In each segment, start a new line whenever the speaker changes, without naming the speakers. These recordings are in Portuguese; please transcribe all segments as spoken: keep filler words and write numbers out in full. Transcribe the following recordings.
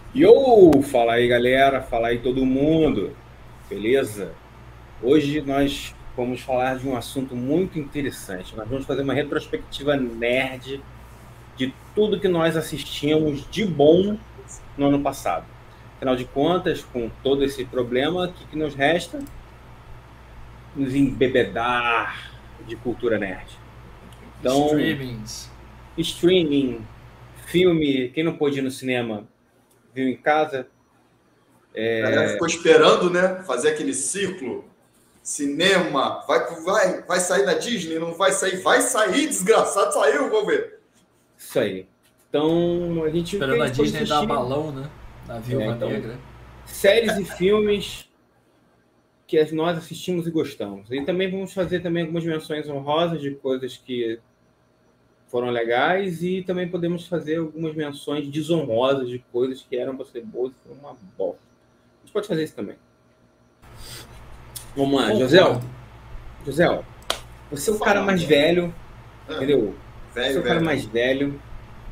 Yo! Fala aí, galera. Fala aí, todo mundo. Beleza? Hoje nós vamos falar de um assunto muito interessante. Nós vamos fazer uma retrospectiva nerd de tudo que nós assistimos de bom no ano passado. Afinal de contas, com todo esse problema, o que, que nos resta? Nos embebedar de cultura nerd. Então,
Streamings.
streaming, filme, quem não pôde ir no cinema, viu em casa.
A galera ficou esperando, né? Fazer aquele ciclo. Cinema. Vai, vai, vai sair da Disney? Não vai sair? Vai sair, desgraçado. Saiu, vamos ver.
Isso aí. Então, a gente...
Esperando a Disney
assistir...
dar balão, né? Na Viúva
é, então,
Negra.
Séries e filmes que nós assistimos e gostamos. E também vamos fazer também algumas menções honrosas de coisas que foram legais e também podemos fazer algumas menções desonrosas de coisas que eram para ser boas e foram uma bosta. A gente pode fazer isso também. Vamos lá, José. José, você é o cara mais velho, é. entendeu?
Velho,
você é o cara
velho.
mais velho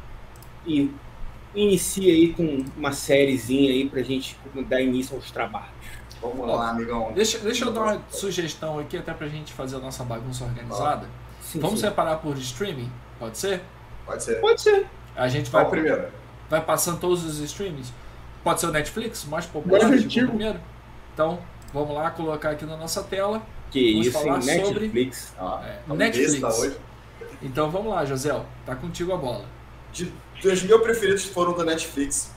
e inicia aí com uma sériezinha aí pra gente dar início aos trabalhos.
Vamos lá, amigão.
Deixa, deixa eu dar uma sugestão aqui, até pra gente fazer a nossa bagunça organizada.
Ah,
sim,
Vamos
sim.
separar por streaming? Pode ser?
Pode ser.
Pode ser.
A gente vai,
Qual primeiro?
vai passando todos os streamings. Pode ser o Netflix, o mais popular, chegou primeiro. Então, vamos lá colocar aqui na nossa tela.
Que
vamos
isso,
falar
hein?
sobre
Netflix.
Ah,
é, Netflix.
Hoje.
Então vamos lá, José. Tá contigo a bola.
De, os meus preferidos foram da Netflix.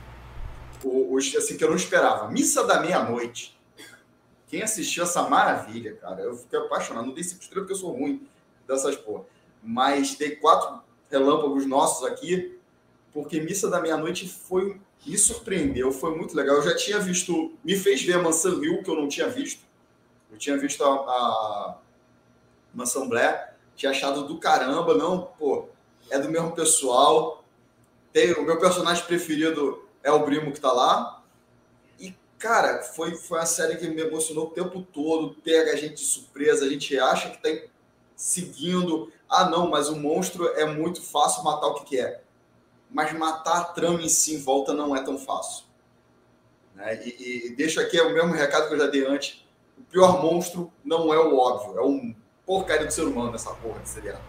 Os assim, que eu não esperava. Missa da Meia-Noite. Quem assistiu essa maravilha, cara? Eu fiquei apaixonado. Não dei cinco estrelas porque eu sou ruim dessas porra. Mas dei quatro relâmpagos nossos aqui, porque Missa da Meia-Noite foi, me surpreendeu, foi muito legal. Eu já tinha visto, me fez ver a Mansão Hill, que eu não tinha visto. Eu tinha visto a, a Mansão Blair, tinha achado do caramba, não, pô, é do mesmo pessoal. Tem, o meu personagem preferido é o Brimo que tá lá. E, cara, foi, foi uma série que me emocionou o tempo todo, pega a gente de surpresa, a gente acha que tá seguindo. Ah, não, mas o monstro é muito fácil matar o que quer. Mas matar a trama em si em volta não é tão fácil. Né? E, e deixo aqui o mesmo recado que eu já dei antes. O pior monstro não é o óbvio, é um porcaria do ser humano essa porra de seriado.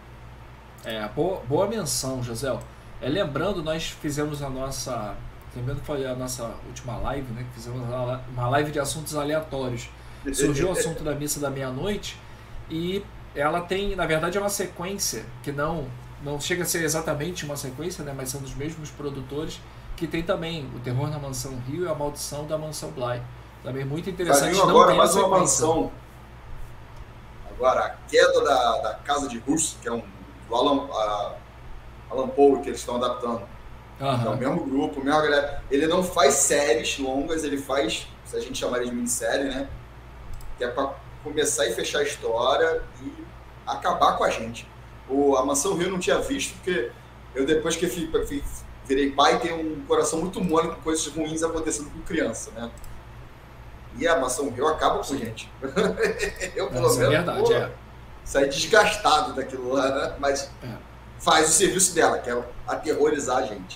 É, boa, boa menção, José. É, lembrando, nós fizemos a nossa... Lembrando que foi a nossa última live, né? Que fizemos uma live de assuntos aleatórios. Surgiu o assunto da Missa da Meia-Noite e ela tem, na verdade, é uma sequência que não, não chega a ser exatamente uma sequência, né? Mas são dos mesmos produtores, que tem também o Terror na Mansão Hill e a Maldição da Mansão Bly. Também muito interessante.
Não agora mais uma mansão. Agora, a queda da, da Casa de Russo, que é um do Alan, a, Alan Poe, que eles estão adaptando. Uhum. É o mesmo grupo, mesmo galera. Ele não faz séries longas, ele faz, se a gente chamaria de minissérie, né? Que é para começar e fechar a história e acabar com a gente. O, a Mansão Rio eu não tinha visto, porque eu depois que fui, fui, virei pai, tenho um coração muito mole com coisas ruins acontecendo com criança, né? E a Mansão Rio acaba com gente. Eu, pelo
Isso
menos,
é verdade,
pô,
é.
saí desgastado daquilo lá, né? Mas é. faz o serviço dela, que é aterrorizar a gente.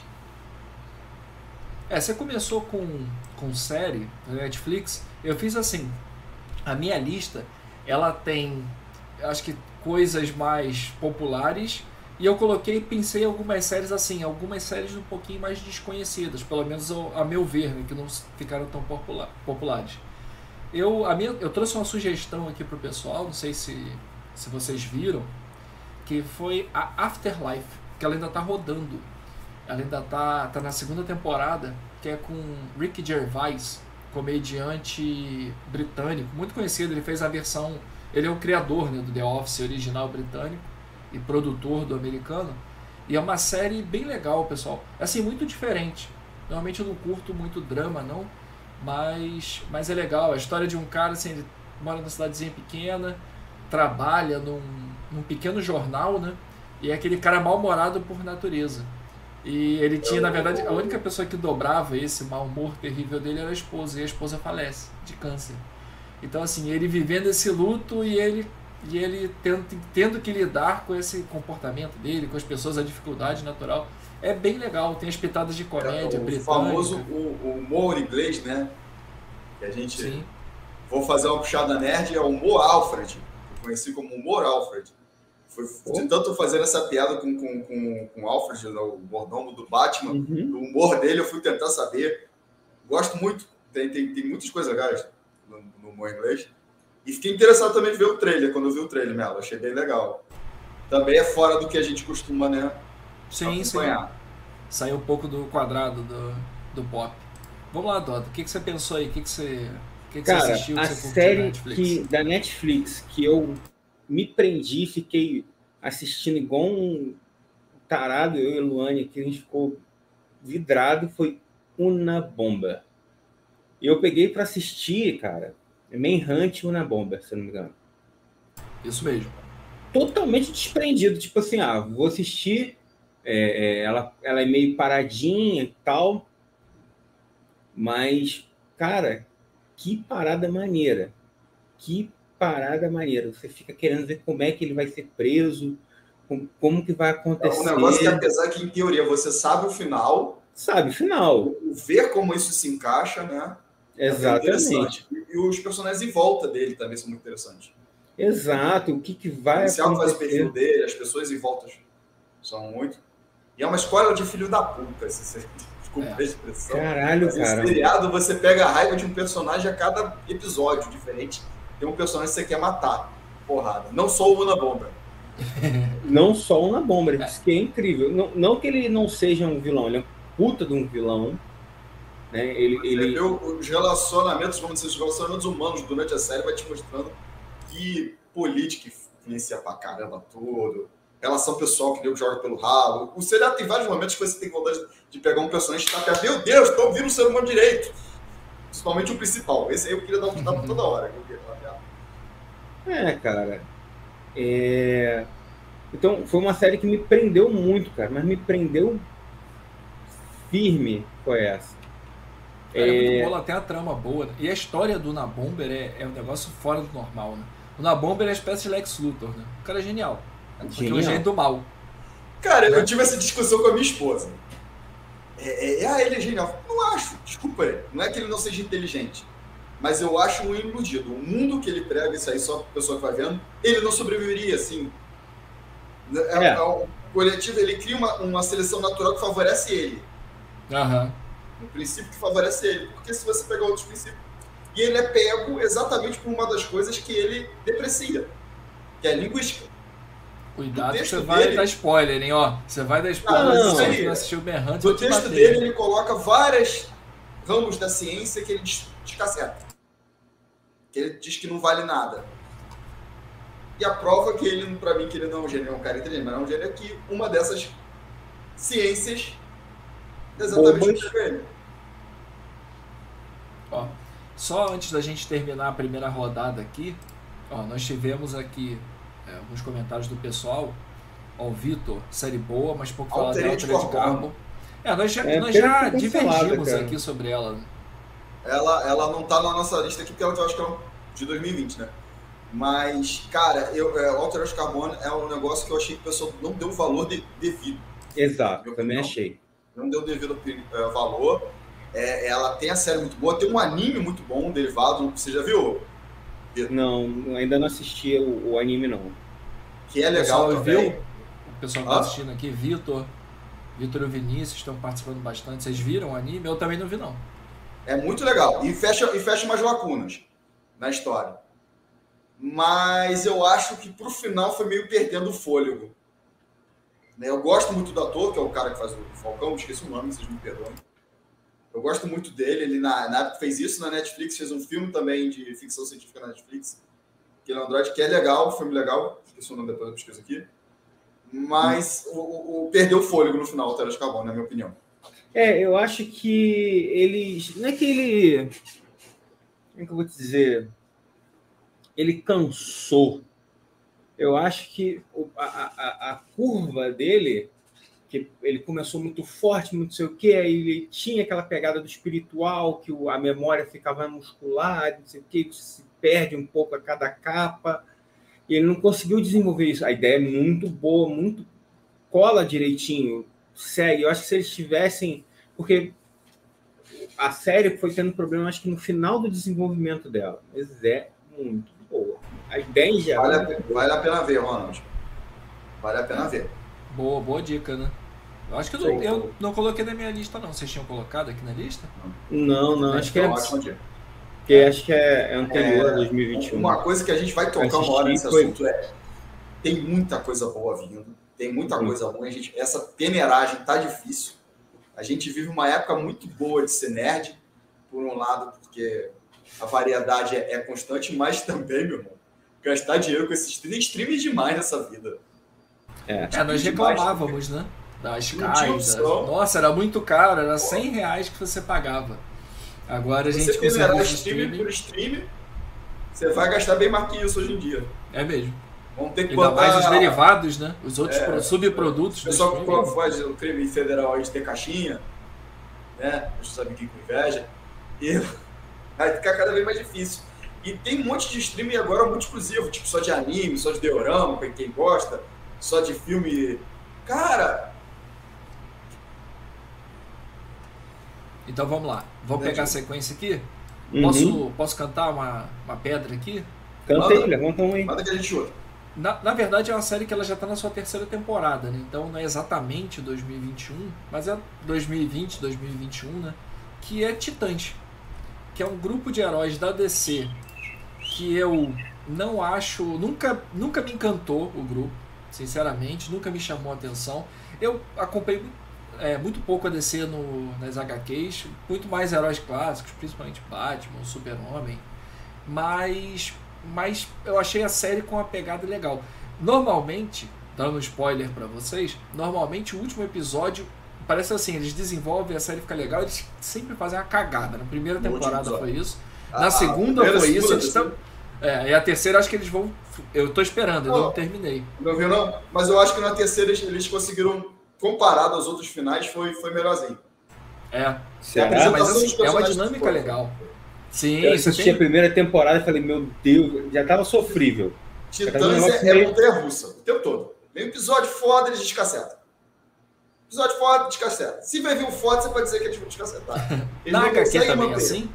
É, você começou com, com série na Netflix. Eu fiz assim, a minha lista, ela tem, acho que, coisas mais populares, e eu coloquei, pensei em algumas séries assim, algumas séries um pouquinho mais desconhecidas, pelo menos a meu ver, né, que não ficaram tão popular, populares. Eu, a minha, eu trouxe uma sugestão aqui pro pessoal, não sei se, se vocês viram, que foi a Afterlife, que ela ainda tá rodando. Ela ainda tá, tá na segunda temporada, que é com Ricky Gervais, comediante britânico, muito conhecido. Ele fez a versão... Ele é o criador, né, do The Office original britânico e produtor do americano. E é uma série bem legal, pessoal. Assim, muito diferente. Normalmente eu não curto muito drama, não. Mas, mas é legal. A história de um cara, assim, ele mora numa cidadezinha pequena, trabalha num, num pequeno jornal, né? E é aquele cara mal-humorado por natureza. E ele tinha, na verdade, a única pessoa que dobrava esse mau humor terrível dele era a esposa, e a esposa falece de câncer. Então, assim, ele vivendo esse luto e ele, e ele tendo, tendo que lidar com esse comportamento dele, com as pessoas, a dificuldade natural. É bem legal, tem as pitadas de comédia
é, o
britânica.
famoso o, o humor inglês, né? Que a gente...
Sim.
Vou fazer uma puxada nerd, é o humor Alfred. Eu conheci como humor Alfred. Foi de tanto fazer essa piada com, com, com, com o Alfred, o mordomo do Batman, uhum. O humor dele eu fui tentar saber. Gosto muito, tem, tem, tem muitas coisas legais no, no humor inglês. E fiquei interessado também em ver o trailer, quando eu vi o trailer, Melo, achei bem legal. Também é fora do que a gente costuma, né?
Sim, acompanhar. Sim. Saiu um pouco do quadrado do, do pop. Vamos lá, Dota, o que, que você pensou aí? O que, que você, o que, que
Cara,
você assistiu?
A
que você
série
Netflix?
Que, da Netflix que eu me prendi, fiquei assistindo igual um tarado, eu e a Luane, que a gente ficou vidrado, foi Unabomber. E eu peguei para assistir, cara, Manhunt e Unabomber, se eu não me engano.
Isso mesmo.
Totalmente desprendido, tipo assim, ah, vou assistir, é, é, ela, ela é meio paradinha e tal, mas, cara, que parada maneira. Que parada maneira. Você fica querendo ver como é que ele vai ser preso, como, como que vai acontecer.
É um negócio que, apesar que, em teoria, você sabe o final...
Sabe, final.
Ver como isso se encaixa, né?
Exatamente.
É e os personagens em volta dele também são muito interessantes.
Exato. O que, que vai
o
acontecer.
faz o perfil dele, as pessoas em volta são muito... E é uma escola de filho da puta, se você... Desculpa é. a expressão.
Caralho,
Mas
cara.
Em seriado, você pega a raiva de um personagem a cada episódio diferente. Tem um personagem que você quer matar. Porrada. Não só o Unabomber.
Não só o Unabomber. Isso que é incrível. Não, não que ele não seja um vilão, ele é um puta de um vilão. Né? Ele,
Você
ele...
vê os relacionamentos, vamos dizer, os relacionamentos humanos durante a série vai te mostrando que política influencia pra caramba tudo. Relação pessoal que ele joga pelo ralo. O seriado tem vários momentos que você tem vontade de pegar um personagem e estar perto. Meu Deus, estou ouvindo o ser humano direito. Principalmente o principal. Esse aí eu queria dar um tapa toda hora.
É, cara. É... Então, foi uma série que me prendeu muito, cara. Mas me prendeu firme, foi essa.
É, é muito boa, ela tem a trama boa. E a história do Unabomber é, é um negócio fora do normal, né? O Unabomber é uma espécie de Lex Luthor, né? O cara é genial. Porque é o gênio do mal.
Cara, né? Eu tive essa discussão com a minha esposa. É, é, ah, ele é genial. Não acho, desculpa. Não é que ele não seja inteligente. Mas eu acho um iludido. O mundo que ele prega, isso aí só a pessoa que vai vendo, ele não sobreviveria, assim. É, é. É, o coletivo, ele cria uma, uma seleção natural que favorece ele.
Aham.
Um princípio que favorece ele. Porque se você pegar outros princípios... E ele é pego exatamente por uma das coisas que ele deprecia. Que é a linguística.
Cuidado que você vai dele... dar spoiler, hein? Ó, você vai dar spoiler.
Ah, não,
se você não assistiu o Berrante,
no texto dele, ele coloca vários ramos da ciência que ele descaceta. Que ele diz que não vale nada. E a prova que ele, pra mim, que ele não é um gênio, é um cara inteligente, mas é um gênio, é que uma dessas ciências exatamente para ele.
Ó, só antes da gente terminar a primeira rodada aqui, ó, nós tivemos aqui é, alguns comentários do pessoal. Ó, o Vitor, série boa, mas pouco fala dela, Altered Carbon. É, nós já, é, nós já divergimos aqui sobre ela.
Ela, ela não tá na nossa lista aqui, porque ela eu acho que é de dois mil e vinte, né? Mas, cara, eu, é, Altered Carbon é um negócio que eu achei que o pessoal não deu valor de, devido.
Exato, eu também achei.
Não deu devido uh, valor. É, ela tem a série muito boa, tem um anime muito bom, derivado. Você já viu?
Não, ainda não assisti o, o anime, não.
Que é legal também.
Viu? O pessoal que tá assistindo aqui, Vitor, Vitor e o Vinícius estão participando bastante. Vocês viram o anime? Eu também não vi, não.
É muito legal. E fecha, e fecha umas lacunas na história. Mas eu acho que pro final foi meio perdendo o fôlego. Eu gosto muito do ator, que é o cara que faz o Falcão, esqueci o nome, vocês me perdoem. Eu gosto muito dele, ele na, na época fez isso na Netflix, fez um filme também de ficção científica na Netflix, que é o Android, que é legal, um filme legal, esqueci o nome depois da pesquisa aqui, mas hum. o, o, perdeu o fôlego no final, o Altered Carbon, na minha opinião.
É, eu acho que ele, não é que ele, como é que eu vou te dizer, ele cansou. Eu acho que a, a, a curva dele, que ele começou muito forte, muito sei o quê, aí ele tinha aquela pegada do espiritual, que a memória ficava muscular, não sei o quê, se perde um pouco a cada capa, e ele não conseguiu desenvolver isso. A ideia é muito boa, muito cola direitinho, segue. Eu acho que se eles tivessem... Porque a série foi tendo problema, acho que no final do desenvolvimento dela. Mas é muito boa. A ideia em geral...
Vale a, pena, vale a pena ver, Ronald. Vale a pena ver.
Boa, boa dica, né? Eu acho que eu não, eu não coloquei na minha lista, não. Vocês tinham colocado aqui na lista?
Não, não. Acho que é...
Ótimo dia.
Porque acho que é, é anterior
é,
a dois mil e vinte e um.
Uma coisa que a gente vai tocar uma hora nesse foi... assunto é... Tem muita coisa boa vindo. Tem muita uhum. coisa ruim. A gente, essa peneiragem tá difícil. A gente vive uma época muito boa de ser nerd, por um lado, porque a variedade é, é constante, mas também, meu irmão, gastar dinheiro com esses streaming, streaming demais nessa vida.
É, é nós reclamávamos, demais, né? Das caixas. Nossa, era muito caro, era cem reais que você pagava. Agora a gente
você peneirar streaming por streaming, você vai gastar bem mais que isso hoje em dia.
É mesmo.
Vamos ter que
Ainda
botar...
mais os derivados, né? Os outros é, subprodutos.
O pessoal que faz o crime federal de ter caixinha, né? A gente sabe que com inveja. E vai ficar cada vez mais difícil. E tem um monte de streaming agora muito exclusivo, tipo só de anime, só de diorama, pra quem gosta, só de filme. Cara...
Então vamos lá. Vamos pegar a sequência aqui? Uhum. Posso, posso cantar uma, uma pedra aqui?
Canta aí, levanta um aí.
Manda que a gente ouve.
Na, na verdade é uma série que ela já está na sua terceira temporada, né? Então não é exatamente dois mil e vinte e um, mas é dois mil e vinte, dois mil e vinte e um, né? Que é Titãs, que é um grupo de heróis da D C que eu não acho... Nunca, nunca me encantou o grupo, sinceramente, nunca me chamou a atenção. Eu acompanhei é, muito pouco a D C no, nas H Qs, muito mais heróis clássicos, principalmente Batman, Super-Homem, mas... mas eu achei a série com uma pegada legal. Normalmente, dando um spoiler pra vocês, normalmente o último episódio parece assim, eles desenvolvem, a série fica legal, eles sempre fazem uma cagada. Na primeira temporada foi isso, na ah, segunda foi isso, eles estão... É, e a terceira acho que eles vão... Eu tô esperando, não, eu não terminei.
Não viu não? Mas eu acho que na terceira eles, eles conseguiram, comparado aos outros finais, foi, foi melhorzinho.
É, Será? Mas assim, é uma dinâmica legal. Sim,
eu assisti tem... a primeira temporada e falei, meu Deus, já tava sofrível.
Titãs um é, meio... é montanha-russa, o tempo todo. Vem um episódio foda, eles descacetam. Episódio foda, descaceta. Se vai vir um foda, você pode dizer que eles vão descacetar.
Na H Q também é assim?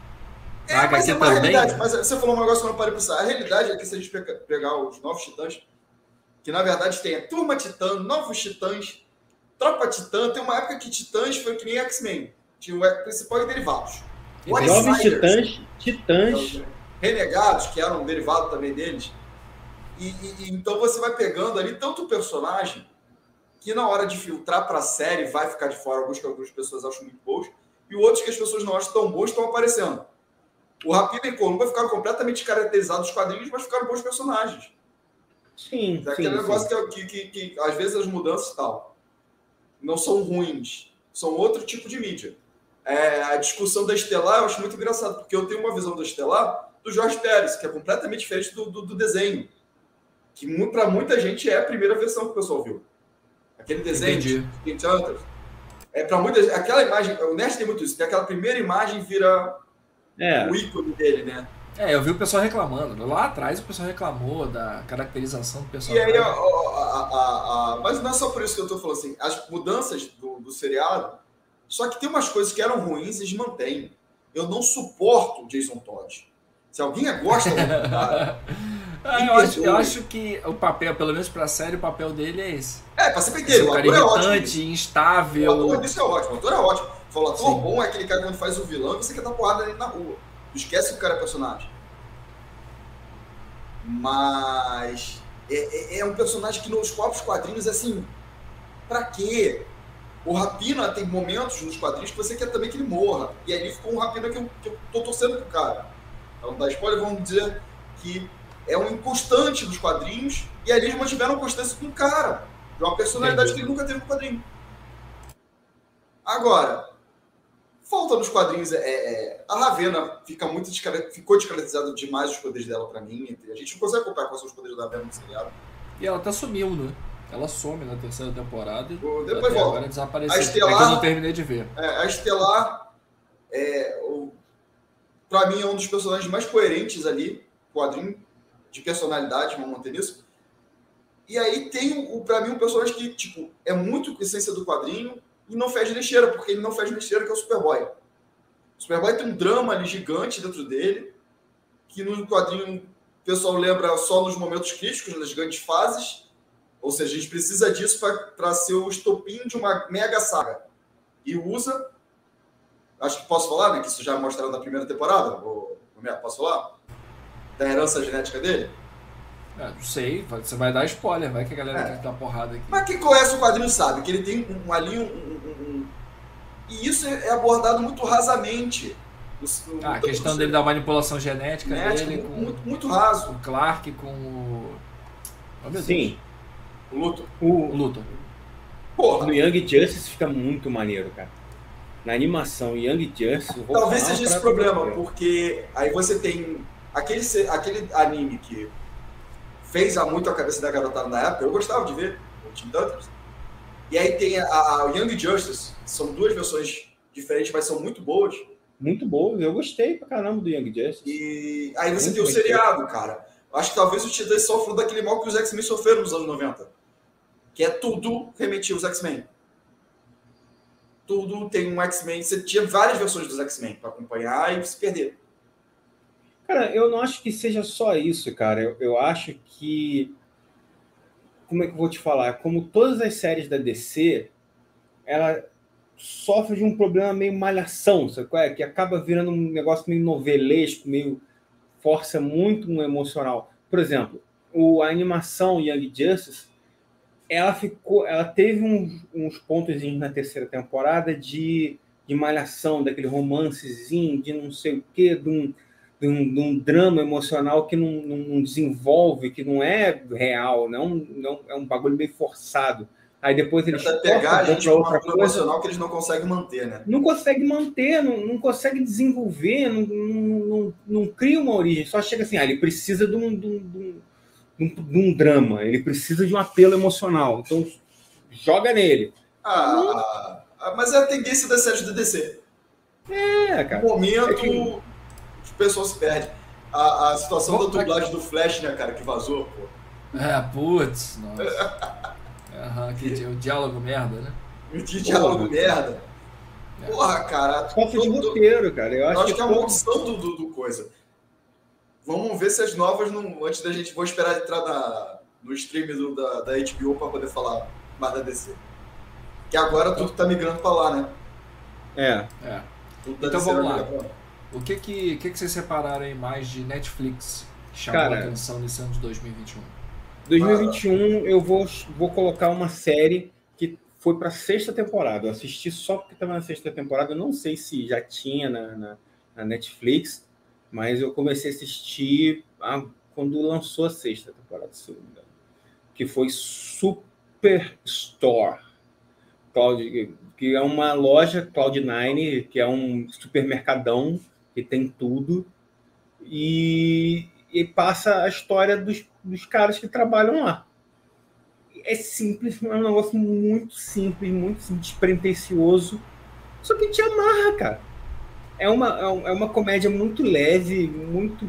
É, Na mas é uma também? realidade. Mas você falou um negócio que eu não parei pra pensar. A realidade é que se a gente pegar os novos Titãs, que na verdade tem a Turma Titã, Novos Titãs, Tropa Titã, tem uma época que Titãs foi que nem X-Men. Tinha o principal e derivados.
Novos Titãs, Titãs.
Renegados, que eram um derivado também deles. E, e, e então você vai pegando ali tanto o personagem que na hora de filtrar para a série vai ficar de fora, alguns que algumas pessoas acham muito bons, e outros que as pessoas não acham tão bons estão aparecendo. O Rapina e Columba ficaram completamente descaracterizados dos quadrinhos, mas ficaram bons personagens.
Sim,
é
aquele
sim, negócio sim. Que, que, que, que às vezes as mudanças e tal não são ruins, são outro tipo de mídia. É, a discussão da Estelar eu acho muito engraçado, porque eu tenho uma visão da Estelar do Jorge Pérez, que é completamente diferente do, do, do desenho, que para muita gente é a primeira versão que o pessoal viu. Aquele desenho de Hunters. É para muita gente, aquela imagem, o Nerd tem muito isso, que aquela primeira imagem vira é. o ícone dele, né?
É, eu vi o pessoal reclamando. Lá atrás o pessoal reclamou da caracterização do personagem.
E aí, a, a, a, a, mas não é só por isso que eu tô falando assim, as mudanças do, do seriado, só que tem umas coisas que eram ruins e eles mantêm. Eu não suporto o Jason Todd. Se alguém gosta do cara...
ah, eu, acho, eu acho que o papel, pelo menos pra série, o papel dele é esse.
É, pra ser inteiro.
O ator é ótimo. Instável.
O ator, isso é ótimo. O ator é ótimo. O ator Sim. bom é aquele cara que quando faz o vilão e você quer dar porrada nele na rua. Esquece que o cara é personagem. Mas... É, é, é um personagem que nos próprios quadrinhos é assim... Pra quê? O Rapina tem momentos nos quadrinhos que você quer também que ele morra. E aí ficou um Rapina que eu, que eu tô torcendo pro cara. Então, da spoiler, vamos dizer que é um inconstante dos quadrinhos e ali eles mantiveram constância com o cara. De uma personalidade Entendi. que ele nunca teve no quadrinho. Agora, falta nos quadrinhos... É, é, a Ravena fica muito descar... ficou descaracterizada demais os poderes dela pra mim. A gente não consegue acompanhar quais são os poderes da Ravena no seriado.
E ela até sumiu, né? Ela some na terceira temporada e
depois volta.
Agora desapareceu.
A Estelar,
é que eu não terminei de ver.
É, a Estelar, é, o, pra mim, é um dos personagens mais coerentes ali, quadrinho de personalidade, vamos manter nisso. E aí tem, o, pra mim, um personagem que, tipo, é muito com a essência do quadrinho e não fez lixeira, porque ele não fez lixeira, que é o Superboy. O Superboy tem um drama ali gigante dentro dele, que no quadrinho o pessoal lembra só nos momentos críticos, nas grandes fases. Ou seja, a gente precisa disso para ser o estopim de uma mega saga. E usa... Acho que posso falar, né? Que isso já é mostrado na primeira temporada. Ou, posso falar? Da herança genética dele?
É, não sei, você vai dar spoiler, vai que a galera é. quer dar porrada aqui.
Mas quem conhece o quadrinho sabe que ele tem um, ali um, um, um... E isso é abordado muito rasamente. O, o,
ah, a questão dele da manipulação genética, genética dele
muito,
com...
Muito, muito raso.
O Clark com o...
Oh, meu Sim.
Deus. O Luthor.
O, o Luthor.
Porra. No Young Justice fica muito maneiro, cara. Na animação Young Justice... Eu vou
Talvez seja esse problema, ver. Porque aí você tem aquele, aquele anime que fez muito a cabeça da garotada na época, eu gostava de ver, o Team Dutters. E aí tem a, a Young Justice, são duas versões diferentes, mas são muito boas.
Muito boas, eu gostei pra caramba do Young Justice.
E aí você muito tem o seriado, cara. Acho que talvez os Titãs sofram daquele mal que os X-Men sofreram nos anos noventa. Que é tudo remetir aos X-Men. Tudo tem um X-Men. Você tinha várias versões dos X-Men para acompanhar e se perder.
Cara, eu não acho que seja só isso, cara. Eu, eu acho que... Como é que eu vou te falar? Como todas as séries da D C, ela sofre de um problema meio malhação, sabe qual é? Que acaba virando um negócio meio novelesco, meio... força muito um emocional. Por exemplo, o, a animação Young Justice, ela ficou, ela teve uns, uns pontos na terceira temporada de, de malhação, daquele romancezinho, de não sei o quê, de um, de um, de um drama emocional que não, não desenvolve, que não é real, não, não é um bagulho meio forçado. Aí depois eles
pegar a gente para outra coisa emocional que eles não conseguem manter, né?
Não consegue manter, não, não consegue desenvolver, não, não, não, não cria uma origem. Só chega assim, ah, ele precisa de um, de, um, de, um, de um drama, ele precisa de um apelo emocional. Então, joga nele.
Ah, hum. Mas é a tendência das séries do D C.
É, cara.
No momento,
é que...
as pessoas se perdem. A, a situação Pô, da dublagem aqui. do Flash, né, cara, que vazou, pô.
É, putz, nossa. Aham, que o diálogo merda, né?
O diálogo Porra, merda. É. Porra, cara.
Falta de roteiro, cara. Eu acho,
eu acho
que,
que é a maldição do, do, do coisa. Vamos ver se as novas, não, antes da gente... Vou esperar entrar na, no stream do, da, da H B O para poder falar mais da D C. Que agora tudo tá migrando para lá, né?
É.
é. Então vamos lá. O que que, que que vocês separaram aí mais de Netflix que chamou cara, a atenção nesse ano de dois mil e vinte e um?
dois mil e vinte e um eu vou, vou colocar uma série que foi para a sexta temporada. Eu assisti só porque estava na sexta temporada. Eu não sei se já tinha na, na, na Netflix, mas eu comecei a assistir a, quando lançou a sexta temporada, se não me engano, que foi Superstore, Cloud, que é uma loja Cloud nine, que é um supermercadão que tem tudo, e, e passa a história dos dos caras que trabalham lá. É simples, é um negócio muito simples, muito despretensioso, só que te amarra, cara. É uma, é uma comédia muito leve, muito...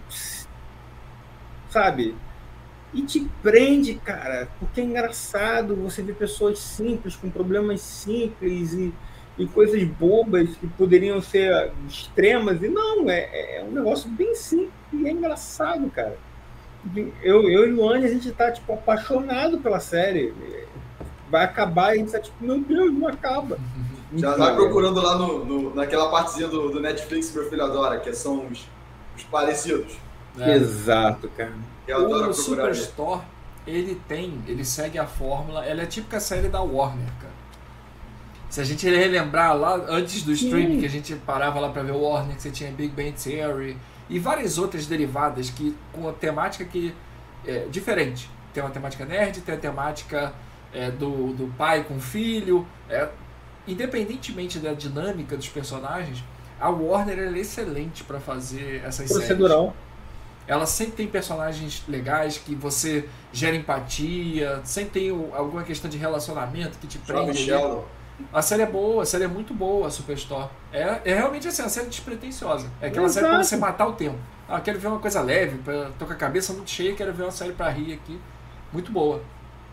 Sabe? E te prende, cara, porque é engraçado você ver pessoas simples, com problemas simples e, e coisas bobas que poderiam ser extremas, e não, é, é um negócio bem simples e é engraçado, cara. Eu, eu e o Luane, a gente tá, tipo, apaixonado pela série. Vai acabar e a gente tá, tipo, meu Deus, não acaba.
Já vai procurando lá no, no, naquela partezinha do, do Netflix que meu filho adora, que são os, os parecidos.
É. Exato, cara.
Eu adoro
o Superstore, ele tem, ele segue a fórmula, ela é a típica série da Warner, cara. Se a gente relembrar lá, antes do streaming, que a gente parava lá pra ver o Warner, que você tinha Big Bang Theory... E várias outras derivadas que, com a temática que é diferente. Tem uma temática nerd, tem a temática é, do, do pai com o filho. É, independentemente da dinâmica dos personagens, a Warner é excelente para fazer essas
Procedural.
séries. Ela sempre tem personagens legais que você gera empatia, sempre tem alguma questão de relacionamento que te prende. A série é boa, a série é muito boa, a Superstore. É, é realmente assim, uma série despretensiosa. É aquela Exato. série pra você matar o tempo. Ah, quero ver uma coisa leve, pra, tô com a cabeça muito cheia, quero ver uma série pra rir aqui. Muito boa.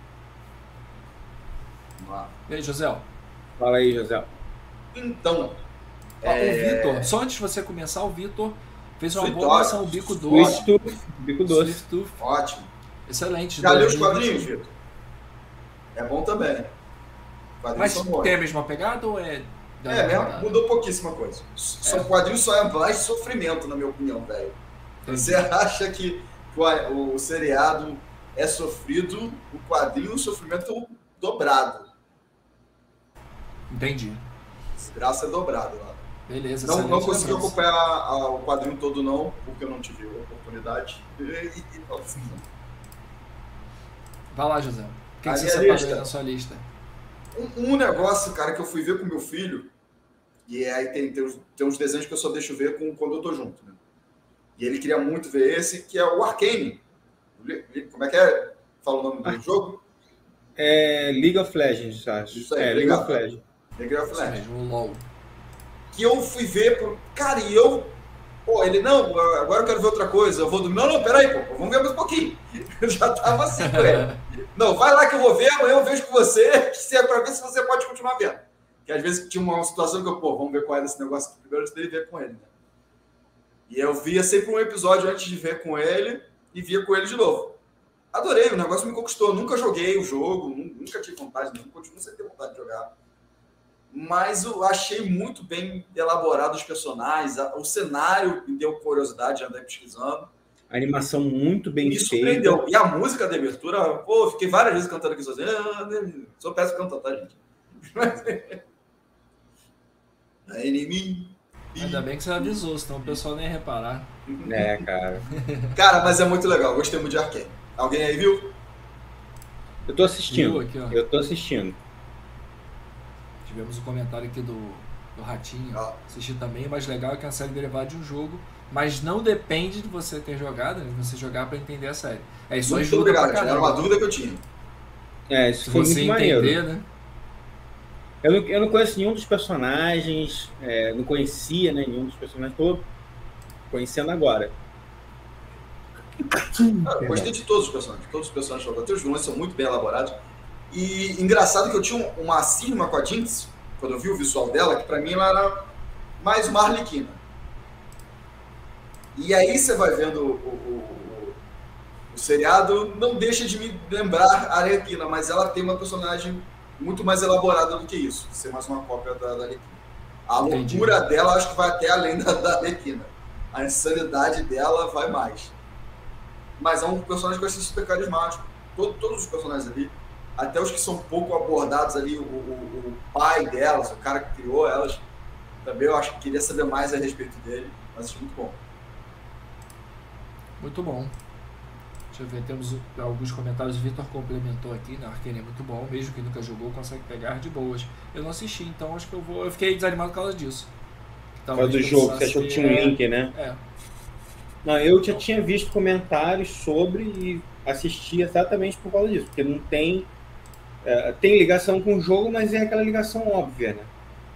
Vamos lá.
E aí, José?
Fala aí, José.
Então,
Ó,
é...
o Vitor, só antes de você começar, o Vitor fez uma
Sweet
boa
Dog.
menção, o Bico Doce.
Sweet Tooth, Bico Doce.
Sweet Tooth.
ótimo.
Excelente.
Já leu os
dois mil e vinte e um.
quadrinhos, Vitor? É bom também. Os quadrinhos
Mas
são bons.
tem a mesma pegada ou é... da
É,
mesma
mesmo,
pegada?
mudou pouquíssima coisa. Só
É.
o quadrinho só é mais sofrimento, na minha opinião, velho.
Entendi.
Você acha que o, o seriado é sofrido, o quadrinho, o sofrimento é dobrado.
Entendi.
Desgraça é dobrado lá.
Beleza.
Não,
excelente
não consegui
lembrança.
acompanhar a- o quadrinho todo, não, porque eu não tive a oportunidade. E, e, assim,
Vai lá, José. O que,
A
que você
minha
separou
lista.
aí na sua lista?
um, um negócio, cara, que eu fui ver com meu filho, e aí tem, tem, uns, tem uns desenhos que eu só deixo ver com, quando eu tô junto, né? E ele queria muito ver esse, que é o Arcane. Como é que é? Fala o nome do jogo?
É League of Legends, acho.
Isso aí,
é, League
obrigado.
of Legends.
League of
Isso
Legends.
mesmo, o LOL.
Que eu fui ver, pro... cara, e eu... Pô, ele, não, agora eu quero ver outra coisa. Eu vou dormir. Não, não, peraí, pô, vamos ver mais um pouquinho. Eu já tava assim com ele. Não, vai lá que eu vou ver, amanhã eu vejo com você, que se é pra ver se você pode continuar vendo. Que às vezes tinha uma situação que eu, pô, vamos ver qual é desse negócio aqui primeiro, antes dele ver com ele, né? E eu via sempre um episódio antes de ver com ele e via com ele de novo. Adorei, o negócio me conquistou. Nunca joguei o jogo, nunca tive vontade, não continuo sem ter vontade de jogar. Mas eu achei muito bem elaborado os personagens, o cenário me deu curiosidade, andei pesquisando.
A animação muito bem
Me
feita.
surpreendeu. E a música da abertura, pô, eu fiquei várias vezes cantando aqui sozinho. Ah, sou péssimo cantor, tá, gente? A inimigo.
Ainda bem que você avisou, senão o pessoal nem ia reparar.
É, cara.
Cara, mas é muito legal. Gostei muito de Arcane. Alguém aí viu?
Eu tô assistindo.
Viu aqui, ó.
Eu tô assistindo.
Tivemos um comentário aqui do, do Ratinho.
Ah.
Assisti também, mas legal é que é uma série derivada de um jogo, mas não depende de você ter jogado, né? De você jogar pra entender a série. É, isso
Muito
ajuda
obrigado.
pra
Era
caramba.
uma dúvida que eu tinha.
É, isso
Se
foi
você
muito
entender,
maneiro.
né?
Eu não, eu não conheço nenhum dos personagens, é, não conhecia, né, nenhum dos personagens. Tô conhecendo agora.
Cara, eu gostei de todos os personagens. Todos os personagens são até os vilões são muito bem elaborados. E engraçado que eu tinha uma cisma com a Jinx, quando eu vi o visual dela, que pra mim ela era mais uma Arlequina. E aí você vai vendo o, o, o, o seriado, não deixa de me lembrar a Arlequina, mas ela tem uma personagem muito mais elaborada do que isso, de ser mais uma cópia da, da Arlequina. A
Entendi.
loucura dela acho que vai até além da, da Arlequina. A insanidade dela vai mais. Mas é um personagem que vai ser super carismático. Todo, todos os personagens ali, até os que são pouco abordados ali, o, o, o pai delas, o cara que criou elas, também eu acho que queria saber mais a respeito dele, mas acho muito bom.
Muito bom. Deixa eu ver, temos alguns comentários. O Vitor complementou aqui, né? Arcane é muito bom, mesmo que nunca jogou, consegue pegar de boas. Eu não assisti, então acho que eu vou. Eu fiquei desanimado por causa disso.
Por causa do jogo, você achou que tinha um link, né?
É.
Não, eu já tinha visto comentários sobre e assisti exatamente por causa disso, porque não tem é, tem ligação com o jogo, mas é aquela ligação óbvia, né?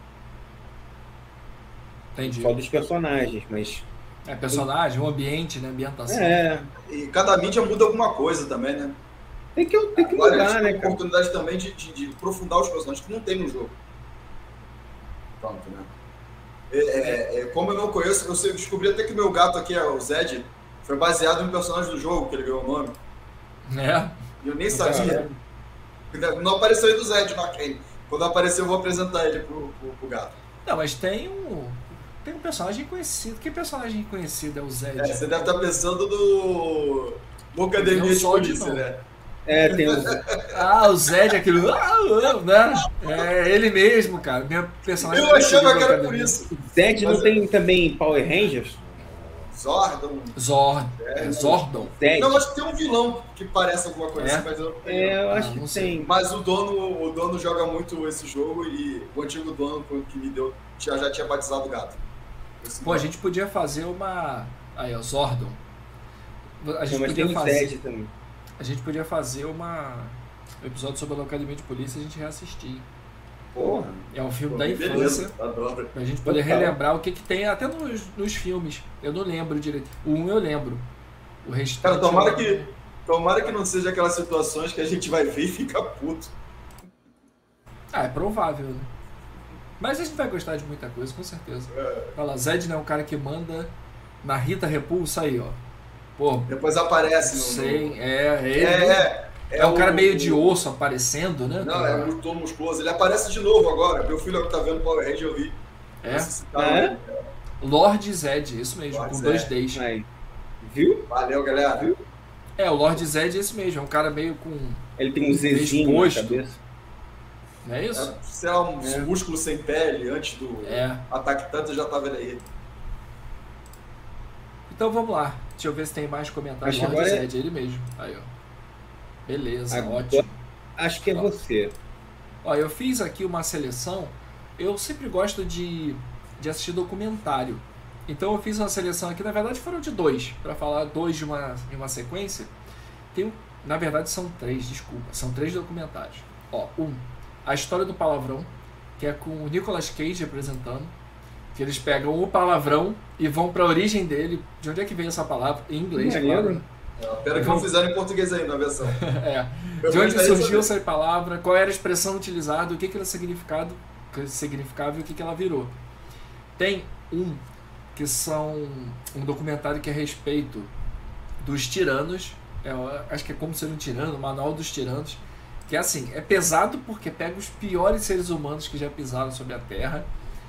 Entendi.
Só dos personagens, mas
É, personagem, o ambiente, né? Ambientação.
é,
E cada mídia muda alguma coisa também, né?
tem que tem que
Agora eles
mudar,
têm
né,
a
cara?
oportunidade também de, de, de aprofundar os personagens que não tem no jogo. Pronto, né? É, é, é, como eu não conheço, eu sei- descobri até que meu gato aqui, é o Zed, foi baseado em um personagem do jogo, que ele ganhou o nome.
É.
E eu nem sabia. Não apareceu aí do Zed no Arcane. Quando aparecer, eu vou apresentar ele pro, pro, pro gato.
Não, mas tem um. Tem um personagem conhecido. Que personagem conhecido é o Zed?
É, você deve estar pensando no. No Academia
Não
de
sou de
Polícia,
não.
né?
É, tem os,
Ah, o Zed, aquele. Ah, ah, né? É ele mesmo, cara. Minha personagem
Eu achava
preferida
que
do
era por
Academia.
isso.
Zed não
Mas-
tem também Power Rangers?
Zordon.
Zord. É, Zordon.
Zed?
Não, acho que tem um vilão que parece alguma coisa
É?
assim, mas eu não tenho.
É, eu acho
Ah, não
que
sei.
tem.
Mas o dono, o dono joga muito esse jogo e o antigo dono que me deu já, já tinha batizado o gato. Esse
Pô, a
nome.
gente podia fazer uma. Aí, ó, Zordon. A gente
Não, mas tem
podia
o
fazer.
Zed também.
A gente podia fazer uma. Um episódio sobre a Academia de Polícia e a gente reassistir.
Porra.
É um filme
Pô,
da
beleza,
infância.
adoro.
Pra gente poder
Total.
relembrar o que, que tem até nos, nos filmes. Eu não lembro direito. O um eu lembro. O restante.
Cara, tomara
eu-
que, tomara que não seja aquelas situações que a gente vai ver e fica puto.
Ah, é provável, né? Mas a gente vai gostar de muita coisa, com certeza.
É.
Olha lá, Zed é o cara que manda na Rita Repulsa aí, ó. Pô,
Depois aparece no...
sei, é, é ele.
É, é,
É,
é
um cara
o-
meio de osso aparecendo, né?
Não, é muito todo musculoso. Ele aparece de novo agora. Meu filho que tá vendo Power Rangers, eu vi.
É,
Ressuscitaram
É?
ele.
Lord Zed, isso mesmo,
Lord
com
Zed.
dois Ds.
Aí. Viu?
Valeu, galera.
Viu?
É, o Lord Zed é esse mesmo, é um cara meio com...
Ele tem um Zzinho na
Exposto.
cabeça.
Não é isso?
É, sei lá, um
É.
músculo sem pele antes do
É.
ataque tanto, eu já tava vendo aí.
Então vamos lá. Deixa eu ver se tem mais comentários.
Acho que
Lord
agora é-
Zed, ele mesmo. Aí, ó. Beleza,
Agora-
ótimo.
Acho que é
Ó.
você.
Ó, eu fiz aqui uma seleção. Eu sempre gosto de, de assistir documentário. Então eu fiz uma seleção aqui, na verdade foram de dois, para falar dois de uma, de uma sequência. Tem, um- na verdade são três, desculpa, são três documentários. Ó, um, A História do Palavrão, que é com o Nicolas Cage apresentando, que eles pegam o palavrão e vão para a origem dele, de onde é que veio essa palavra, em inglês,
Maneiro.
claro. Né?
É, pena que não fizeram em português ainda, a versão.
É.
Eu
De onde
gostaria de
surgiu
saber.
essa palavra, qual era a expressão utilizada, o que, que ela significado, que significava e o que, que ela virou. Tem um que são um documentário que é a respeito dos tiranos, é, eu acho que é Como Ser um Tirano, o Manual dos Tiranos, que é assim, é pesado porque pega os piores seres humanos que já pisaram sobre a Terra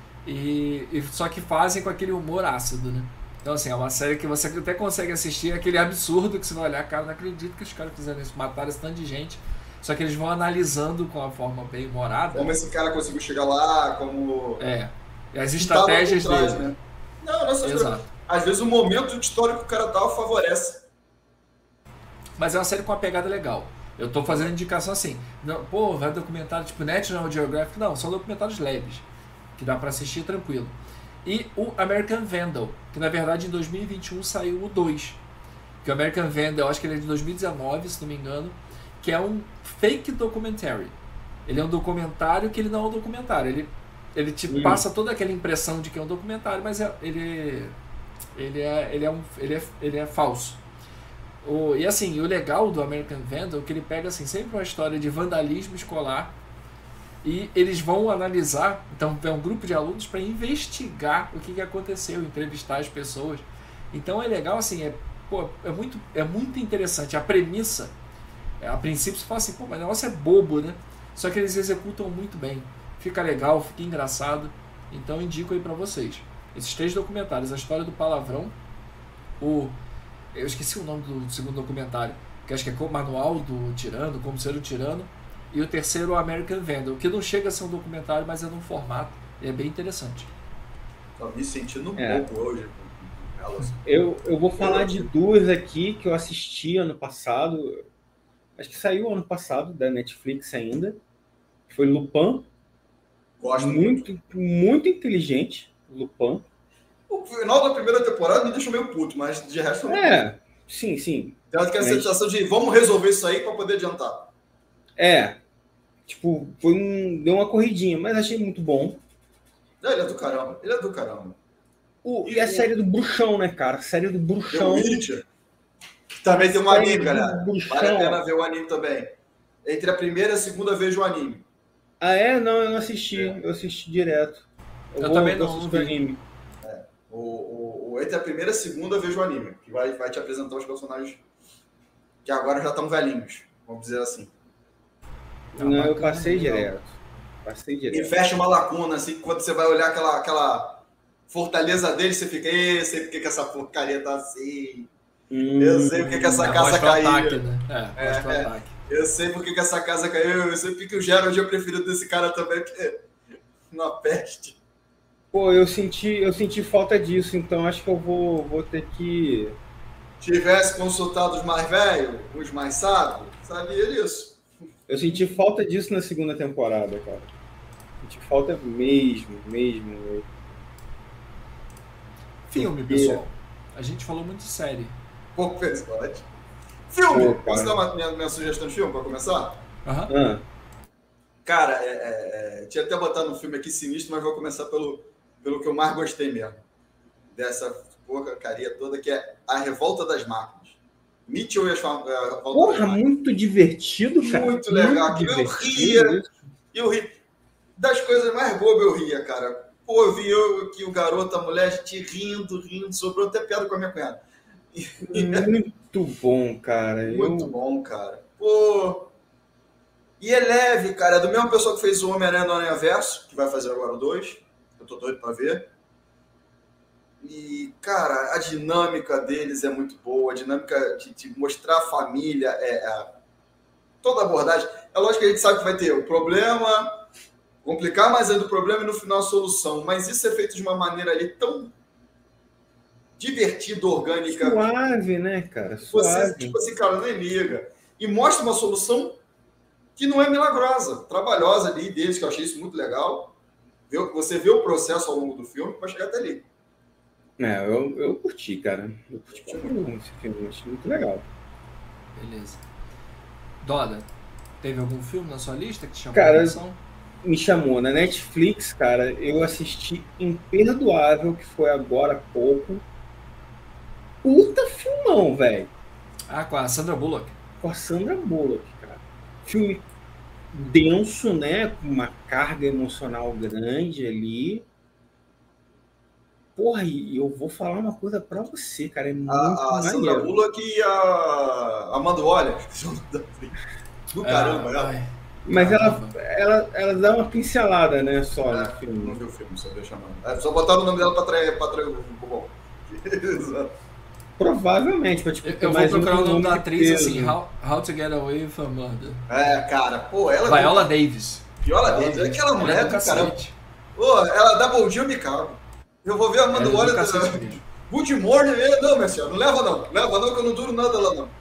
e, e só que fazem com aquele humor ácido, né? Então assim, é uma série que você até consegue assistir, é aquele absurdo que você vai olhar, cara, não acredito que os caras fizeram isso, mataram esse tanto de gente, só que eles vão analisando com uma forma bem humorada.
Como esse cara conseguiu chegar lá, como...
É, e as
que
estratégias
tava por trás,
dele.
né? Não, não, só
Exato.
às vezes o momento histórico que o cara tava favorece.
Mas é uma série com uma pegada legal. Eu tô fazendo indicação assim, não, pô, vai documentário tipo National Geographic, não, são documentários leves, que dá pra assistir tranquilo. E o American Vandal, que na verdade em dois mil e vinte e um saiu o dois. Que o American Vandal, eu acho que ele é de dois mil e dezenove, se não me engano, que é um fake documentary. Ele é um documentário que ele não é um documentário, ele, ele te
Hum.
passa toda aquela impressão de que é um documentário, mas é, ele, ele, é, ele, é um, ele, é, ele é falso. O, e assim, o legal do American Vandal é que ele pega assim, sempre uma história de vandalismo escolar e eles vão analisar, então é um grupo de alunos para investigar o que, que aconteceu, entrevistar as pessoas. Então é legal assim, é, pô, é, muito, é muito interessante. A premissa, é, a princípio você fala assim, pô, mas o negócio é bobo, né? Só que eles executam muito bem. Fica legal, fica engraçado. Então indico aí para vocês. Esses três documentários, a história do palavrão, o... Eu esqueci o nome do segundo documentário, que acho que é o Manual do Tirano, Como Ser um Tirano, e o terceiro, o American Vandal, que não chega a ser um documentário, mas é num formato, e é bem interessante.
Tô me sentindo
É.
pouco hoje. Elas...
Eu, eu vou falar de duas aqui que eu assisti ano passado. Acho que saiu ano passado, da Netflix ainda. Foi Lupin.
Gosto muito.
Muito, muito inteligente, Lupin.
O final da primeira temporada me deixou meio puto, mas de resto não.
É, sim, sim.
Tem aquela
Mas-
sensação de vamos resolver isso aí para poder adiantar.
É, tipo, foi um, deu uma corridinha, mas achei muito bom.
Não, ele é do caramba. Ele é do caramba.
O, e a série do Bruxão, né, cara? A série do
Tem
Bruxão.
o Witcher. Também tem um
Série
anime,
do
galera.
Bruxão.
Vale a pena ver o anime também. Entre a primeira e a segunda, vejo o anime.
Ah, é? Não, eu não assisti. Eu assisti direto.
Eu também não,
assistir
não
o
vi.
anime.
O, o, o- entre a primeira e a segunda, vejo o anime. Que vai, vai te apresentar os personagens que agora já estão velhinhos. Vamos dizer assim.
Tá
Não, eu
bacana,
passei
legal.
direto. Passei
E
direto.
fecha uma lacuna, assim, que quando você vai olhar aquela, aquela fortaleza dele, você fica, "Ê, sei porque que essa porcaria tá assim.
Hum,
Eu sei porque que essa
É,
casa
mostra o
caiu.
ataque, né? É, mostra
É,
o
é.
ataque.
Eu sei porque que essa casa caiu. Eu sei porque o Gerald é o preferido desse cara também, que é uma peste.
Pô, eu senti, eu senti falta disso, então acho que eu vou, vou ter que.
Tivesse consultado os mais velhos, os mais sábios, sabia disso.
Eu senti falta disso na segunda temporada, cara. Senti falta mesmo, mesmo. mesmo.
Filme,
Porque-
pessoal. A gente falou muito de série.
Pouco episódio. Filme!
Pô, cara.
Posso dar uma, minha, minha sugestão de filme para começar?
Aham.
Ah,
Cara, é, é, é, tinha até botado um filme aqui sinistro, mas vou começar pelo, pelo que eu mais gostei mesmo. Dessa porcaria toda, que é A Revolta das Máquinas. Mitchell e as Fam- a Revolta
porra,
das Máquinas.
muito divertido, cara.
Muito legal. Aquilo eu
divertido
ria.
isso.
E eu ri. das coisas mais bobas eu ria, cara. Pô, eu vi eu aqui, o garoto, a mulher, a gente rindo, rindo, sobrou até piada com a minha cunhada.
Muito bom, cara.
Muito
eu...
bom, cara. Pô... E é leve, cara. É do mesmo pessoal que fez o Homem-Aranha no Aranha-Verso, que vai fazer agora o dois. Eu tô doido pra ver. E, cara, a dinâmica deles é muito boa. A dinâmica de, de mostrar a família, é, é, toda a abordagem. É lógico que a gente sabe que vai ter o problema, complicar mais ainda o problema e no final a solução. Mas isso é feito de uma maneira ali tão divertida, orgânica.
Suave, né, cara?
Suave. Você, tipo assim, cara, nem liga. E mostra uma solução que não é milagrosa, trabalhosa ali deles, que eu achei isso muito legal. Você vê o processo ao longo do filme para chegar até ali.
É, eu, eu curti, cara. Eu curti esse filme, achei muito legal.
Beleza. Doda, teve algum filme na sua lista que te chamou
cara,
a atenção?
Me chamou. Na Netflix, cara, eu assisti Imperdoável, que foi agora há pouco. Puta filmão, velho.
Ah, com a Sandra Bullock.
Com a Sandra Bullock, cara. Filme denso, né? Com uma carga emocional grande ali. Porra, e eu vou falar uma coisa pra você, cara. É muito
a, a Sandra Bullock e a Amanda Waller. Do caramba,
ah,
ela.
Mas ela, ela, ela dá uma pincelada, né? Só
é,
no filme.
Não vi o filme, só deixa chamando. É, só botaram o nome dela pra trair o bom.
Provavelmente, pra, tipo,
eu, eu vou procurar um o nome da atriz assim, how, how to Get Away with a Murder.
É, cara, pô, ela.
Viola é Davis.
Viola Davis, é aquela mulher
do
caramba. Pô, ela dá bom dia, eu me cago. Eu vou ver a Amanda Waller. Good morning, não, minha senhora, não leva não. Leva não, que eu não duro nada lá não.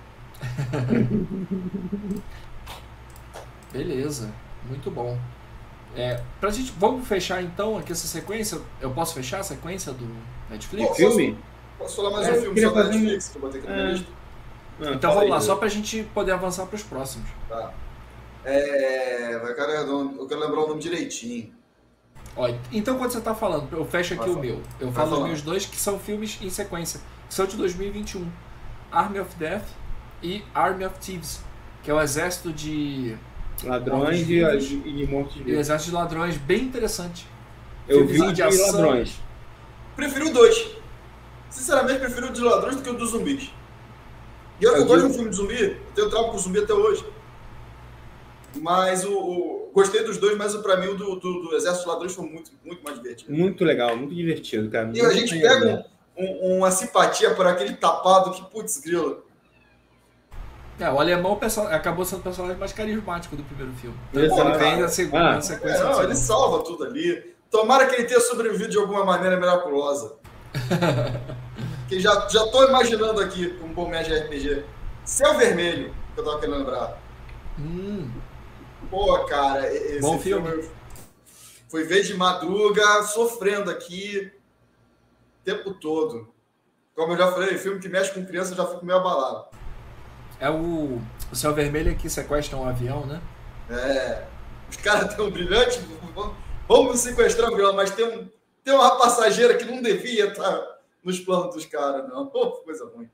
Beleza, muito bom. É, pra gente, vamos fechar então aqui essa sequência. Eu posso fechar a sequência do Netflix?
Pô,
filme?
Posso, posso falar mais
é,
um filme só da
fazer...
Netflix que eu botei aqui na minha lista?
Ah,
então vamos
aí,
lá,
né?
só pra gente poder avançar pros próximos.
Tá. É, eu quero, eu quero lembrar o nome direitinho.
Ó, então quando você tá falando, eu fecho aqui
Vai
o
falar.
meu. Eu
Vai
falo
falar.
os meus dois que são filmes em sequência, que são de dois mil e vinte e um. Army of Death e Army of Thieves, que é o exército de
Ladrões e, e mortos
e o
vivos.
exército de ladrões, bem interessante.
Eu vi
Filmezinho
o de ladrões.
Prefiro dois. Sinceramente, prefiro o de ladrões do que o dos zumbis. E eu, eu, eu gosto de um filme de zumbi, eu tenho trauma com zumbi até hoje. Mas o, o gostei dos dois, mas pra mim o do, do, do Exército de Ladrões foi muito, muito mais divertido.
Muito legal, muito divertido, cara.
E
muito
a gente pega um, um, uma simpatia por aquele tapado que, putz, grilo.
É, o alemão o person... acabou sendo o personagem mais carismático do primeiro filme.
Exato.
Então, ele vem na segunda
Ah.
na sequência.
É, não, ele salva tudo ali. Tomara que ele tenha sobrevivido de alguma maneira miraculosa. Que já, já tô imaginando aqui um bom mestre de R P G. Céu Vermelho, que eu tava querendo lembrar.
Hum,
Pô, cara, esse
Bom filme.
filme foi ver de madruga, sofrendo aqui o tempo todo. Como eu já falei, filme que mexe com criança, eu já fico meio abalado.
é o, o Céu Vermelho que sequestra um avião, né?
É, os caras tão brilhantes, vamos, vamos sequestrar o vilão, mas tem, um, tem uma passageira que não devia estar nos planos dos caras, não. Pô, coisa ruim.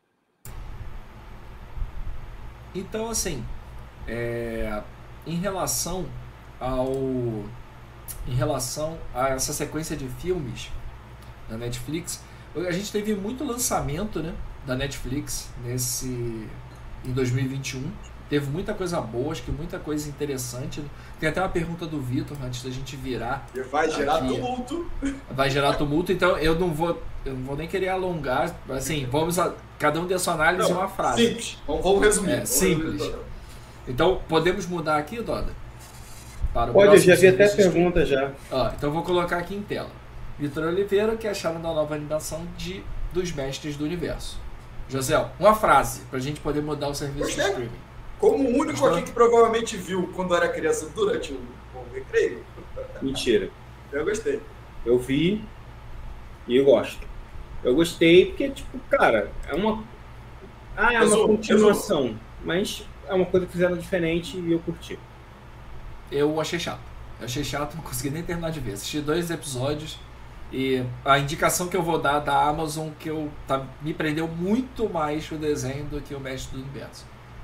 Então, assim, é, em relação ao em relação a essa sequência de filmes da Netflix, a gente teve muito lançamento, né, da Netflix nesse em dois mil e vinte e um. Teve muita coisa boa, acho que muita coisa interessante. Tem até uma pergunta do Vitor antes da gente virar.
E vai gerar
aqui.
tumulto.
Vai gerar tumulto, então eu não vou eu não vou nem querer alongar, assim, vamos a, cada um dê a sua análise em uma frase.
Simples. Vamos, vamos resumir.
É,
vamos
simples.
resumir.
Então, podemos mudar aqui, Doda? Para o
Pode, eu
próximo
já vi até a
serviço
pergunta já.
Ó, então eu vou colocar aqui em tela. Vitor Oliveira, o que acharam da nova animação de Dos Mestres do Universo? José, uma frase, pra gente poder mudar o serviço de
Gostei.
streaming.
Como o único aqui que provavelmente viu quando era criança durante o, o recreio,
Mentira.
eu gostei.
Eu vi e eu gosto. Eu gostei porque, tipo, cara, é uma. Ah, é uma
Resumo,
continuação. Mas é uma coisa que fizeram diferente e eu curti.
Eu achei chato. Eu achei chato, não consegui nem terminar de ver. Assisti dois episódios e a indicação que eu vou dar da Amazon que eu tá, me prendeu muito mais o desenho do que o Mestre do Universo.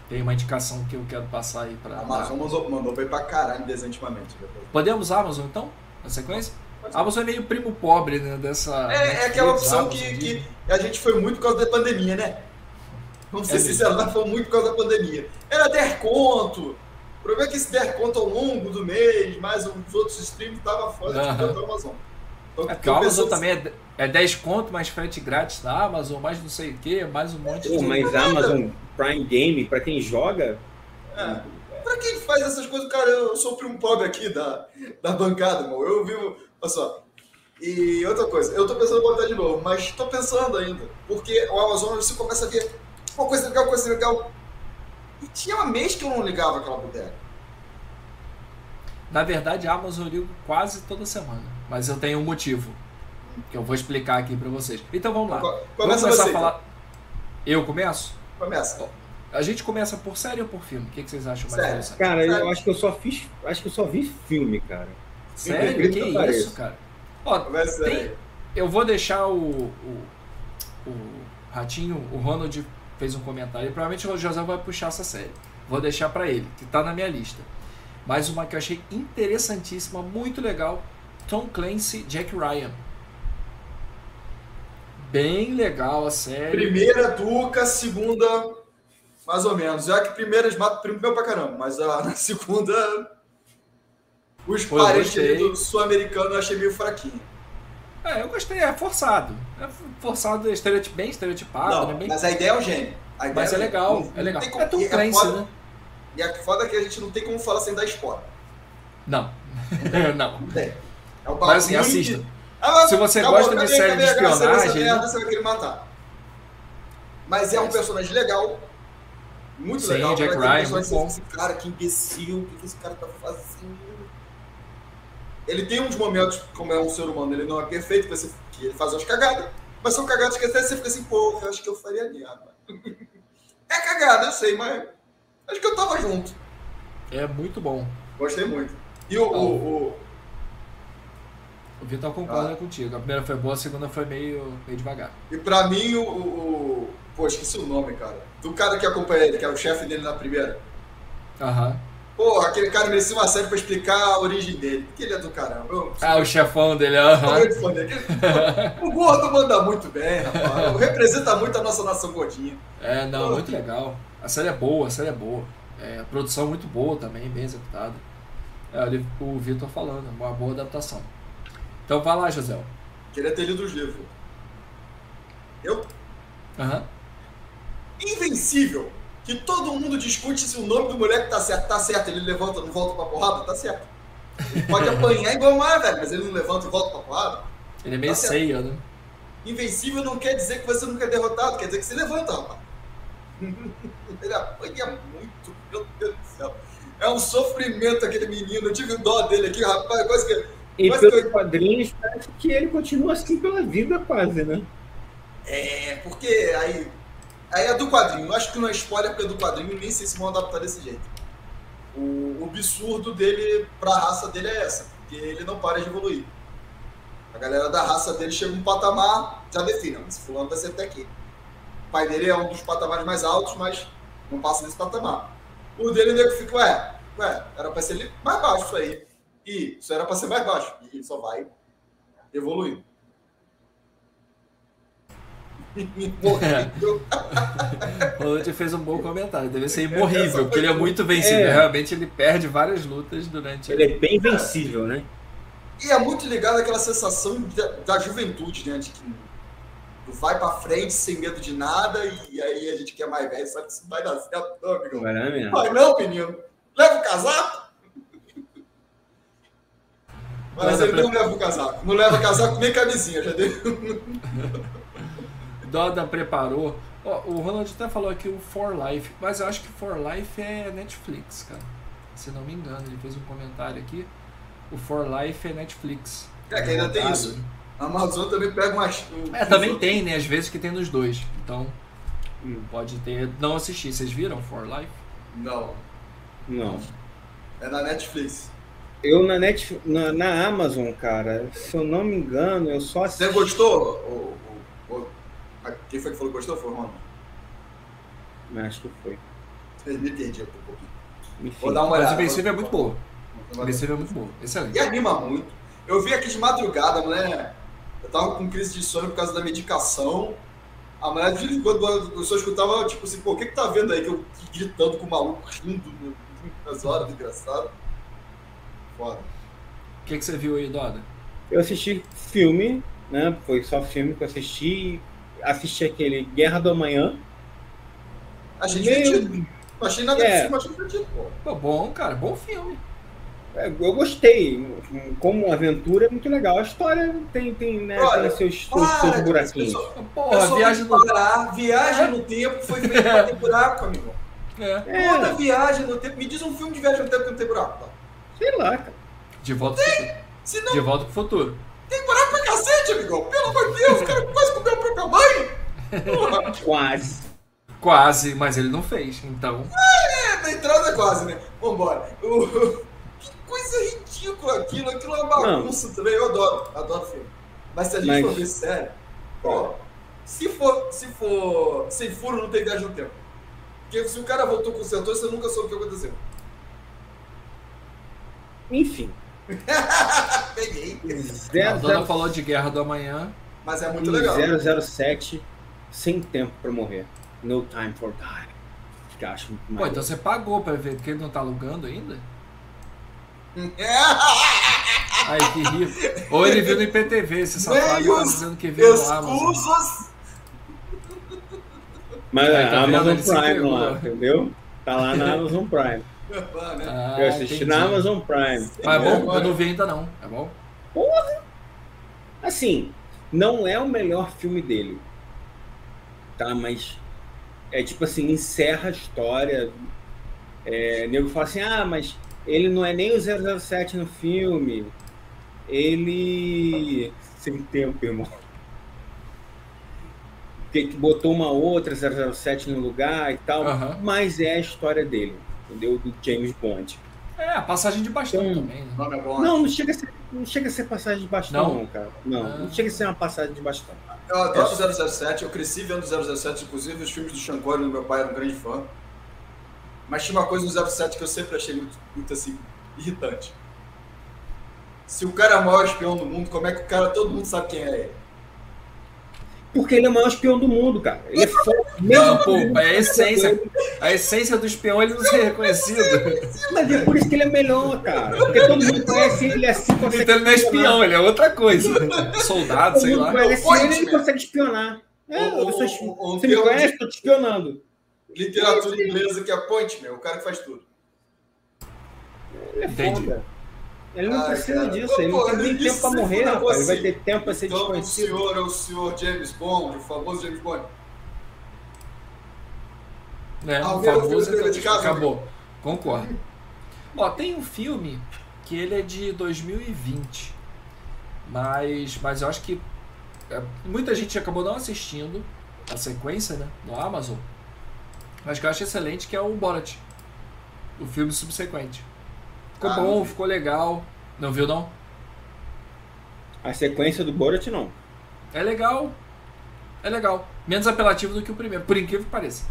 Tem uma indicação que eu quero passar aí para.
A Amazon mandou, mandou bem pra caralho desentimamente.
Podemos Amazon então? Na sequência? A Amazon é meio primo pobre, né, dessa.
É, é aquela opção
Amazon,
que,
de...
que a gente foi muito por causa da pandemia, né? Vamos ser
É
sinceros, nós fomos muito por causa da pandemia. Era der conto. O problema é que esse der conto ao longo do mês, mais os outros streams estavam fora
Uhum.
de da Amazon. Então,
É porque a Amazon
que...
também é, é dez conto, mais frete grátis da Amazon, mais não sei o que, mais um monte
Pô,
de.
mas a Amazon Prime Game, pra quem joga.
É. Pra quem faz essas coisas, cara, eu sou o primo pobre aqui da, da bancada, irmão. Eu vivo. Olha só. E outra coisa, eu tô pensando em botar de novo, mas tô pensando ainda. Porque o Amazon você começa a ver uma coisa legal, coisa legal. E tinha um mês que eu não ligava aquela bodega.
Na verdade, a Amazon eu ligo quase toda semana, mas eu tenho um motivo que eu vou explicar aqui pra vocês. Então vamos lá.
Começa
vamos começar
você,
a falar. Eu começo?
Começa.
A gente começa por série ou por filme? O que, que vocês acham mais
Sério.
interessante?
Cara,
Sério?
eu acho que eu só fiz. Acho que eu só vi filme, cara.
Sério?
Incrível
Que
que
isso,
pareça.
cara? Ó,
Começa
tem-
aí.
eu vou deixar o, o, o Ratinho, o Ronald fez um comentário e provavelmente o José vai puxar essa série. Vou deixar pra ele, que tá na minha lista. Mais uma que eu achei interessantíssima, muito legal, Tom Clancy, Jack Ryan. Bem legal a série.
Primeira Duca, segunda, mais ou menos. Já que primeiras matam primeiro pra caramba, mas a, na segunda, os
Pô, eu
parentes
gostei.
do sul-americano eu achei meio fraquinho.
É, eu gostei, é forçado. É forçado, é estereotip, bem estereotipado,
Não,
né? Bem...
mas a ideia é o gênio. A ideia
Mas é
o gênio.
legal,
Não-
é
não
legal.
tem como-
É Tom
e
Clancy,
foda-
né?
E a foda é que a gente não tem como falar sem dar spoiler.
Não. Não.
Não tem. É o
Mas assim,
bagulho
assista.
que- Ah,
Se você
acabou,
gosta de
cadê,
série
cadê
de
a graça dessa
espionagem,
merda?
né?
Você vai querer matar. Mas é um personagem legal. Muito
Sim,
legal.
Jack
Aquele
Ryan,
personagem
muito
que
bom.
você fica, cara, que imbecil, o que que esse cara tá fazendo? Ele tem uns momentos, como é um ser humano, ele não é perfeito, que, você, que ele faz umas cagadas, mas são cagadas que até você fica assim, pô, eu acho que eu faria merda. É cagada, eu sei, mas acho que eu tava junto.
É muito bom.
Gostei muito. E o... o, o
O Vitor concorda
Ah.
contigo. A primeira foi boa, a segunda foi meio, meio devagar.
e pra mim, o, o, o... Pô, esqueci o nome, cara. Do cara que acompanha ele, que era o chefe dele na primeira.
Aham.
Pô, aquele cara merecia uma série pra explicar a origem dele. Porque ele é do caramba. Eu,
Ah, o chefão dele,
eu
aham.
sou muito fã dele. O gordo manda muito bem, rapaz. Representa muito a nossa nação gordinha.
É, não, muito legal. A série é boa, a série é boa. É, a produção muito boa também, bem executada. É, ali o Vitor falando, uma boa adaptação. Então vai lá, José.
Queria ter lido os livros. Eu?
Aham.
Invencível. Que todo mundo discute se o nome do moleque tá certo. Tá certo, ele levanta, não volta pra porrada? Tá certo. Ele pode apanhar igual uma velho, mas ele não levanta e volta pra porrada?
Ele é meio
Tá certo.
ceia, né?
Invencível não quer dizer que você nunca é derrotado, quer dizer que você levanta, rapaz. Ele apanha muito, meu Deus do céu. É um sofrimento aquele menino, eu tive dó dele aqui, rapaz, quase que...
E
Mas
pelos
foi-
quadrinhos, parece que ele continua assim pela vida, quase, né?
É, porque aí... Aí é do quadrinho, eu acho que não é spoiler porque é do quadrinho, nem sei se vão adaptar desse jeito. O, o absurdo dele, pra raça dele é essa, porque ele não para de evoluir. A galera da raça dele chega um patamar, já define, ó, esse fulano vai ser até aqui. O pai dele é um dos patamares mais altos, mas não passa desse patamar. O dele, o nego fica, ué, ué, era pra ser mais baixo isso aí. E isso era pra ser mais baixo. E ele só vai evoluindo. Morreu.
O Ronald fez um bom comentário. Deve ser imorrível, porque ele é muito vencível.
É.
Realmente ele perde várias lutas durante.
Ele é bem vencível, né?
E é muito ligado àquela sensação da, da juventude, né? De que tu vai pra frente sem medo de nada e aí a gente quer mais velho, sabe que isso não vai dar certo, não, amigão.
Vai lá mesmo.
Vai não, menino. Leva o casaco. Mas
Nada
ele
pra-
não leva o casaco. Não leva casaco nem camisinha, já deu.
Doda preparou. Ó, o Ronald até falou aqui o For Life, mas eu acho que For Life é Netflix, cara. Se não me engano, ele fez um comentário aqui. O For Life é Netflix.
É que ainda tem
Rodado,
isso.
né?
A Amazon também pega umas. um-
É, também tem, né? Às vezes que tem nos dois. Então,
Hum.
pode ter. Não assisti. Vocês viram For Life?
Não.
Não.
É na Netflix.
Eu na, Net, na, na Amazon, cara, se eu não me engano, eu só assisti.
Você gostou? O, o, o- a- quem foi que falou que gostou? Foi o Ronald.
Acho que foi.
Eu me perdi um pouquinho.
Enfim.
Vou dar uma
Mas
olhada.
o Invencível é muito boa. O
Vou-
Invencível é muito boa. Excelente.
E anima muito. Eu vi aqui de madrugada, a mulher. Eu tava com crise de sono por causa da medicação. A mulher, de vez em quando, eu só escutava, tipo assim, pô, o que que tá vendo aí? Que eu gritando com o maluco, rindo no- nas horas, engraçado. Foda.
O que, que você viu aí, Doda?
Eu assisti filme, né? Foi só filme que eu assisti. Assisti aquele Guerra do Amanhã.
Achei
Meio-
divertido. Não achei nada
É.
de cima, achei divertido, pô.
Pô, bom, cara. Bom filme.
É, eu gostei. Como aventura é muito legal. A história tem, tem, né,
Olha,
tem seus, seus,
para,
seus
cara,
buraquinhos.
pessoal-
Porra,
pessoal
viagem
tem
no...
que parar. Viagem no tempo foi feito pra ter buraco, amigo.
É.
É,
Toda viagem no tempo. Me diz um filme de viagem no tempo que não tem buraco. Tá?
sei lá, cara.
De volta pro futuro.
Se não
De volta pro futuro.
tem buraco pra cacete, amigão. Pelo amor de Deus, o cara quase comeu a própria mãe. Porra.
Quase.
Quase, mas ele não fez. Então,
É, na entrada quase, né? Vambora. O- Que coisa ridícula aquilo. Aquilo é uma bagunça também. Eu adoro. Adoro filme. Mas se a gente
Mas-
for ver sério, pô, se for, se for sem furo, não tem viagem no tempo. Porque se o cara voltou com o setor, você nunca soube o que aconteceu.
Enfim.
Peguei.
a
zero
Dona
zero
falou de Guerra do Amanhã.
Mas é muito legal.
zero zero sete, sem tempo pra morrer. No time for die. Que eu acho muito
Pô,
mais.
então você pagou pra ver, porque ele não tá alugando ainda? Aí, que rio. Ou ele viu no I P T V, esse safado tá dizendo que viu no Amazon.
Escusos.
Mas
Aí,
é
tá vendo?
Amazon
Ele se
Prime
entregou.
lá, entendeu? Tá lá na Amazon Prime.
Ah,
Eu assisti
entendi.
na Amazon Prime.
Mas é bom?
É,
Eu não vi ainda não. É bom?
Assim, não é o melhor filme dele. Tá, mas é tipo assim, encerra a história. É, nego fala assim, ah, mas ele não é nem o zero zero sete no filme. Ele... Sem tempo, irmão. Que que botou uma outra zero zero sete no lugar e tal.
Aham.
Mas é a história dele, entendeu? Do James Bond.
É, a passagem de bastão
Então,
também, né?
O nome é bom.
Não, não chega a ser, não chega a ser passagem de bastão,
Não?
não, cara. Não,
Ah.
não chega a ser uma passagem de bastão.
Eu adoro o zero zero sete, eu cresci vendo o zero zero sete, inclusive os filmes do Sean Connery, meu pai era um grande fã. Mas tinha uma coisa no zero zero sete que eu sempre achei muito, muito assim, irritante. Se o cara é o maior espião do mundo, como é que o cara, todo mundo sabe quem é ele?
Porque ele é o maior espião do mundo, cara. Ele é foda.
Não,
Mesmo
pô, é a essência. A essência do espião ele não ser reconhecido.
Mas é por isso que ele é melhor, cara. Porque todo mundo conhece ele assim, consegue
Então ele não é espião, ele é outra coisa. Soldado,
Todo
sei
mundo
lá.
conhece
Point,
ele, ele
né?
consegue espionar. É,
O-
eu sou
o-
espi-
o- o
Você me
termo
conhece? Tô te espionando.
Literatura inglesa que é point, meu, o cara que faz tudo.
Ele é
Entendi.
foda. Ele não
Ai,
precisa
cara.
disso, ele não
Pô,
tem nem
isso
tempo pra
se
morrer,
for
rapaz. Ele vai
assim.
ter tempo pra ser
Então, o
desconhecido.
senhor é o senhor James Bond, o famoso James Bond.
É,
Ah,
o
o meu
famoso
filme
então,
de casa,
acabou. Concordo. Ó, tem um filme que ele é de dois mil e vinte, mas, mas eu acho que é, muita gente acabou não assistindo a sequência, né, no Amazon, mas que eu acho excelente, que é o Borat, o filme subsequente. Ficou
Ah,
bom,
não vi.
ficou legal. Não viu, não?
A sequência do Borat, não.
É legal. É legal. Menos apelativo do que o primeiro, por incrível que pareça.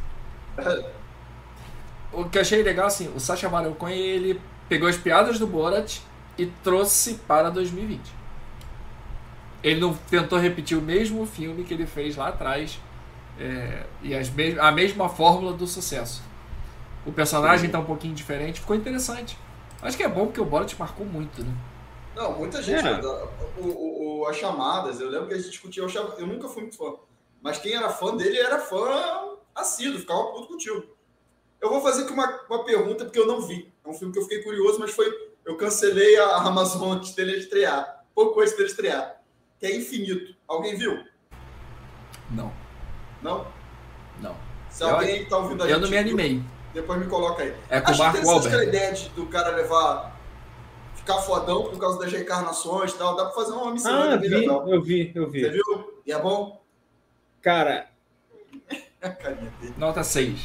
O que eu achei legal, assim, o Sacha Baron Cohen, ele pegou as piadas do Borat e trouxe para dois mil e vinte. Ele não tentou repetir o mesmo filme que ele fez lá atrás, é, e as mes a mesma fórmula do sucesso. O personagem está um pouquinho diferente, ficou interessante. Acho que é bom porque o Borat marcou muito, né?
Não, muita gente.
É.
O, o, o- as chamadas, eu lembro que a gente discutia, eu, achava- eu nunca fui muito fã. Mas quem era fã dele era fã assíduo, ficava puto contigo. Eu vou fazer aqui uma, uma pergunta, porque eu não vi. É um filme que eu fiquei curioso, mas foi. Eu cancelei a Amazon antes dele estrear. Pouco antes dele estrear. Que é Infinito. Alguém viu?
Não,
Não?
não.
Se
Eu-
alguém tá ouvindo a gente.
Eu não me animei.
Depois me coloca aí.
É com o
Acho
Mark
interessante
Wahlberg.
aquela ideia de, do cara levar. Ficar fodão por causa das reencarnações e tal. Dá pra fazer uma missão
Ah,
bem
vi,
legal.
eu vi, eu
Você
vi.
viu? E é bom?
Cara,
A carinha dele.
Nota seis.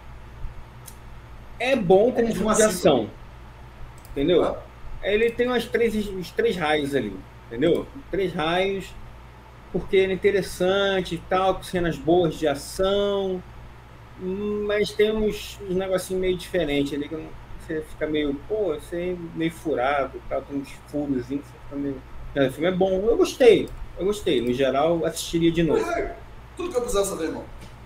é bom como
É,
filme
uma
de
cinco.
ação. Entendeu?
Ah,
Ele tem umas três, uns três raios ali, entendeu? Três raios, porque ele é interessante e tal, com cenas boas de ação. Mas tem uns, uns negocinhos meio diferentes ali que não, você fica meio, pô, você é meio furado, tá, tem uns furos, você fica meio. Mas o filme é bom, eu gostei, eu gostei. No geral, assistiria de novo.
É, tudo que eu precisava saber, irmão.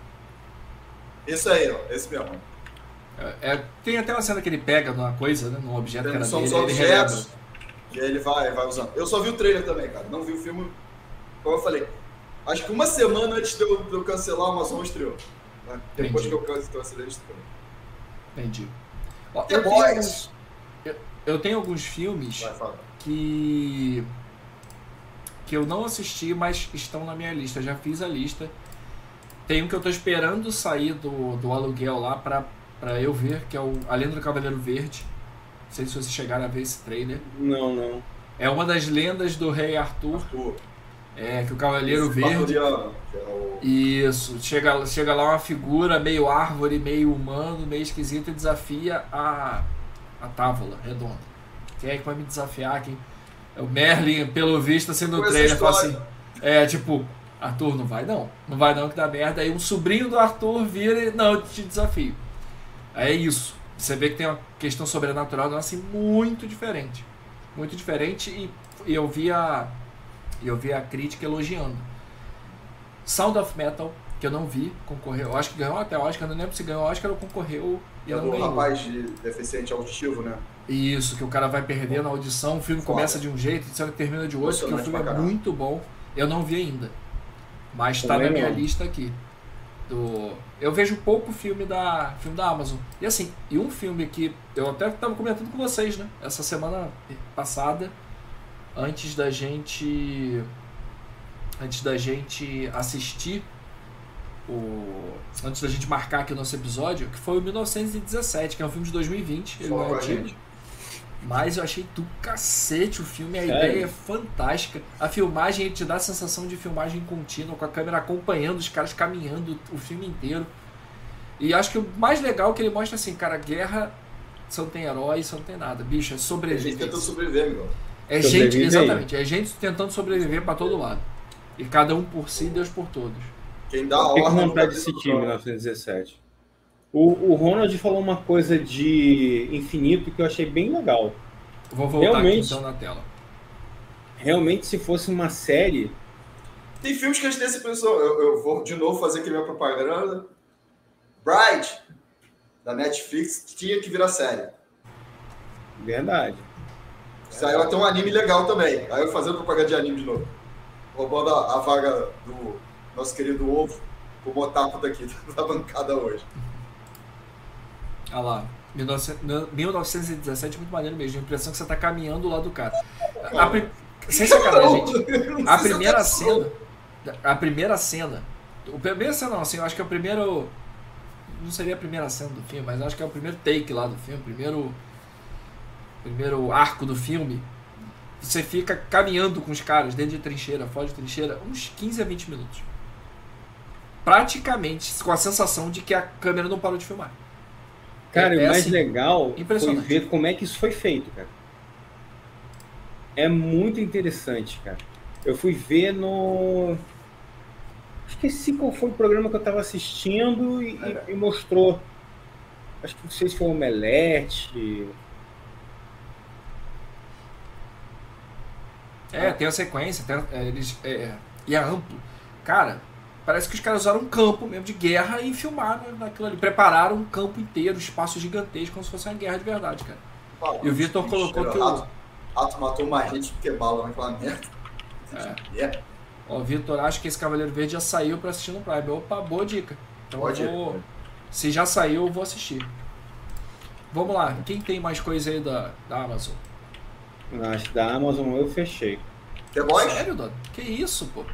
Isso aí, ó, esse mesmo.
É, é, tem até uma cena que ele pega numa coisa, né, num objeto
Tem,
que era
são
dele,
os
ele relembra.
objetos, e aí ele vai, vai usando. Eu só vi o trailer também, cara. Não vi o filme, como eu falei. Acho que uma semana antes de eu, de eu cancelar, a Amazon estreou. Né? Depois
Entendi.
que eu cancelei, estreou.
Entendi. Ó,
The
eu, tenho
Boys.
alguns, eu, eu tenho alguns filmes
Vai, fala.
que que eu não assisti, mas estão na minha lista. Já fiz a lista. Tem um que eu tô esperando sair do, do aluguel lá pra, pra eu ver, que é o A Lenda do Cavaleiro Verde. Não sei se vocês chegaram a ver esse trailer.
Não, não.
É uma das lendas do rei Arthur.
Arthur.
É, que o Cavaleiro
Esse
Verde...
Arturiano, que é o...
Isso, chega, chega lá uma figura meio árvore, meio humano, meio esquisito e desafia a, a távola redonda. Quem é que vai me desafiar? Quem? O Merlin, pelo visto, assim no
Com essa
trailer, fala assim:
história.
é tipo, Arthur, não vai não, não vai não que dá merda. Aí um sobrinho do Arthur vira e não, eu te desafio. Aí é isso. Você vê que tem uma questão sobrenatural, então, assim, muito diferente. Muito diferente e, e eu vi a. E eu vi a crítica elogiando. Sound of Metal, que eu não vi, concorreu. Eu acho que ganhou até Oscar, não lembro se ganhou Oscar ou concorreu e
É
não
do
ganhou.
rapaz de deficiente auditivo, né?
Isso, que o cara vai perder na audição, o filme
Foda.
começa de um jeito, só que termina de outro, que o
Emocionante
filme é
pra caralho.
muito bom. Eu não vi ainda. Mas tá
Também
na minha
não.
lista aqui. Do... Eu vejo pouco filme da, filme da Amazon. E assim, e um filme que eu até estava comentando com vocês, né? Essa semana passada, antes da gente. Antes da gente assistir o. Antes da gente marcar aqui o nosso episódio, que foi o mil novecentos e dezessete, que é um filme de dois mil e vinte. Ele
Fala
não é
pra
antigo.
gente.
Mas eu achei do cacete o filme, a
Sério?
ideia é fantástica. A filmagem, ele te dá a sensação de filmagem contínua, com a câmera acompanhando os caras caminhando o filme inteiro. E acho que o mais legal é que ele mostra assim, cara, guerra, você não tem herói, você não tem nada. Bicho, é
A gente
sobrevivência.
tentou sobreviver, meu.
É gente,
Sobrevive aí.
exatamente, é gente tentando sobreviver pra todo lado. E cada um por si, Deus por todos.
Quem dá a
Fiquei com
ordem...
vontade de assistir em mil novecentos e dezessete. O, o Ronald falou uma coisa de infinito que eu achei bem legal.
Vou voltar
Realmente.
aqui então na tela.
Realmente, se fosse uma série,
Tem filmes que a gente tem essa impressão. Eu, eu vou de novo fazer aqui minha propaganda. Bride, da Netflix, tinha que virar série.
verdade.
Saiu até um anime legal também. Aí eu fazendo propaganda de anime de novo. Roubando a, a vaga do nosso querido Ovo, o Motaco daqui, da bancada hoje.
Olha lá, mil novecentos e dezessete é muito maneiro mesmo. A impressão que você tá caminhando lá do cara. A pri- Sem sacanagem, gente.
Não
A
sei se eu
primeira
quero
cena. A primeira cena. O primeiro cena não, assim, eu acho que é o primeiro. Não seria a primeira cena do filme, mas acho que é o primeiro take lá do filme, primeiro. Primeiro arco do filme. Você fica caminhando com os caras dentro de trincheira, fora de trincheira, uns quinze a vinte minutos. Praticamente com a sensação de que a câmera não parou de filmar.
Cara,
É,
e o
é
mais
assim,
legal foi
impressionante.
ver como é que isso foi feito, cara. É muito interessante, cara. Eu fui ver no... Esqueci qual foi o programa que eu tava assistindo e, e- e mostrou. Acho que não sei se foi o Omelete.
É, tem a sequência, tem, é, eles, é, e é amplo. Cara, parece que os caras usaram um campo mesmo de guerra e filmaram naquilo ali. Prepararam um campo inteiro, um espaço gigantesco, como se fosse uma guerra de verdade, cara.
Fala,
E o Vitor
gente,
colocou que o-
Rato, Rato matou mais gente do que bala naquela merda. É.
Ó, o Vitor acha que esse Cavaleiro Verde já saiu pra assistir no Prime. Opa, boa dica. Então
Pode
eu
ir.
vou. Se já saiu, eu vou assistir. Vamos lá, quem tem mais coisa aí da, da Amazon?
Acho que da Amazon eu fechei.
The Boys?
Sério, Dono? Que isso, pô?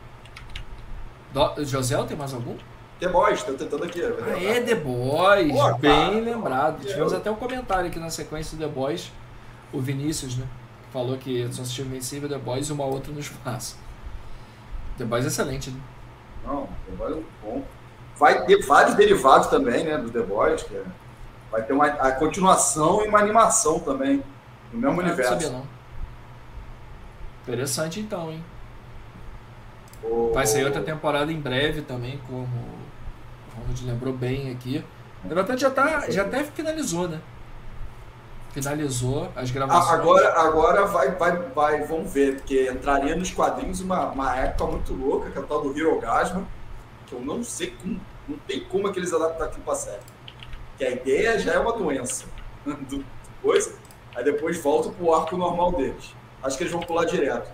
Do... José, tem mais algum?
The Boys, tô tentando aqui.
Ah, é The Boys,
Pô,
bem
cara.
lembrado.
Eu-
Tivemos até um comentário aqui na sequência do The Boys, o Vinícius, né? Falou que só assistiu Invencível, The Boys e uma outra no espaço. The Boys é excelente, né?
Não, The Boys é muito bom. Vai ter vários derivados também, né, do The Boys, que é- vai ter uma a continuação e uma animação também, no mesmo
Ah, não
universo.
sabia não. Interessante então, hein?
O-
Vai sair outra temporada em breve também, como O Ronald lembrou bem aqui. Na verdade, já, tá, já até finalizou, né? Finalizou as gravações.
Agora, agora vai, vai, vai, vamos ver, porque entraria nos quadrinhos uma, uma época muito louca, que é o tal do Hirogasma, que eu não sei como, não tem como é que eles adaptam aquilo pra série. Que a ideia já é uma doença do coisa, aí depois volta pro arco normal deles. Acho que eles vão pular direto.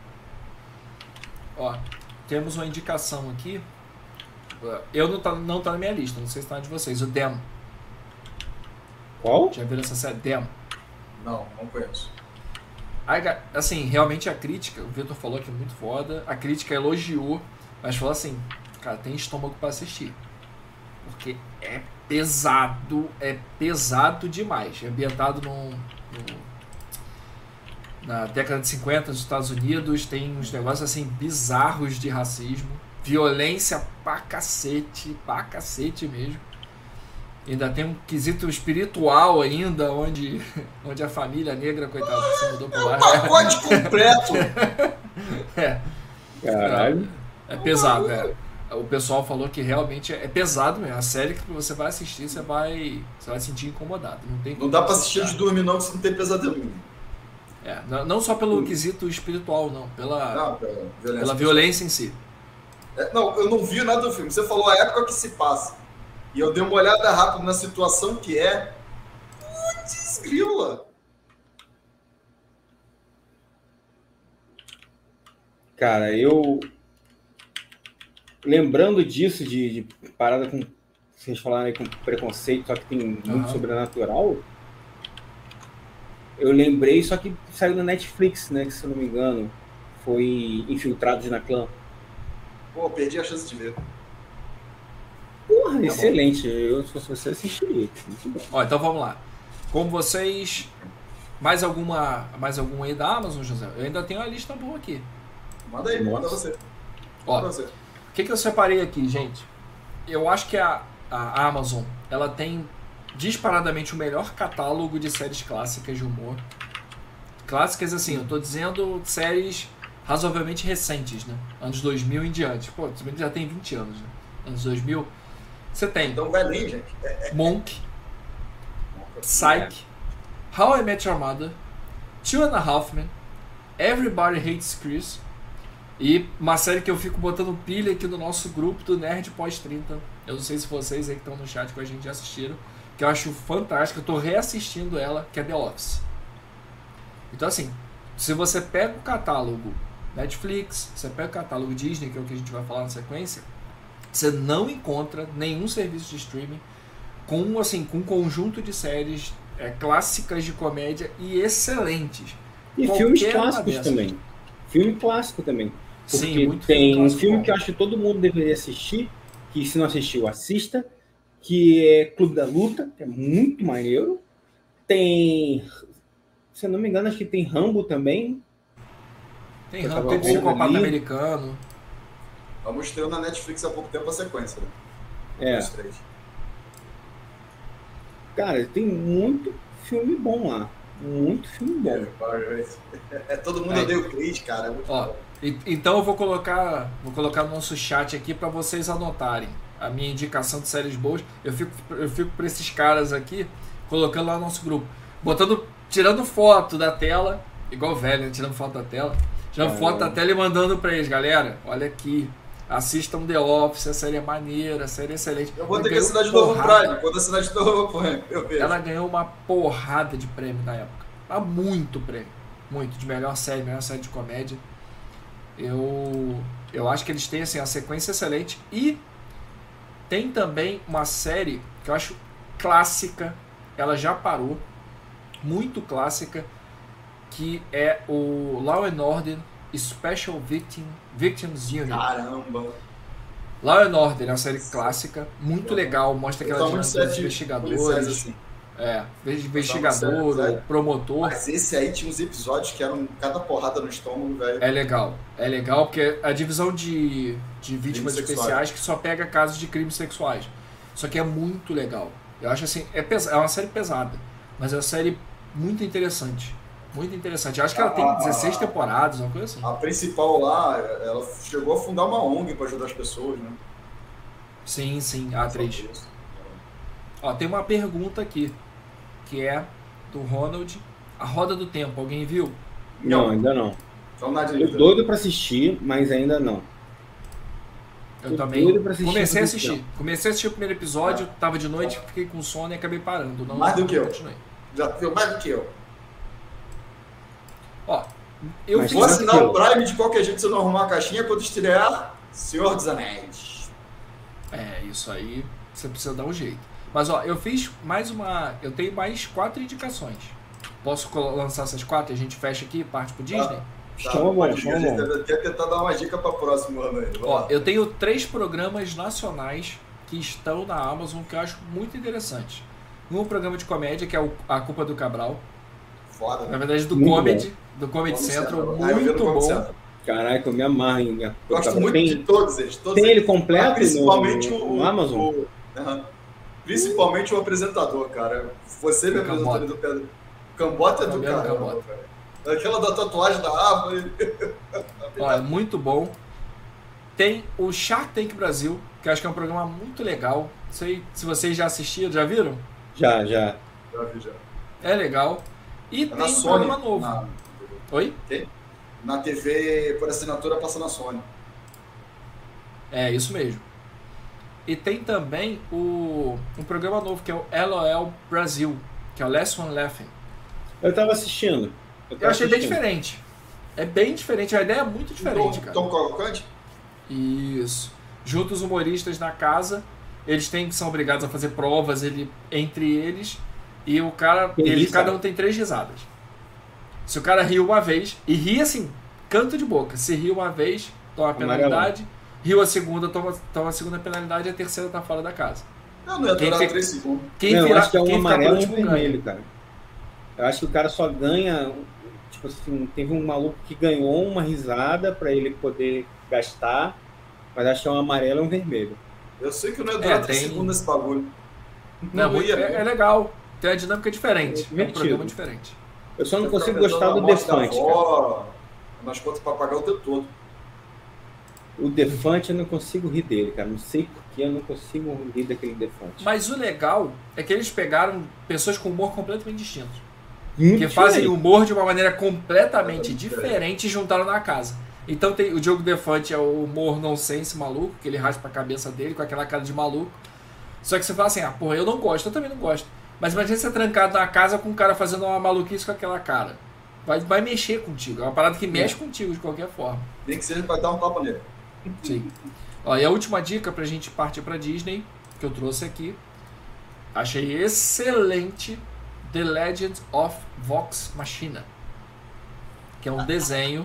Ó, temos uma indicação aqui. Eu não tá, não tá na minha lista, não sei se tá na de vocês. O Dem.
Qual?
Já viram essa série? Dem.
Não, não conheço.
Aí, assim, realmente a crítica, o Vitor falou que é muito foda, a crítica elogiou, mas falou assim, cara, tem estômago pra assistir. Porque é pesado, é pesado demais. É ambientado no, no, na década de cinquenta nos Estados Unidos, tem uns negócios assim bizarros de racismo, violência pra cacete, pra cacete mesmo. Ainda tem um quesito espiritual ainda, onde, onde a família negra, coitada, se mudou pra lá.
É um pacote completo!
É.
Caralho.
É, é pesado, é. O pessoal falou que realmente é pesado mesmo. A série que você vai assistir, você vai, você vai se sentir incomodado. Não, tem
Não dá pra assistir de dormir não, que você não tem pesadelo.
É, não, não só pelo quesito espiritual, não. Pela,
não, pela violência,
pela violência em si.
É, não, eu não vi nada do filme. Você falou a época que se passa. E eu dei uma olhada rápida na situação que é. Putz, grila!
Cara, eu... Lembrando disso, de, de parada com... Vocês falaram aí com preconceito, só que tem muito uhum. sobrenatural. Eu lembrei, só que saiu na Netflix, né? Que se eu não me engano, foi Infiltrados na Clã.
Pô, perdi a chance de ver.
Porra, tá excelente. Bom. Eu, se fosse você, assistiria.
Ó, então vamos lá. Como vocês... Mais alguma, mais alguma aí da Amazon, José? Eu ainda tenho uma lista boa aqui.
Manda aí, manda você.
Ó, o que, que eu separei aqui, gente? Eu acho que a, a Amazon, ela tem disparadamente o melhor catálogo de séries clássicas de humor. Clássicas, assim, eu tô dizendo séries razoavelmente recentes, né? Anos dois mil em diante. Pô, já tem vinte anos, né? Anos dois mil. Você tem
então, velhinho, gente. É, é.
Monk, Psych, How I Met Your Mother, Two and a Half Men, Everybody Hates Chris e uma série que eu fico botando pilha aqui no nosso grupo do Nerd Pós trinta. Eu não sei se vocês aí que estão no chat com a gente já assistiram, que eu acho fantástica, eu tô reassistindo ela, que é The Office. Então assim, se você pega o catálogo Netflix, você pega o catálogo Disney, que é o que a gente vai falar na sequência, você não encontra nenhum serviço de streaming com, assim, com um conjunto de séries é, clássicas de comédia e excelentes.
E
Qualquer
filmes clássicos também. Filme clássico também. Porque
Sim, muito
tem
filme
um filme bom. Que eu acho que todo mundo deveria assistir, que se não assistiu, assista, que é Clube da Luta, que é muito maneiro. Tem, se eu não me engano, acho que tem Rambo também.
Tem Rambo, tem Psicopata Americano.
Vamos ter na Netflix há pouco tempo a sequência, né?
É. Os três. Cara, tem muito filme bom lá. Muito filme bom.
É, todo mundo é. odeia o Creed, cara. É muito
Ó,
bom.
E, então eu vou colocar, vou colocar no nosso chat aqui para vocês anotarem a minha indicação de séries boas. Eu fico, eu fico para esses caras aqui, colocando lá no nosso grupo. Botando, tirando foto da tela, igual velho, né? Tirando foto da tela. Tirando é. foto da tela e mandando para eles. Galera, olha aqui. Assistam The Office, a série é maneira, a série é excelente.
Eu vou ter que assinar de novo o Prime, quando assinar de novo o Prime, eu vejo.
Ela ganhou uma porrada de prêmio na época. Há muito prêmio. Muito. De melhor série, melhor série de comédia. Eu, eu acho que eles têm assim, a sequência excelente. E tem também uma série que eu acho clássica. Ela já parou. Muito clássica. Que é o Law and Order Special Victim, Victims Unit.
Caramba!
Law and Order é uma série clássica, muito legal, mostra aquela dinâmica dos investigadores,
assim.
é, investigador, promotor.
Mas esse aí tinha uns episódios que eram cada porrada no estômago, velho.
É legal, é legal porque a divisão de, de vítimas
crimes
especiais
sexuais.
Que só pega casos de crimes sexuais. Só que é muito legal. Eu acho assim, é, pes- é uma série pesada, mas é uma série muito interessante. Muito interessante. Eu acho que ela tem dezesseis
a,
temporadas, uma coisa assim.
A principal lá, ela chegou a fundar uma O N G para ajudar as pessoas, né?
Sim, sim, a atriz. Ó, tem uma pergunta aqui, que é do Ronald. A Roda do Tempo, alguém viu?
Não, não ainda não.
Então, na
Tô doido pra assistir, mas ainda não.
Eu Tô também comecei a assistir. Tempo. Comecei a assistir o primeiro episódio, ah. tava de noite, fiquei com sono e acabei parando. Não,
mais do que eu.
Continuei.
Já viu mais do que eu.
Ó, eu
Mas vou assinar o Prime de qualquer jeito se eu não arrumar a caixinha quando estrear Senhor dos Anéis.
É, isso aí você precisa dar um jeito. Mas ó, eu fiz mais uma. Eu tenho mais quatro indicações. Posso lançar essas quatro e a gente fecha aqui e parte pro Disney?
Tá. Chama bom, chama bom. Eu quero tentar dar uma dica para o próximo ano aí.
Ó, eu tenho três programas nacionais que estão na Amazon que eu acho muito interessantes. Um programa de comédia, que é o A Culpa do Cabral.
Foda, né?
Na verdade, do muito Comedy, bom. do Comedy Comedy Central, Central. muito ah, bom. Central.
Caraca, eu me amarro em minha
Gosto muito tem, de todos eles. Todos
tem
eles.
ele completo
ah, principalmente
no,
o,
no Amazon?
O, uh-huh. Principalmente uh. o apresentador, cara. Você me apresentou do Pedro. Cambota é do caramba, cara. Aquela da tatuagem da árvore.
Ó, é muito bom. Tem o Shark Tank Brasil, que eu acho que é um programa muito legal. Não sei se vocês já assistiram, já viram?
Já, já.
Já vi, já.
É legal. E
é
tem
na
um
Sony,
programa novo.
Na...
Oi?
Tem? Na T V por assinatura passa na Sony.
É, isso mesmo. E tem também o, um programa novo, que é o L O L Brasil, que é o Last One Laughing.
Eu tava assistindo. Eu,
eu achei bem diferente. É bem diferente, a ideia é muito diferente,
Tom,
cara.
Tom Cavalcante?
Isso. Junta os humoristas na casa, eles têm que são obrigados a fazer provas ele, entre eles, e o cara, eles, cada um tem três risadas. Se o cara ri uma vez, e ri assim, canto de boca, se ri uma vez, toma a penalidade, riu a segunda, toma, toma a segunda penalidade e a terceira tá fora da casa.
Não, não é durar três segundos.
Quem
não,
virar,
eu acho que é um amarelo e um
ganha.
vermelho, cara. Eu acho que o cara só ganha, tipo assim, teve um maluco que ganhou uma risada pra ele poder gastar, mas acho que é um amarelo e um vermelho.
Eu sei que não é durar é, três tem... segundos esse bagulho.
Não, não ia, é, é legal, tem uma dinâmica diferente, é, é um programa diferente.
Eu só não Você consigo gostar do Defante, cara.
Nas contas pra pagar o tempo todo.
O Defante eu não consigo rir dele, cara. Não sei porquê, eu não consigo rir daquele Defante.
Mas o legal é que eles pegaram pessoas com humor completamente distintos.
Muito
que
diferente.
Fazem humor de uma maneira completamente é diferente e juntaram na casa. Então tem o Diogo Defante, é o humor nonsense maluco, que ele raspa a cabeça dele com aquela cara de maluco. Só que você fala assim, ah, porra, eu não gosto, eu também não gosto. Mas imagina você trancado na casa com um cara fazendo uma maluquice com aquela cara. Vai, vai mexer contigo, é uma parada que mexe é. contigo de qualquer forma.
Nem que seja vai dar um tapa nele.
Sim. Ó, e a última dica pra gente partir pra Disney, que eu trouxe aqui, achei excelente, The Legend of Vox Machina, que é um desenho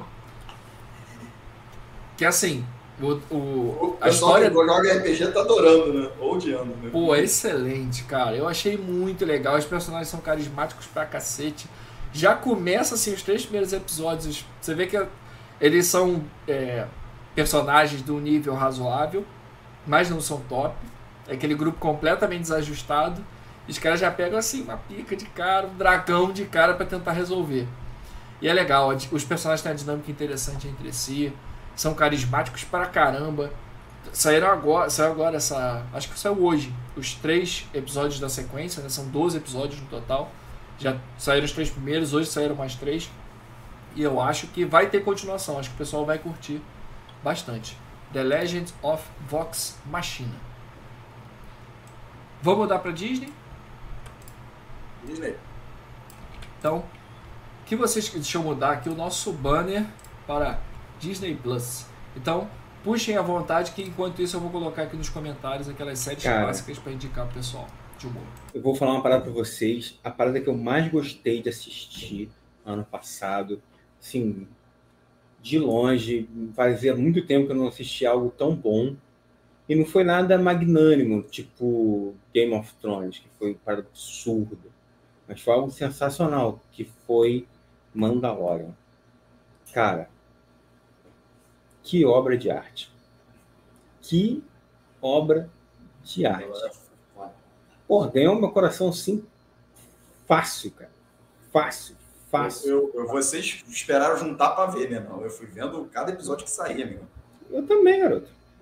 que assim o, o,
o
a história
que joga R P G tá adorando, né? Ou odiando, né?
Pô, é excelente, cara. Eu achei muito legal. Os personagens são carismáticos pra cacete. Já começa assim os três primeiros episódios. Você vê que eles são é, personagens de um nível razoável, mas não são top. É aquele grupo completamente desajustado. Os caras já pegam assim uma pica de cara, um dragão de cara pra tentar resolver. E é legal, os personagens têm uma dinâmica interessante entre si, são carismáticos pra caramba. Saíram agora, saiu agora essa, acho que saiu hoje, os três episódios da sequência, né? São doze episódios no total. Já saíram os três primeiros, hoje saíram mais três. E eu acho que vai ter continuação, acho que o pessoal vai curtir bastante. The Legend of Vox Machina. Vamos mudar pra Disney?
Disney.
Então, que vocês deixa eu mudar aqui o nosso banner para Disney Plus. Então, puxem à vontade que enquanto isso eu vou colocar aqui nos comentários aquelas séries Cara, clássicas para indicar pro pessoal de humor.
Eu vou falar uma parada para vocês, a parada que eu mais gostei de assistir ano passado, assim, de longe, fazia muito tempo que eu não assistia algo tão bom. E não foi nada magnânimo, tipo Game of Thrones, que foi uma parada absurda. Mas foi algo sensacional, que foi Mandalorian. Cara, que obra de arte. Que obra de arte. Pô, ganhou meu coração assim, fácil, cara. Fácil, fácil.
Eu, eu, vocês esperaram juntar pra ver, né? Não, eu fui vendo cada episódio que saía, amigo.
Eu também, garoto.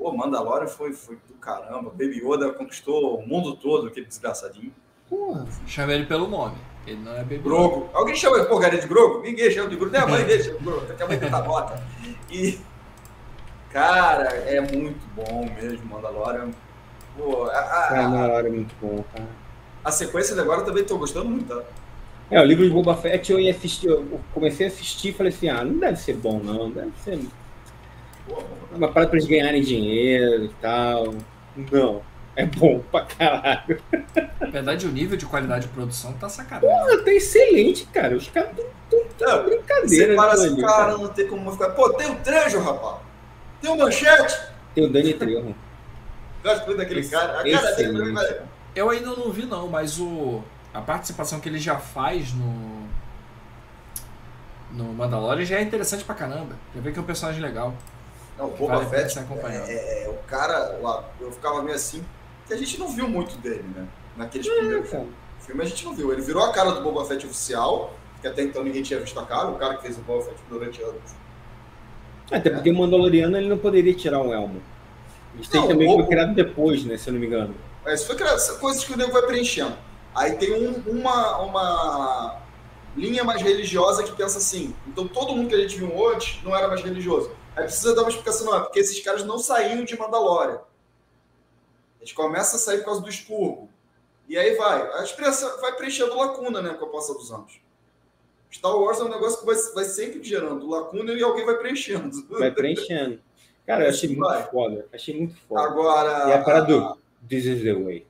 Pô, Mandalorian foi, foi do caramba. Baby Yoda conquistou o mundo todo, aquele desgraçadinho.
Porra. Chama ele pelo nome. Ele não é Baby
Grogu.
Yoda.
Alguém chama de porcaria de Grogu? Ninguém chama de Grogu. Nem a mãe dele chama de Grogu. Tem a mãe dele da bota. E, cara, é muito bom mesmo, Mandalorian. Pô, a, a,
Cara, Mandalorian é muito bom, cara.
A sequência de agora eu também tô gostando muito, tá?
É, o livro de Boba Fett eu ia assistir, eu comecei a assistir e falei assim, ah, não deve ser bom não, deve ser uma parada pra eles ganharem dinheiro e tal. Não, é bom pra caralho.
Na verdade, o nível de qualidade de produção tá sacanagem.
Porra, tá excelente, cara. Os caras estão brincadeira.
Você para assim, cara, cara, não tem como ficar. Pô, tem o Trejo, rapaz. Tem o Manchete.
Tem o Dani Trejo.
Gosto muito daquele cara. A cara dele também vai.
Eu ainda não vi, não, mas o, a participação que ele já faz no, no Mandalorian já é interessante pra caramba. Já vê que é um personagem legal.
Não, o Boba Fett é, é o cara lá, eu ficava meio assim, que a gente não viu muito dele, né? Naqueles é, primeiros cara. filmes a gente não viu. Ele virou a cara do Boba Fett oficial, que até então ninguém tinha visto a cara, o cara que fez o Boba Fett durante anos.
Até porque o Mandaloriano ele não poderia tirar um elmo. Isso tem também foi criado depois, né? Se eu não me engano.
É, isso foi criado, coisas que o nego vai preenchendo. Aí tem um, uma, uma linha mais religiosa que pensa assim, então todo mundo que a gente viu antes não era mais religioso. Aí precisa dar uma explicação, não é? Porque esses caras não saíram de Mandalorian. Eles começam a sair por causa do expurgo. E aí vai. A expressão vai preenchendo lacuna, né? Com a passar dos anos. Star Wars é um negócio que vai, vai sempre gerando lacuna e alguém vai preenchendo.
Vai preenchendo. Cara, eu achei muito vai. foda. Achei muito foda.
Agora...
E a parada do This is the way.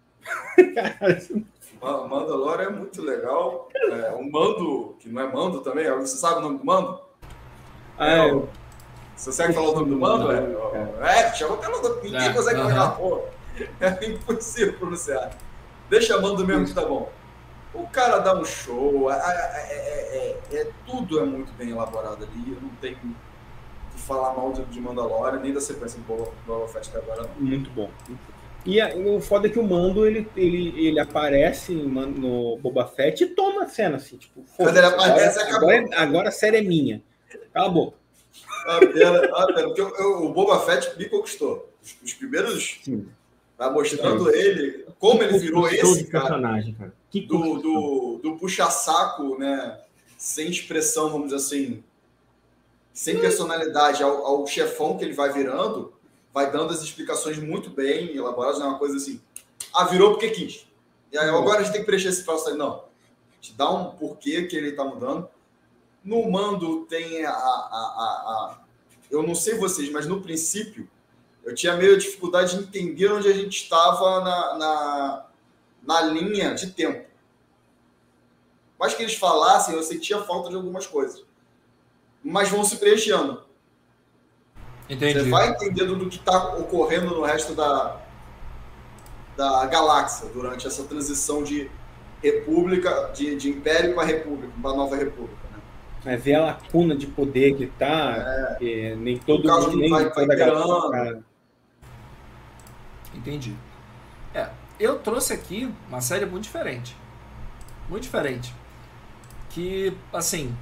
Mandalorian é muito legal. É, um Mando, que não é Mando também. Você sabe o nome do Mando?
Ah, é. Eu...
Você consegue falar o nome do Mando? É, é chama pelo nome. Ninguém consegue falar, pô. É impossível pronunciar. Deixa Mando mesmo que tá bom. O cara dá um show. É, é, é, é, tudo é muito bem elaborado ali. Eu não tenho que falar mal de, de Mandalorian, nem da sequência do Boba Fett até agora, não.
Muito bom. E a, o foda é que o Mando, ele, ele, ele aparece no Boba Fett e toma a cena, assim, tipo...
Quando ele aparece,
agora, agora, agora a série é minha. Cala a boca.
Ah, pena, ah, pena, porque eu, eu, o Boba Fett me conquistou. Os, os primeiros... Sim. Vai mostrando é. ele, como ele virou esse cara,
personagem, cara. Que
do, do, do puxa-saco, né? Sem expressão, vamos dizer assim, sem personalidade, ao, ao chefão que ele vai virando, vai dando as explicações muito bem elaboradas, é uma coisa assim, ah, virou porque quis. E aí, agora a gente tem que preencher esse espaço aí. Não, te dá um porquê que ele tá mudando. No Mando tem a, a, a, a... Eu não sei vocês, mas no princípio, eu tinha meio dificuldade de entender onde a gente estava na, na, na linha de tempo. Mas que eles falassem, eu sentia falta de algumas coisas. Mas vão se preenchendo.
Entendi.
Você vai entendendo do que está ocorrendo no resto da, da galáxia durante essa transição de república, de, de império para república, para nova república.
Mas ver a lacuna de poder que tá, é. que nem todo mundo, nem
vai,
toda
vai
a galáxia.
Entendi. É, eu trouxe aqui uma série muito diferente. Muito diferente. Que, assim,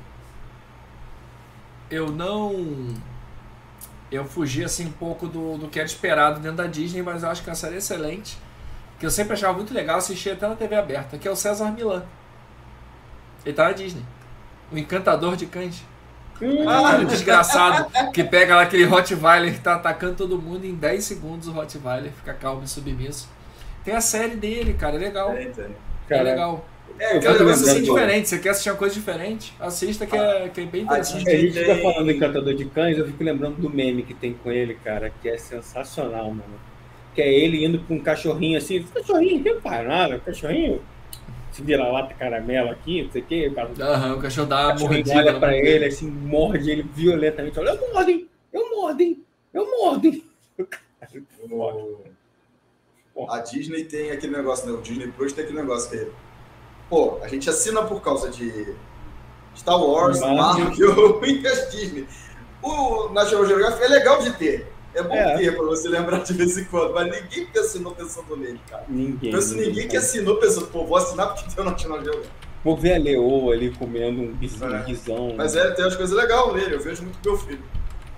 eu não... Eu fugi, assim, um pouco do, do que era esperado dentro da Disney, mas eu acho que é uma série excelente, que eu sempre achava muito legal, assistir até na T V aberta, que é o César Millan. Ele tá na Disney. O Encantador de Cães. Hum. Aquele desgraçado que pega lá aquele Rottweiler que tá atacando todo mundo, em dez segundos o Rottweiler fica calmo e submisso. Tem a série dele, cara, é legal. É, é legal. É, eu eu assistir diferente. Você quer assistir uma coisa diferente? Assista, que, é, que é bem interessante.
A gente fica falando do Encantador de Cães, eu fico lembrando do meme que tem com ele, cara, que é sensacional, mano. Que é ele indo com um cachorrinho assim, cachorrinho, não para nada, cachorrinho se vira lata caramelo aqui, não sei o que, o, cara,
uhum, o cachorro dá uma
mordida, olha pra ele, dele. Assim, morde ele violentamente, olha, eu mordo, hein, eu mordo, hein, eu mordo, hein.
A Disney tem aquele negócio, né? O Disney Plus tem aquele negócio que, pô, a gente assina por causa de Star Wars, Marvel e as Disney. O National Geographic é legal de ter. É bom é. ter pra você lembrar de vez em quando, mas ninguém que assinou pensando nele, cara.
Ninguém.
Penso ninguém, ninguém que assinou pensando, pô, vou assinar porque tem o National Geographic.
Vou ver a leoa ali comendo um guizão.
É. Mas é, tem umas coisas legais nele, eu vejo muito com meu filho.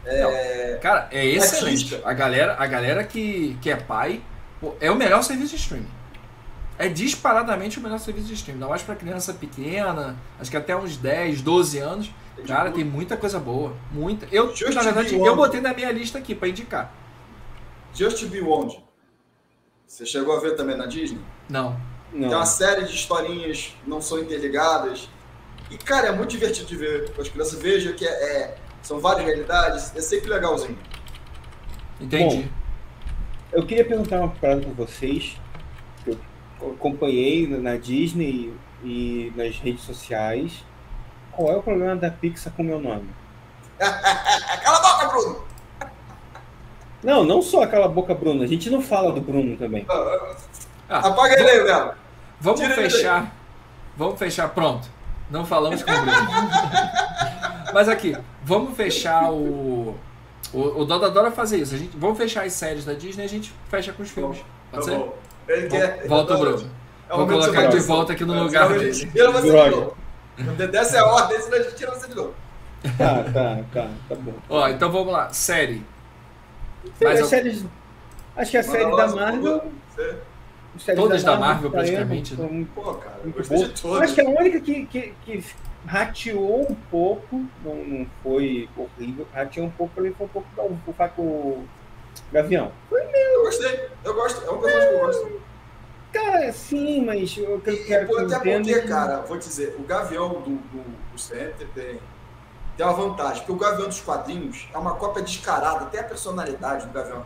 É...
Não, cara, é excelente.
Netflix.
A galera, a galera que, que é pai, pô, é o melhor serviço de streaming. É disparadamente o melhor serviço de streaming. Ainda mais pra criança pequena, acho que até uns dez, doze anos. Cara, tem muita coisa boa. Muita. Eu,
Just
na verdade,
Be
eu
One.
botei na minha lista aqui pra indicar.
Just Be One. Você chegou a ver também na Disney?
Não.
Não.
Tem uma série de historinhas que não são interligadas. E, cara, é muito divertido de ver. As crianças vejam que é, é- são várias realidades. É sempre legalzinho.
Entendi.
Eu queria perguntar uma parada pra vocês, que eu acompanhei na Disney e nas redes sociais. Qual é o problema da Pixar com o meu nome?
Cala a boca, Bruno!
Não, não só aquela boca Bruno, a gente não fala do Bruno também.
Ah,
Apaga ele aí, velho.
vamos
Tira ele
fechar. Vamos fechar, pronto. Não falamos com o Bruno. Mas aqui, vamos fechar o. O, o Dodô adora fazer isso. A gente, vamos fechar as séries da Disney e a gente fecha com os filmes.
Tá
Pode ser?
bom. Ele quer...
Volta o Bruno.
É o
Vou
momento
colocar ele de
seu
volta aqui no
É,
lugar
senão a
dele.
gente tira você de
Droga.
novo. Dessa é a ordem, senão a gente tira você de novo.
Tá, tá, tá, tá bom.
Ó, então vamos lá. Série.
Sim,
Mas
as
eu-
séries, acho que a série da
Mandalosa,
Marvel.
Você-
as séries
Todas da Marvel,
pra
praticamente,
eu,
né?
são muito-
Pô, cara, eu
muito
gostei
boas.
de
Eu
todas.
acho que a única que, que, que rateou um pouco, não, não foi horrível, rateou um pouco, pra mim foi um pouco o, o fato o Gavião.
Eu gostei, eu gosto, é um personagem que eu gosto.
Cara, sim, mas eu, eu
E,
quero
pô,
que
até
entenda
porque,
que-
cara, vou te dizer, o Gavião do, do, do Center tem, tem uma vantagem, porque o Gavião dos quadrinhos é uma cópia descarada, até a personalidade do Gavião.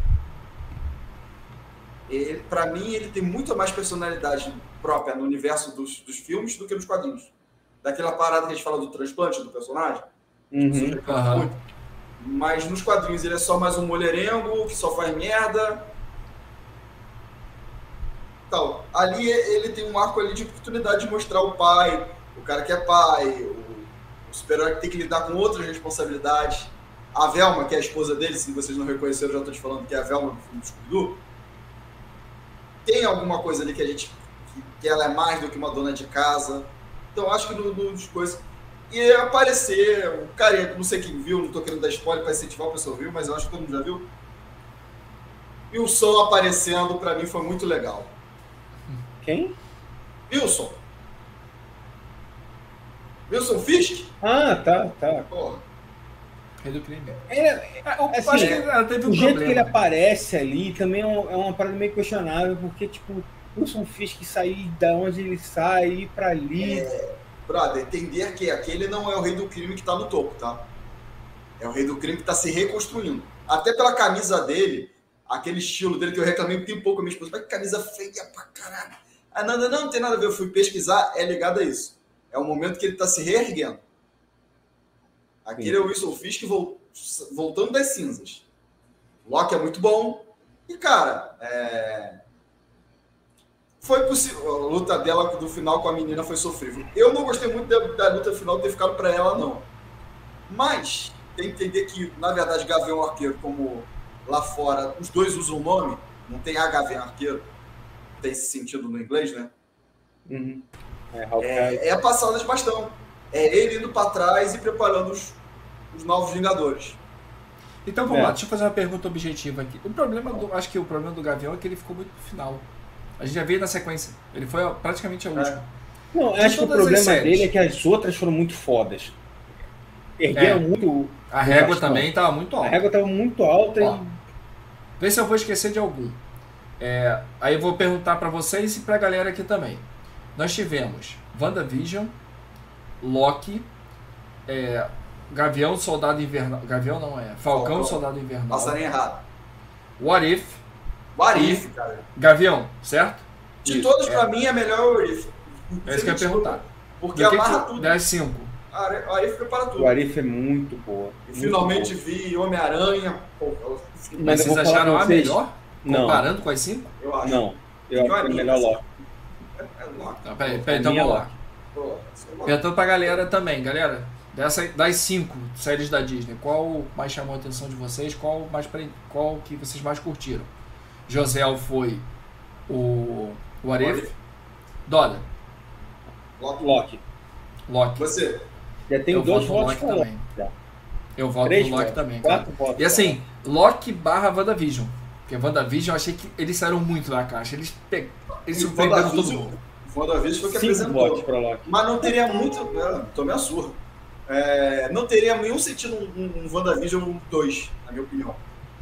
Ele, pra mim, ele tem muito mais personalidade própria no universo dos, dos filmes do que nos quadrinhos. Daquela parada que a gente fala do transplante do personagem.
Uhum.
Aham.
Muito. Mas nos quadrinhos ele é só mais um mulherengo que só faz merda. Tal. Ali ele tem um arco ali de oportunidade de mostrar o pai, o cara que é pai, o, o super-herói que tem que lidar com outras responsabilidades. A Velma, que é a esposa dele, se vocês não reconheceram, eu já estou te falando que é a Velma do filme do Scooby-Doo. Tem alguma coisa ali que a gente. que, que ela é mais do que uma dona de casa. Então acho que no, nos coisas. E aparecer, o cara, não sei quem viu, não tô querendo dar spoiler para incentivar o pessoal viu, mas eu acho que todo mundo já viu. E o som aparecendo, para mim, foi muito legal.
Quem?
Wilson. Wilson Fisk?
Ah, tá, tá.
Porra.
Rei do crime.
Ele-
É, eu
Assim,
acho que ela teve um
o jeito
problema.
que ele aparece ali também é um- é uma parada meio questionável, porque, tipo, o Wilson Fisk sair da onde ele sai, ir pra ali.
Brother, entender que aquele não é o rei do crime que tá no topo, tá? É o rei do crime que tá se reconstruindo. Até pela camisa dele, aquele estilo dele que eu reclamei um tempo pouco com a minha esposa. Mas que camisa feia pra caralho. Ah, não, não, não, não tem nada a ver. Eu fui pesquisar, é ligado a isso. É o momento que ele tá se reerguendo. Aquele
Sim.
é o Wilson Fisk vol- voltando das cinzas. Loki é muito bom. E, cara, é... foi possível. A luta dela do final com a menina foi sofrível. Eu não gostei muito da, da luta final ter ficado pra ela, não. Mas tem que entender que, na verdade, Gavião Arqueiro, como lá fora, os dois usam o nome, não tem a Gavião Arqueiro, tem esse sentido no inglês, né?
Uhum. É, Hawkeye.
É, é a passada de bastão. É ele indo pra trás e preparando os, os novos Vingadores.
Então vamos
É.
lá, deixa eu fazer uma pergunta objetiva aqui. O problema do. Acho que o problema do Gavião é que ele ficou muito pro final. A gente já veio na sequência. Ele foi a- praticamente a última.
Não,
de
acho que o
todas as
problema
séries.
dele é que as outras foram muito fodas. Ergueram
É.
muito.
A régua
bastão.
também tava muito
A
alta.
régua estava muito alta
Ó, vê se eu vou esquecer de algum. É, aí eu vou perguntar pra vocês e pra galera aqui também. Nós tivemos WandaVision, Loki, é, Gavião Soldado Invernal. Gavião não é. Falcão,
Falcão.
Soldado Invernal.
Passarinho errado.
What If,
O Arif, cara.
Gavião, certo?
De
Isso,
todos,
é.
pra mim, é melhor o Arif.
É isso que eu ia perguntar.
Porque
Do que
amarra
que-
tudo.
Das cinco.
O Arif prepara
e
tudo.
o Arif é muito boa.
E
muito
finalmente
boa.
vi Homem-Aranha. Pô, eu,
Mas
Mas
eu vou
vocês
falar
acharam
pra
a
vocês-
melhor?
Não,
Comparando com as cinco?
eu acho.
não. Eu acho que é
Joaninha,
melhor Loki.
É Loki.
Tá, peraí, peraí, então
Minha
vamos lá.
Pô, isso é Loki.
Perguntando pra galera também, galera. Dessa, das cinco séries da Disney, qual mais chamou a atenção de vocês? Qual, mais, pre- qual que vocês mais curtiram? José foi o, o Arif.
Arif.
Doda,
Loki.
Loki.
Loki.
Você.
Já tem
Eu
dois
voto no
votos
Loki
com Loki.
também.
já.
Eu voto
Três
no Loki
votos.
também, cara.
Quatro votos.
E assim, Loki barra WandaVision. Porque WandaVision eu achei que eles saíram muito da caixa. Eles, pe... eles
E
surpreenderam todo
WandaVision-
mundo.
WandaVision foi que
Cinco
apresentou.
votos para Loki.
Mas não teria muito. É, tomei a surra. É, não teria nenhum sentido um, um, um WandaVision dois, na minha opinião.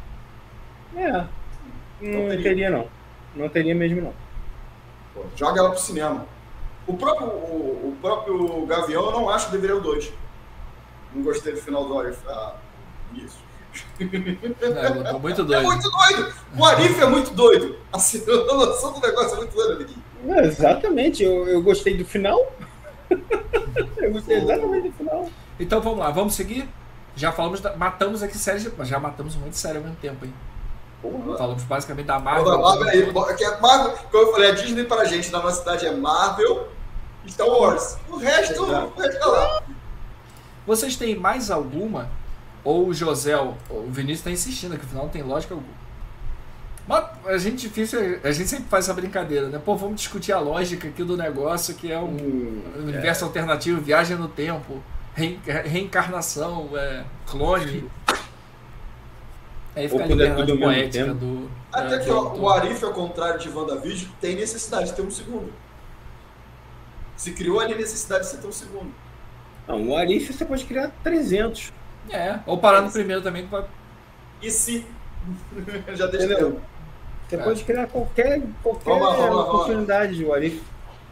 É. Não,
teria.
teria, não. Não teria mesmo, não.
Pô, joga ela pro cinema. O próprio, o, o próprio Gavião eu não acho que deveria o dois. Não gostei do final do Arif. Ah, isso.
É, eu tô muito
É
doido.
muito doido! O Arif é muito doido! Assim, a noção do negócio é muito doido, amiguinho.
É, exatamente. Eu, eu gostei do final. Eu gostei exatamente do final.
Então vamos lá, vamos seguir? Já falamos, da... matamos aqui séries, mas já matamos um monte de série ao mesmo tempo, hein?
Porra.
Falamos basicamente da
Marvel,
Marvel.
Marvel aí, que é Marvel, como eu falei, a Disney pra gente na nossa cidade é Marvel e Star Wars. O resto,
Exato.
o resto é lá.
Vocês têm mais alguma? Ou o José, o Vinícius está insistindo que afinal não tem lógica alguma. Mas a gente difícil, a gente sempre faz essa brincadeira, né? Pô, vamos discutir a lógica aqui do negócio, que é um
Hum,
universo alternativo, viagem no tempo, rein- reencarnação, é, clone. Aí fica
Ou
a
quando é
liberdade
tudo ao mesmo
poética
tempo.
do.
Até
é,
que
do
ó,
autor.
o Arif, ao contrário de WandaVision, tem necessidade de ter um segundo. Se criou ali necessidade de você ter um segundo.
Não, o Arif você pode criar trezentos.
É, ou parar no primeiro também, que vai.
E se? Já deixa
Entendeu?
tempo.
Você
É.
pode criar qualquer, qualquer
Vamos lá, vamos lá, vamos lá.
oportunidade de Arif.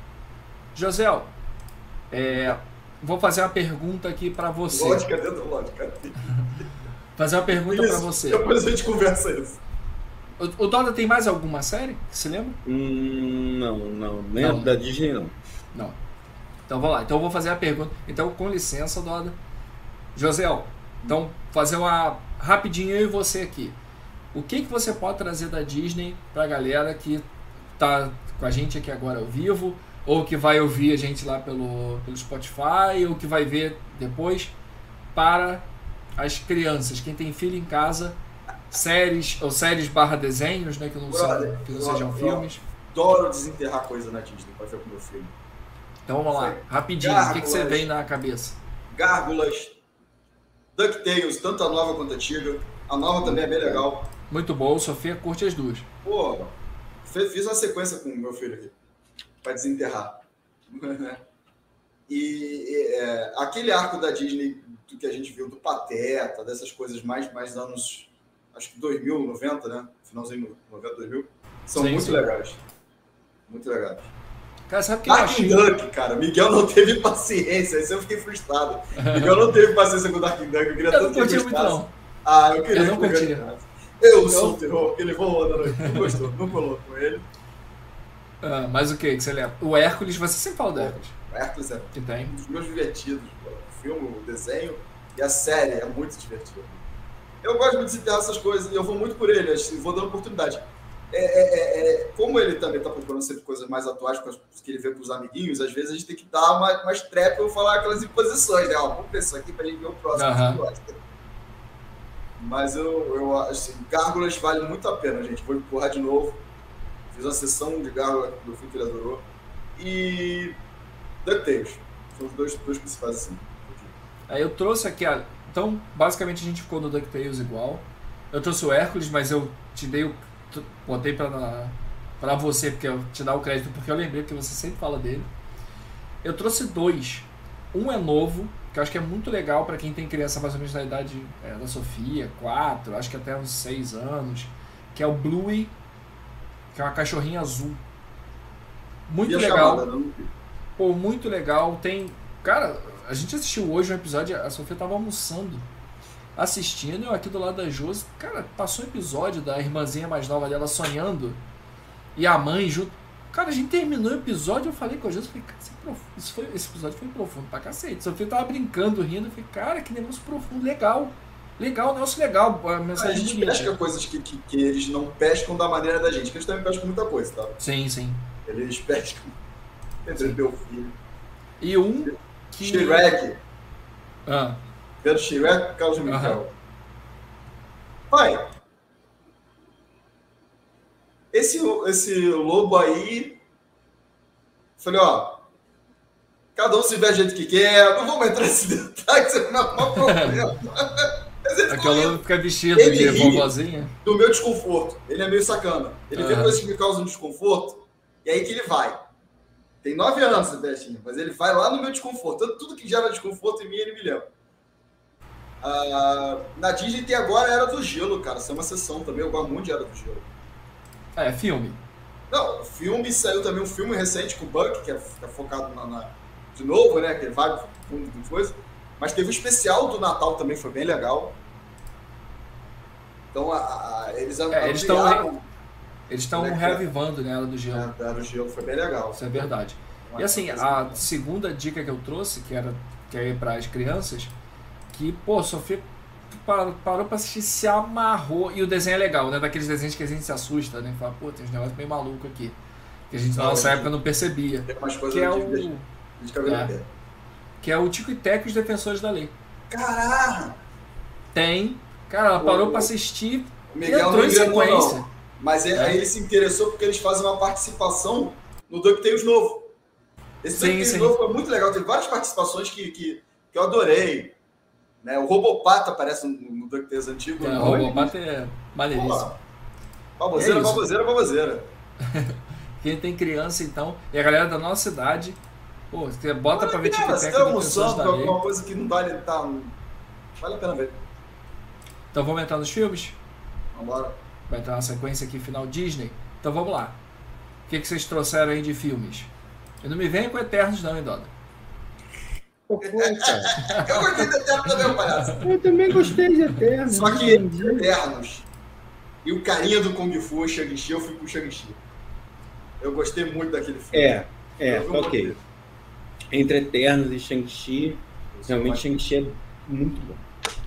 José, é, vou fazer uma pergunta aqui pra você.
Lógica dentro da lógica.
Fazer uma pergunta pra
Isso,
você.
Depois a gente conversa isso.
O, o Doda tem mais alguma série que se lembra?
Hum, não, não. Nem
Não.
da Disney, não.
Não. Então vamos lá. Então eu vou fazer a pergunta. Então, com licença, Doda. José, então fazer uma rapidinho eu e você aqui. O que que você pode trazer da Disney pra galera que tá com a gente aqui agora ao vivo, ou que vai ouvir a gente lá pelo, pelo Spotify, ou que vai ver depois, para as crianças, quem tem filho em casa, séries ou séries barra desenhos, né, que não,
Brother,
são, que não
eu-
sejam
eu-
filmes.
Adoro desenterrar coisa na Disney pra ver com meu filho.
Então vamos lá,
Sei.
rapidinho, o que, que você
Gárgulas.
vem na cabeça?
Gárgulas, DuckTales, tanto a nova quanto a antiga. A nova também é bem legal.
Muito bom, Sofia curte as duas.
Pô, fe- fiz uma sequência com o meu filho aqui, pra desenterrar. E é, aquele arco da Disney do que a gente viu do Pateta, dessas coisas mais, mais anos, acho que dois mil, noventa, né? Finalzinho noventa, dois mil, são
Sim,
muito
sim.
legais. Muito legais.
Cara, sabe o que eu
Dark
achei?
Duck, cara. Miguel não teve paciência, isso eu fiquei frustrado. Miguel não teve paciência com o Dark Duck, eu queria
Eu
tanto
não
que ele
curti muito
gostasse.
não.
Ah, eu queria
Eu não
que o Miguel
curti.
gostasse. Eu sou o terror, ele voou na noite. Não gostou, não colou com ele.
Ah, mas o que que você lembra? O Hércules, você sempre fala do Hércules.
O Hércules é
Que tem.
um dos meus divertidos. Pô. O filme, o desenho e a série é muito divertido. Eu gosto muito de citar essas coisas e eu vou muito por ele, assim, vou dando oportunidade. É, é, é, é, como ele também está procurando sempre coisas mais atuais com as que ele vê com os amiguinhos, às vezes a gente tem que dar mais, mais trepa e falar aquelas imposições, né? Ó, vamos ver isso aqui para gente ver o próximo.
Aham.
que gosta. Mas eu, eu acho assim, Gárgulas vale muito a pena, gente. Vou empurrar de novo. Fiz uma sessão de Gárgulas do filme que ele adorou. E DuckTales. São os dois, dois principais, assim.
Aí eu trouxe aqui a... Então, basicamente a gente ficou no DuckTales igual. Eu trouxe o Hércules, mas eu te dei o... t- Botei pra, pra você, porque eu te dar o crédito, porque eu lembrei, porque você sempre fala dele. Eu trouxe dois. Um é novo, que eu acho que é muito legal pra quem tem criança mais ou menos da idade é, da Sofia, quatro, acho que até uns seis anos, que é o Bluey, que é uma cachorrinha azul. Muito
E a
legal.
chamada, não?
Pô, muito legal. Tem. Cara, a gente assistiu hoje um episódio, a Sofia tava almoçando, assistindo, eu aqui do lado da Josi. Cara, passou um episódio da irmãzinha mais nova dela sonhando e a mãe junto. Cara, a gente terminou o episódio, eu falei com a Josi, falei, cara, esse, é profundo, isso foi, esse episódio foi profundo pra cacete. A Sofia tava brincando, rindo, eu falei, cara, que negócio profundo, legal. Legal, negócio legal, a
A
mensagem
gente
bonita.
pesca coisas que, que, que eles não pescam da maneira da gente, que eles também pescam muita coisa, tá?
Sim, sim.
Eles pescam entre
Sim.
meu filho.
E um que...
Shrek.
Ah,
Pedro Shrek, Carlos Miguel.
Aham.
Pai, esse, esse lobo aí, falei, ó, Cada um se vê do jeito que quer. Não vamos entrar nesse detalhe, você não arruma problema.
Aquela fica vestido de vovozinha.
Do meu desconforto. Ele é meio sacana. Ele
Uhum.
vê coisas que me causam desconforto, e aí que ele vai. Tem nove anos, Sebastião, mas ele vai lá no meu desconforto. Tudo, tudo que gera desconforto em mim, ele me lembra. Ah, na Disney tem agora a Era do Gelo, cara. Isso é uma sessão também. Eu gosto muito de Era do Gelo.
É, filme.
Não, filme, saiu também um filme recente com o Buck, que é, que é focado na, na, de novo, né? Que ele vai fundo de coisa. Mas teve o especial do Natal também, foi bem legal. Então, a, a, eles
é, eles estão eles estão
né,
reavivando, né, Era do Gelo.
É, Era do Gelo foi bem legal.
Isso é verdade. E assim, a segunda dica que eu trouxe, que era que é para as crianças, que, pô, Sofia parou, parou pra assistir, se amarrou. E o desenho é legal, né? Daqueles desenhos que a gente se assusta, né? Fala, pô, tem uns negócios meio malucos aqui. Que a gente na nossa época não percebia.
Tem umas coisas
que é
de,
o...
de, de cabelo
é,
dele.
que é o Tico e Teco e os Defensores da Lei.
Caralho!
Tem. Cara, ela parou
o,
pra assistir
o
e
Miguel
entrou em sequência.
Não. Mas é,
é.
aí ele se interessou porque eles fazem uma participação no DuckTales novo. Esse DuckTales novo foi muito legal. Teve várias participações que, que, que eu adorei. Né? O Robopata aparece no, no DuckTales antigo.
É, o Robopata é maneiríssimo.
Baboseira, é baboseira, baboseira.
Quem tem criança, então, e a galera da nossa idade, pô, você bota
Olha,
pra ver
Tico e Teco. Você tá almoçando com alguma coisa que não vale, tá, vale a pena ver.
Então vamos entrar nos filmes?
Vamos embora.
Vai entrar na sequência aqui, final Disney. Então vamos lá. O que, que vocês trouxeram aí de filmes? Eu não me venho com Eternos não, hein, Doda?
Pô, cara.
Eu gostei de Eternos também, palhaço.
Eu também gostei de Eternos.
Só que Eternos e o carinha do Kung Fu, o Shang-Chi, eu fui pro Shang-Chi. Eu gostei muito daquele filme.
É, é, ok. Entre Eternos e Shang-Chi, realmente Shang-Chi é muito bom.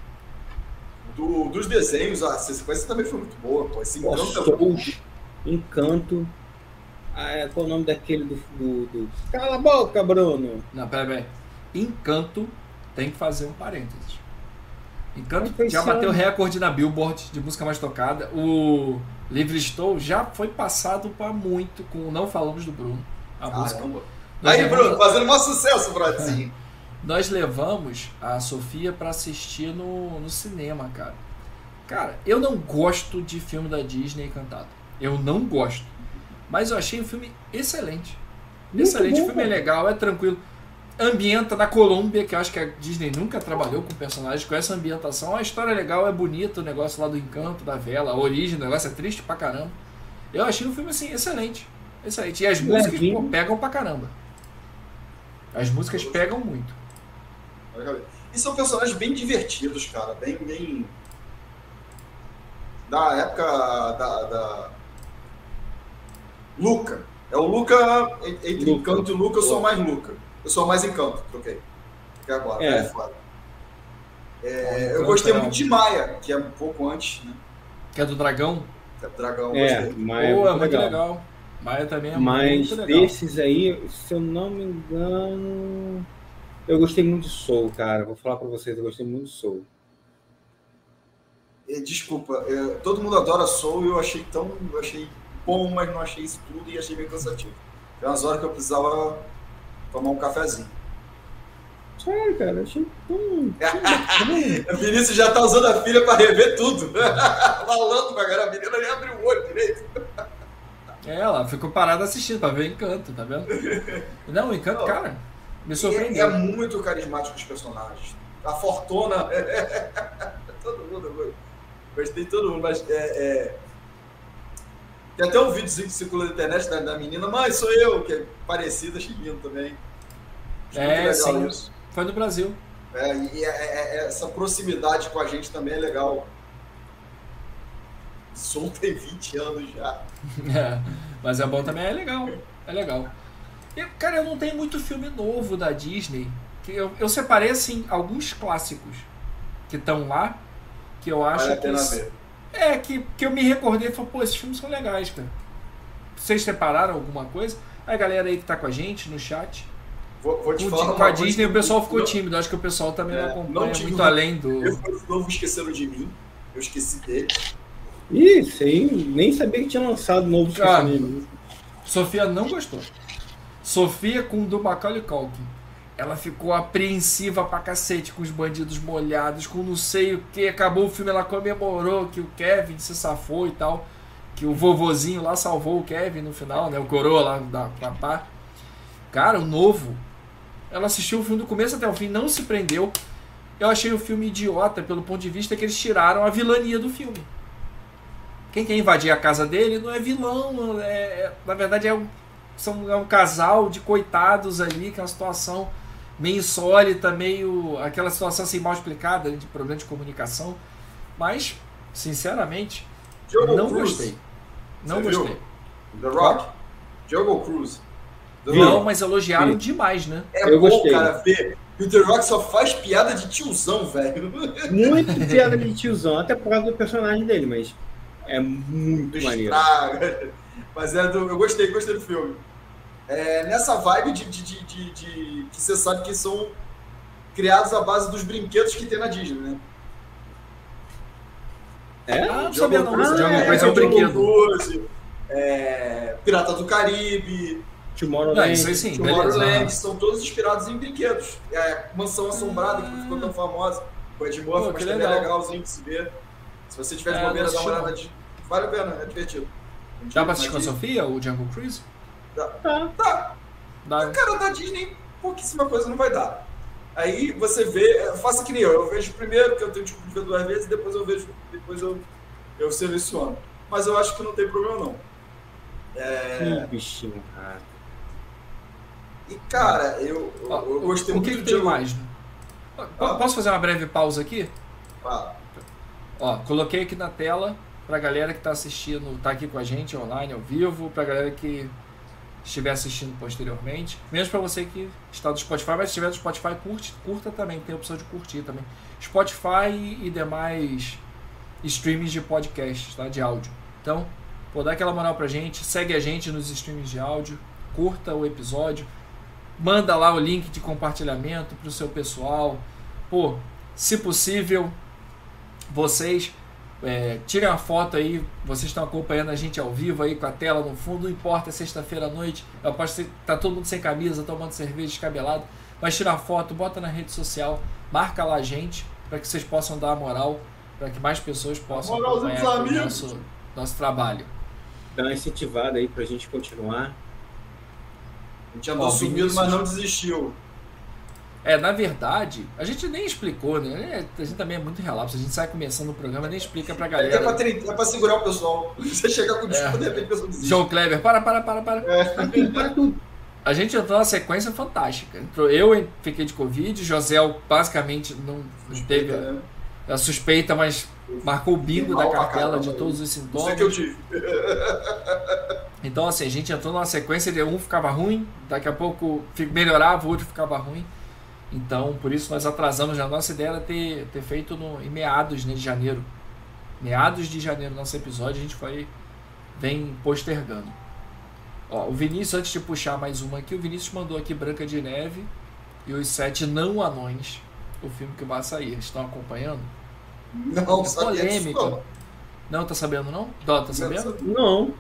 Do, dos desenhos, a sequência também foi muito boa, pô. Esse
Pô,
Encanto,
Souls, Encanto. Ah, qual é o nome daquele do, do, do... Cala a boca, Bruno!
Não, pera, pera. Encanto tem que fazer um parênteses. Encanto
Mas
já
foi
bateu
só-
recorde na Billboard de música mais tocada. O Livre Estou já foi passado para muito com o Não Falamos do Bruno. A música.
caramba.
Nós
Aí,
levamos-
Bruno, fazendo maior sucesso, Bradzinho.
Nós levamos a Sofia pra assistir no, no cinema, cara. Cara, eu não gosto de filme da Disney cantado. Eu não gosto. Mas eu achei o filme excelente.
Muito
excelente.
bom,
O filme é
cara.
legal, é tranquilo. Ambienta na Colômbia, que eu acho que a Disney nunca trabalhou com personagens com essa ambientação. A história é legal, é bonita, o negócio lá do encanto, da vela, a origem do negócio é triste pra caramba. Eu achei o filme, assim, excelente. Excelente. E as músicas,
Levinho.
pô, pegam pra caramba. As músicas pegam muito.
E são personagens bem divertidos, cara. Bem, bem... Da época da... da... Luca. É o Luca, entre
Luca.
Encanto e Luca, eu sou mais Luca. Eu sou mais Encanto, troquei. Porque agora,
É.
é foda. É,
Encanto
eu gostei
é um-
muito de Maia, que é um pouco antes, né?
Que é do Dragão.
Que é Dragão,
É,
gostei.
mas é
Pô, é
muito
muito
legal.
legal. Maia também é
Mas
muito legal.
desses aí, se eu não me engano, eu gostei muito de Soul, cara. Vou falar pra vocês, eu gostei muito de Soul.
É, desculpa, é, todo mundo adora Soul e eu achei tão... Eu achei bom, mas não achei isso tudo e achei meio cansativo. Tem umas horas que eu precisava tomar um cafezinho.
Sério, cara, eu achei tão...
A Vinícius já tá usando a filha pra rever tudo. Falando pra galera, a menina nem abriu o olho direito.
É, ela ficou parada assistindo pra ver Encanto, tá vendo? Não, o Encanto,
Não.
cara, me
E é,
surpreendeu.
é muito carismático os personagens. A Fortuna. Todo mundo, eu gostei de todo mundo, mas é, é... Tem até um videozinho que circula na internet da, da menina, mãe, sou eu, que é parecida, achei lindo também. Acho muito
É,
legal
sim.
isso.
Foi no Brasil.
É, e é- é- é- essa proximidade com a gente também é legal. Soul tem vinte anos já.
É, mas é bom também, é legal. É legal. E, cara, eu não tenho muito filme novo da Disney. Que eu, eu separei, assim, alguns clássicos que estão lá, que eu acho
Vale a
que...
pena ver.
É, que, que eu me recordei e falei, pô, esses filmes são legais, cara. Vocês separaram alguma coisa? A galera aí que tá com a gente no chat.
Vou, vou te
Com,
falar
com
uma
a
coisa
Disney
que
o pessoal
eu-
ficou tímido. Acho que o pessoal também
É,
não
não
acompanha
tive
muito
um-
além do...
Eu fui de novo esqueceram de mim. Eu esqueci dele.
Ih, isso aí, nem sabia que tinha lançado novo
Cara,
Esquecimento.
Sofia não gostou. Sofia com o do Macaulay Culkin. ela ficou apreensiva pra cacete com os bandidos molhados, com não sei o que. Acabou o filme, ela comemorou que o Kevin se safou e tal. Que o vovozinho lá salvou o Kevin no final, né? O coroa lá da papá. Cara, o novo. Ela assistiu o filme do começo até o fim, não se prendeu. Eu achei o filme idiota pelo ponto de vista que eles tiraram a vilania do filme. Quem quer invadir a casa dele não é vilão, é, é, na verdade é um, são, é um casal de coitados ali, que é uma situação meio insólita, meio aquela situação assim mal explicada, de problema de comunicação. Mas, sinceramente,
Diogo
não
Cruz.
gostei. Não
Você
gostei.
viu? The Rock? Diogo Cruz. The
Não,
Rock.
mas elogiaram
Sim.
demais, né?
É
Eu
bom,
gostei.
cara, ver que o The Rock só faz piada de tiozão, velho.
Muito piada de tiozão, até por causa do personagem dele, mas é muito maneiro.
Estraga. Mas é do, eu gostei, gostei do filme. É, nessa vibe de, de, de, de, de- que você sabe que são criados à base dos brinquedos que tem na Disney, né?
É?
Ah, não
Jungle
sabia não.
Cruise,
Jungle
é,
Cruise é um
Jungle
brinquedo.
Cruise, é, Pirata do Caribe,
Tomorrowland.
Não, isso aí sim, beleza.
Tomorrowland, são todos inspirados em brinquedos. É a Mansão Assombrada, que não ficou tão famosa. O Ed Murphy,
Pô,
mas
que
também é
legal.
legalzinho de se ver. Se você tiver de
É,
bobeira,
não
dá uma
assisti,
olhada. De... Vale a pena, é divertido.
Dá pra assistir com a
Mas-
Sofia, o Jungle Cruise?
Dá.
Tá.
Tá.
Dá.
Cara, da Disney, pouquíssima coisa não vai dar. Aí você vê, faça que nem eu, eu vejo primeiro, que eu tenho tipo de ver duas vezes, depois eu vejo, depois eu, eu seleciono. Mas eu acho que não tem problema não. É,
Que bichinho, cara.
e cara, eu, eu,
Ó,
eu gostei
o
muito
que, que
do
tem
Diogo.
mais? Né? P-
Ah.
Posso fazer uma breve pausa aqui?
Fala.
Ó, coloquei aqui na tela pra galera que tá assistindo, tá aqui com a gente online, ao vivo, pra galera que estiver assistindo posteriormente, mesmo pra você que está no Spotify, mas se estiver no Spotify, curte, curta também, tem a opção de curtir também. Spotify e demais streams de podcast, tá? De áudio. Então, pô, dá aquela moral pra gente, segue a gente nos streams de áudio, curta o episódio, manda lá o link de compartilhamento pro seu pessoal. Pô, se possível, vocês é, tirem uma foto aí, vocês estão acompanhando a gente ao vivo aí com a tela no fundo, não importa, é sexta-feira à noite, eu aposto que tá todo mundo sem camisa, tomando cerveja, descabelado, mas tira a foto, bota na rede social, marca lá a gente, para que vocês possam dar a moral, para que mais pessoas possam
Moralzinho dos
acompanhar aqui o
amigos.
nosso, nosso trabalho.
Dá uma incentivada aí pra gente continuar.
A gente andou
Ó,
sumido,
Vinícius.
mas não desistiu.
É, na verdade, a gente nem explicou, né? A gente também é muito relapso, a gente sai começando o programa e nem explica pra
É, é, pra,
galera.
tre- é pra segurar o pessoal. Você chegar com desculpa,
É.
de repente a pessoa desiste.
João Kleber, para, para, para, para.
Para tudo.
A gente entrou numa sequência fantástica. Entrou eu, fiquei de Covid, Josel basicamente não teve a,
né?
a suspeita, mas marcou o bingo
Mal
da
pra
cartela
caramba.
de todos os
Isso
sintomas.
é que eu tive.
Então, assim, a gente entrou numa sequência de um ficava ruim, daqui a pouco fi- melhorava, o outro ficava ruim. Então, por isso nós atrasamos. A nossa ideia era ter, ter feito no, em meados, né, de janeiro. Meados de janeiro, nosso episódio, a gente foi vem postergando. Ó, o Vinícius, antes de puxar mais uma aqui, o Vinícius mandou aqui Branca de Neve e os Sete Não Anões, o filme que vai sair. Estão acompanhando?
Não, sabia disso,
Polêmica.
não.
Não, tá sabendo não? Dó, tá sabendo?
Não.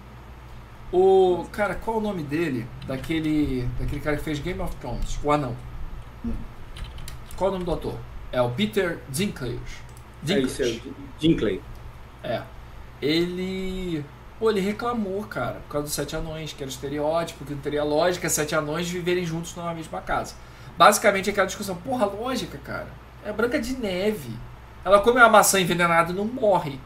O cara, qual o nome dele? Daquele, daquele cara que fez Game of Thrones, o anão. Qual o nome do ator? É o Peter Dinklage.
É isso, é o Dinklage.
É. Ele. Pô, ele reclamou, cara, por causa dos Sete Anões, que era estereótipo, que não teria lógica sete anões viverem juntos numa mesma casa. Basicamente aquela discussão, porra, lógica, cara. É Branca de Neve. Ela come uma maçã envenenada e não morre.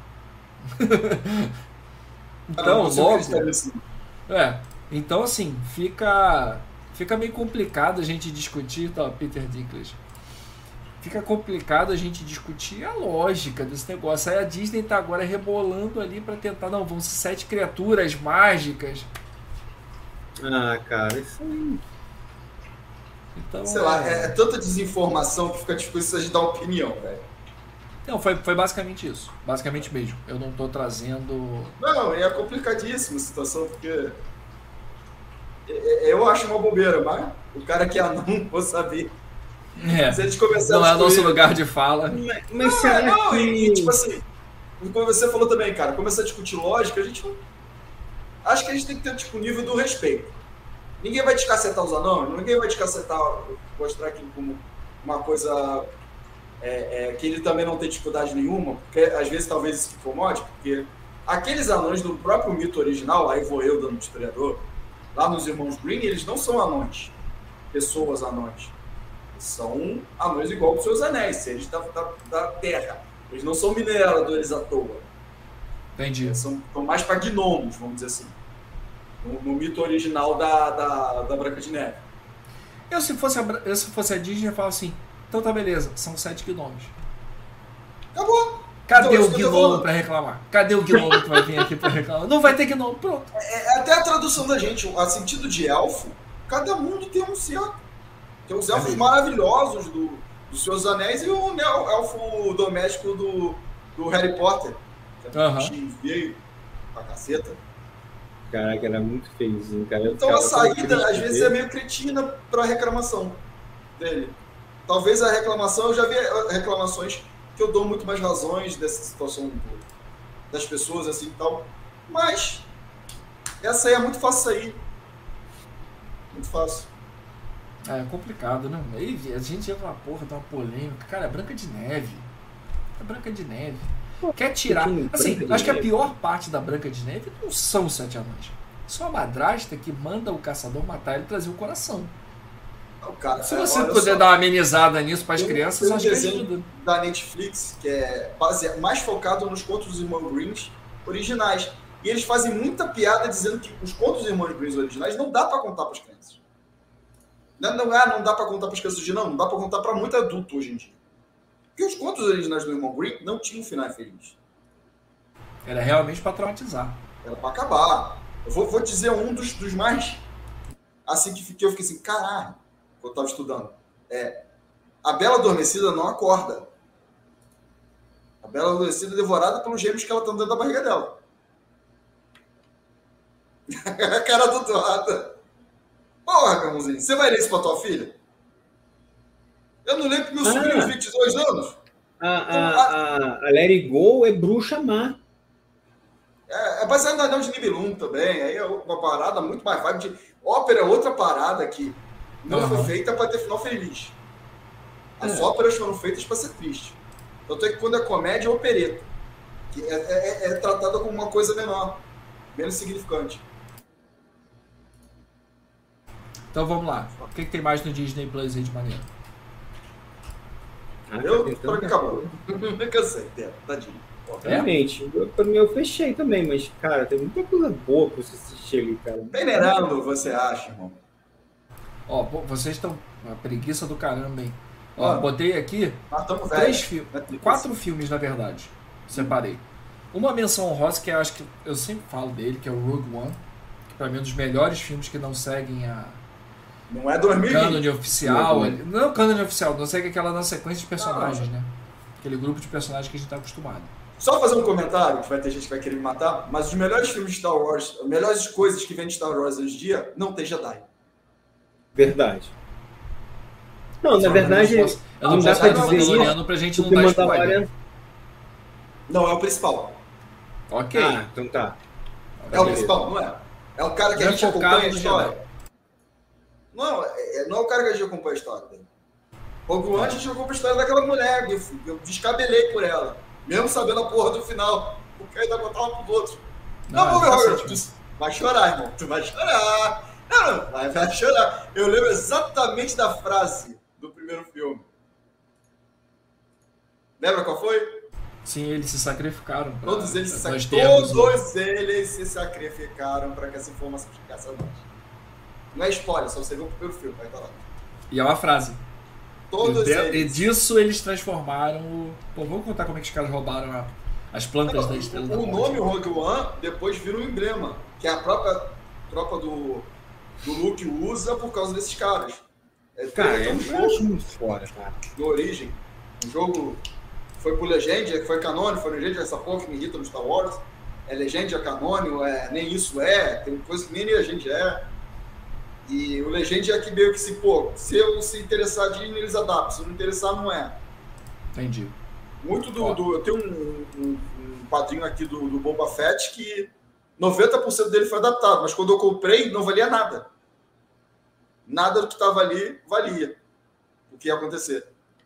Então,
Ah, você
logo.
acredita nisso?
É, então assim, fica fica meio complicado a gente discutir, tá, Peter Dinklage. Fica complicado a gente discutir a lógica desse negócio. Aí a Disney tá agora rebolando ali pra tentar, não, vão ser sete criaturas mágicas.
Ah, cara, isso aí.
Então,
Sei lá, é, é tanta desinformação que fica difícil a gente dar opinião, velho.
Não, foi, foi basicamente isso. Basicamente mesmo. Eu não tô trazendo.
Não, é complicadíssima a situação, porque é- é- eu acho uma bobeira, mas o cara que é anão, vou saber.
É,
Se a gente começar
não
a
é o nosso
discutir-
lugar de fala.
Mas, mas
Não,
será
é, não,
que...
e, e, tipo assim, como você falou também, cara, começar a discutir lógica, a gente não. Acho que a gente tem que ter tipo, o nível do respeito. Ninguém vai descacetar os anões, ninguém vai descacetar, mostrar aquilo como uma coisa é, é, que ele também não tem dificuldade nenhuma, porque às vezes talvez isso incomode, porque aqueles anões do próprio mito original, aí vou eu dando historiador, lá nos Irmãos Grimm, eles não são anões, pessoas anões. São anões igual os seus anéis, seres da, da, da terra. Eles não são mineradores à toa.
Entendi.
Eles são, são mais para gnomos, vamos dizer assim. No, no mito original da, da, da Branca de Neve.
Eu se, fosse a, eu, se fosse a Disney, eu falava assim, então tá beleza, são sete gnomos.
Acabou.
Cadê
então,
o gnomo para reclamar? Cadê o gnomo que vai vir aqui para reclamar? Não vai ter gnomo, pronto.
É, é até a tradução da gente, a sentido de elfo, cada mundo tem um ser. Tem os elfos é maravilhosos do, dos Seus Anéis e o elfo doméstico do, do Harry Potter. Que uhum. veio pra caceta.
Caraca, era muito feiozinho, cara.
Então a saída, às vezes, é meio cretina pra reclamação dele. Talvez a reclamação, eu já vi reclamações que eu dou muito mais razões dessa situação das pessoas assim e tal. Mas essa aí é muito fácil sair. Muito fácil.
É complicado, né? Aí a gente ia falar, porra, dá uma polêmica. Cara, é Branca de Neve. É Branca de Neve. Quer tirar. Assim, acho que a pior parte da Branca de Neve não são os sete anões. Só a madrasta que manda o caçador matar ele e trazer o coração.
Não, cara,
se você puder só dar uma amenizada nisso para as crianças,
um
acho que ajuda.
Da Netflix, que é baseado, mais focado nos contos dos Irmãos Grimm originais. E eles fazem muita piada dizendo que os contos dos Irmãos Grimm originais não dá para contar para as crianças. Não, não, ah, não dá para contar para as crianças de não, não dá para contar para muito adulto hoje em dia. Porque os contos originais do Irmão Grimm não tinham final feliz.
Era realmente para traumatizar.
Era para acabar. Eu vou, vou dizer um dos, dos mais... Assim que fiquei, eu fiquei assim, caralho, que eu estava estudando. É, a Bela Adormecida não acorda. A Bela Adormecida é devorada pelos gêmeos que ela está dentro da barriga dela. A cara do Doada. Porra, Camuzinho, você vai ler isso pra tua filha? Eu não lembro que meu ah, sobrinho de vinte e dois anos.
A, a, a, a Let It Go é bruxa má.
É, é baseado no Anel de Nibelung também. Aí é uma parada muito mais vibe de... Ópera é outra parada que não uhum. foi feita para ter final feliz. As é. óperas foram feitas para ser triste. Tanto é que quando é comédia é opereta. Que é, é, é tratada como uma coisa menor. Menos significante.
Então vamos lá. O que, que tem mais no Disney Plus aí de maneiro?
Ah, eu, pra mim, acabou. Eu cansei, tadinho.
Realmente, eu, pra mim eu fechei também, mas, cara, tem muita coisa boa pra você assistir ali, cara.
Venerando, você acha, irmão?
Ó, vocês estão... Uma preguiça do caramba, hein? Ó, ah, botei aqui três filmes, quatro filmes, na verdade. Separei. Uma menção honrosa, que eu acho que eu sempre falo dele, que é o Rogue One, que pra mim é um dos melhores filmes que não seguem a...
Não é dois mil e vinte.
Cânone oficial. Ele, não cânone oficial, não segue aquela na sequência de personagens, ah, né? Aquele grupo de personagens que a gente tá acostumado.
Só fazer um comentário, que vai ter gente que vai querer me matar, mas os melhores filmes de Star Wars, as melhores coisas que vem de Star Wars hoje em dia, não tem Jedi.
Verdade. Não, na verdade,
eu não, não dá pra dizer isso pra gente não dar spoiler.
Não, é o principal.
Ok.
Ah, então tá.
É o principal, não é? É o cara que a gente acompanha a história. Não, é, não é o cara que a gente acompanha a história dele. Rogue One a gente acompanha a história daquela mulher, eu, eu descabelei por ela. Mesmo sabendo a porra do final. Porque ainda contava pros outros. Não, não vou ver Rogue One. Tu vai chorar, irmão. Tu vai chorar. Não, não, vai, vai chorar. Eu lembro exatamente da frase do primeiro filme. Lembra qual foi?
Sim, eles se sacrificaram. Pra,
todos eles se sacrificaram. Todos eles se sacrificaram para que essa informação ficasse a nós. Não é spoiler, só você viu o primeiro filme, vai estar lá.
E é uma frase.
Todos
e,
eles.
E disso eles transformaram o... Pô, vamos contar como é que os caras roubaram a... as plantas
não,
da Estrela
o,
da Morte.
O nome Rogue One depois vira um emblema, que a própria tropa do, do Luke usa por causa desses caras. É,
cara,
é um
jogo muito fora, cara.
Do Origem. Um jogo foi pro Legend, foi canônico, foi Legend, essa porra que me irrita no Star Wars. É Legend, é canônico, é, nem isso é, tem coisa que nem Legend é. E o Legend é que meio que se, pô, se eu se interessar de ir, eles adaptam, se não interessar, não é.
Entendi.
Muito do... do eu tenho um, um, um quadrinho aqui do, do Boba Fett que noventa por cento dele foi adaptado, mas quando eu comprei, não valia nada. nada do que estava ali valia o que ia acontecer.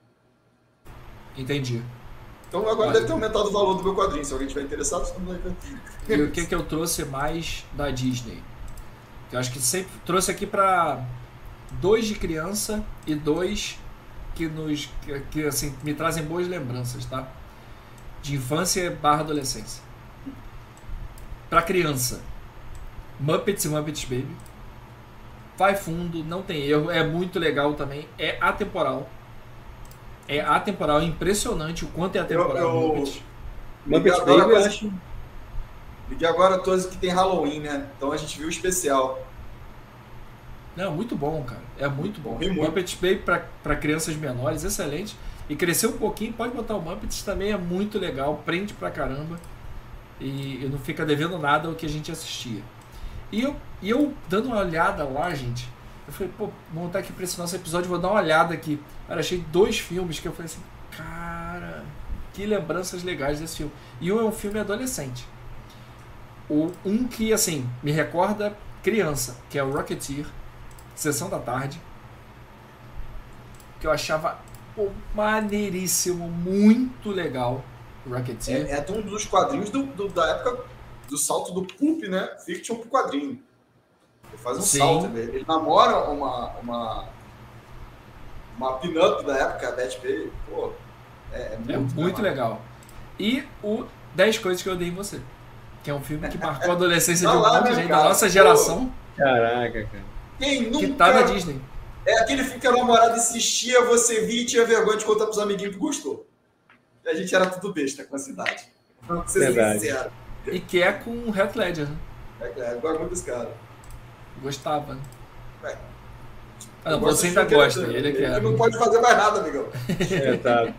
Entendi.
Então agora Olha. deve ter aumentado o valor do meu quadrinho. Se alguém tiver interessado, estamos aí.
E o que, que eu trouxe mais da Disney? Eu acho que sempre trouxe aqui para dois de criança e dois que nos que, que assim me trazem boas lembranças, tá? De infância barra adolescência. Para criança, Muppets e Muppets Baby. Vai fundo, não tem erro, é muito legal também, é atemporal. É atemporal, é impressionante o quanto é atemporal. Eu, eu...
Muppets, Muppets Baby, eu acho.
Liguei agora todos que tem Halloween, né? Então a gente viu o especial.
Não, muito bom, cara. É muito bom.
Muito.
Muppets Baby para crianças menores, excelente. E crescer um pouquinho, pode botar o Muppets também, é muito legal, prende pra caramba. E, e não fica devendo nada ao que a gente assistia. E eu, e eu dando uma olhada lá, gente, eu falei, pô, vou montar aqui pra esse nosso episódio, vou dar uma olhada aqui. Cara, achei dois filmes que eu falei assim, cara, que lembranças legais desse filme. E um é um filme adolescente. O, um que, assim, me recorda criança, que é o Rocketeer, Sessão da Tarde, que eu achava pô, maneiríssimo, muito legal, o Rocketeer.
É, é um dos quadrinhos do, do, da época do salto do Pulp, né? Fiction pro quadrinho. Ele faz um Sim. salto, ele, ele namora uma uma, uma pin-up da época, a Beth Baby, pô, é, é muito,
é muito legal. E o dez Coisas que Eu Odeio em Você, que é um filme que marcou a adolescência de um monte de gente da nossa geração.
Caraca, cara.
Quem nunca...
Que tá na Disney.
É aquele filme que a namorada assistia, você via e tinha vergonha de contar pros amiguinhos que gostou. E a gente era tudo besta com a cidade. Vamos ser sinceros.
E que é com o Heath Ledger, né?
É, é, eu gosto muito desse cara.
Gostava, né?
É.
Ah, não, você ainda gosta, ele é que
Ele não pode fazer mais nada, amigão.
É, tá.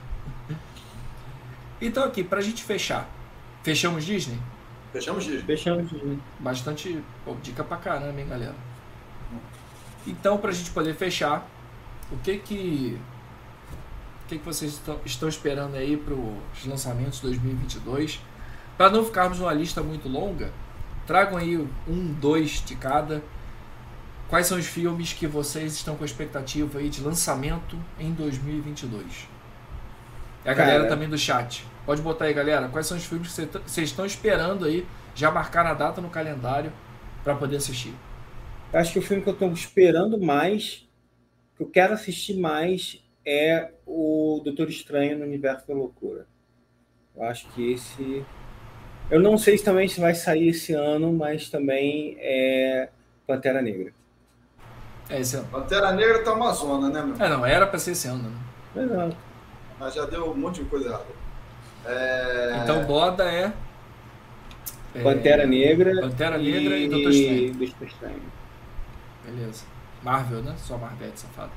Então aqui, pra gente fechar. Fechamos Disney?
Fechamos Disney.
Fechamos Disney.
Bastante pô, dica pra caramba, hein, galera? Então, pra gente poder fechar, o que que... O que que vocês estão, estão esperando aí pros lançamentos dois mil e vinte e dois? Para não ficarmos numa lista muito longa, tragam aí um, dois de cada. Quais são os filmes que vocês estão com expectativa aí de lançamento em dois mil e vinte e dois? E a Cara, galera também do chat. Pode botar aí, galera. Quais são os filmes que vocês estão esperando aí, já marcar a data no calendário para poder assistir?
Eu acho que o filme que eu estou esperando mais, que eu quero assistir mais, é o Doutor Estranho no Universo da Loucura. Eu acho que esse... Eu não sei se também se vai sair esse ano, mas também é Pantera Negra.
É esse ano.
Pantera Negra tá uma zona, né, meu?
É, não, era pra ser esse ano, né?
Exato.
Mas já deu um monte de coisa errada. É...
Então, Boda é...
Pantera
é...
Negra,
Pantera Negra e, e Doutor Estranho.
Doutor Estranho.
Beleza. Marvel, né? Só Marvel, safado.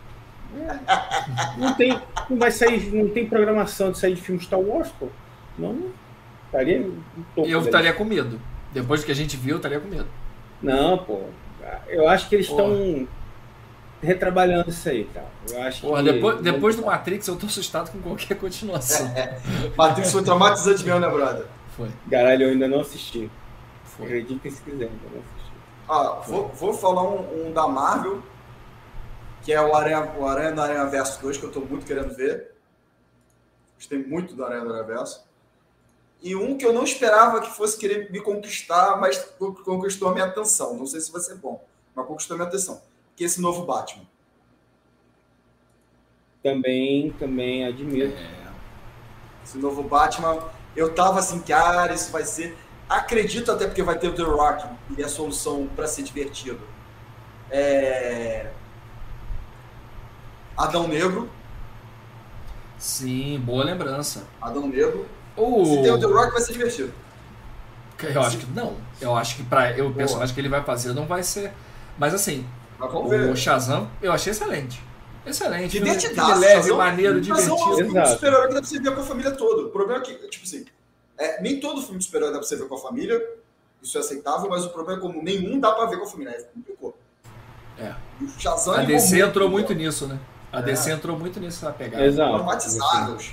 É. Não tem, não vai sair, não tem programação de sair de filme Star Wars, pô. Não, estaria um
eu estaria com medo. Depois do que a gente viu, eu estaria com medo.
Não, pô. Eu acho que eles estão retrabalhando isso aí, cara. Eu acho
Porra,
que...
depois, depois do Matrix, eu tô assustado com qualquer continuação.
Matrix foi traumatizante mesmo, né, brother?
Foi.
Caralho, eu ainda não assisti.
Foi.
Acreditem se quiser, ainda não assisti.
Ah, vou, vou falar um, um da Marvel, que é o Aranha, o Aranha do Aranha Verso dois, que eu tô muito querendo ver. Gostei muito do Aranha do Aranha Verso. E um que eu não esperava que fosse querer me conquistar, mas conquistou a minha atenção. Não sei se vai ser bom, mas conquistou a minha atenção. Que é esse novo Batman.
Também, também admiro.
É. Esse novo Batman, eu tava assim, cara, isso vai ser... Acredito até porque vai ter o The Rock e a solução para ser divertido. É... Adão Negro.
Sim, boa lembrança.
Adão Negro.
Oh.
Se tem o The Rock, vai ser divertido.
Eu acho que não. Eu acho que para o personagem que ele vai fazer não vai ser. Mas assim,
o
ver. Shazam eu achei excelente. Excelente.
Divertidaço.
Leve, Shazam, maneiro, divertido.
Shazam é um filme de super-herói que dá pra você ver com a família toda. O problema é que, tipo assim, é, nem todo filme de super-herói dá pra você ver com a família. Isso é aceitável, mas o problema é como nenhum dá pra ver com a família. Aí complicou.
É.
E o Shazam
a D C
muito,
entrou
pô.
muito nisso, né? A
é.
D C entrou muito nisso na pegada.
Exato.
Traumatizados.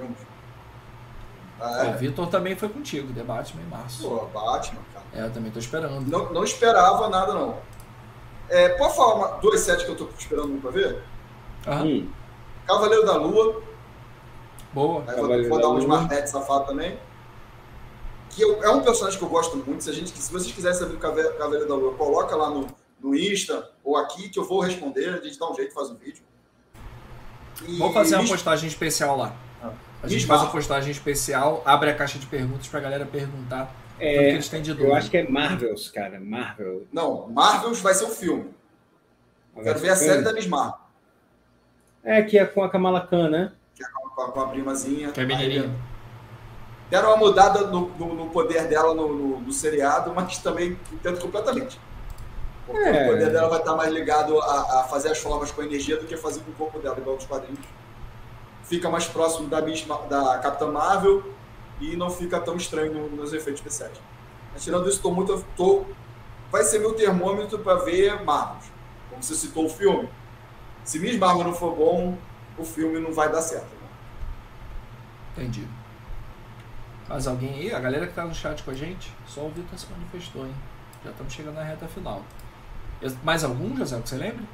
É. O Vitor também foi contigo, The Batman em março.
Pô, Batman, cara.
É, eu também tô esperando.
Não, não esperava nada, não. É, pode falar uma, duas sets que eu tô esperando pra ver?
Aham.
Hum,
Cavaleiro da Lua.
Boa.
Aí vou,
Cavaleiro
vou
da
dar uns
Lua.
marretes safados também. Que eu- é um personagem que eu gosto muito. Se, a gente, se vocês quiserem saber do Cave- Cavaleiro da Lua, coloca lá no, no Insta ou aqui que eu vou responder. A gente dá um jeito, faz um vídeo. E
Vamos fazer uma
Miss-
postagem especial lá. A gente
Miss
faz uma
Marvel.
postagem especial, abre a caixa de perguntas pra galera perguntar tudo que
É,
eles têm de dúvida.
eu acho que é Marvels, cara. Marvel.
Não, Marvels vai ser um filme. Eu quero ver a série da Miss Marvel.
É, que é com a Kamala Khan, né?
Com a, com a primazinha.
Que é menininha.
Aí, deram uma mudada no, no- no poder dela no, no- no seriado, mas também entendo completamente. Porque
É.
o poder dela vai estar mais ligado a, a fazer as formas com energia do que fazer com o corpo dela, igual dos quadrinhos. Fica mais próximo da, Miss Ma- da Capitã Marvel e não fica tão estranho no- nos efeitos especiais. Mas tirando isso, tô muito, tô, vai ser meu termômetro para ver Marvel. Como você citou o filme, se Miss Marvel não for bom, o filme não vai dar certo. Né?
Entendi. Mais alguém aí? A galera que tá no chat com a gente? Só o Vitor se manifestou, hein? Já estamos chegando na reta final. Eu- Mais algum, José, que você lembra?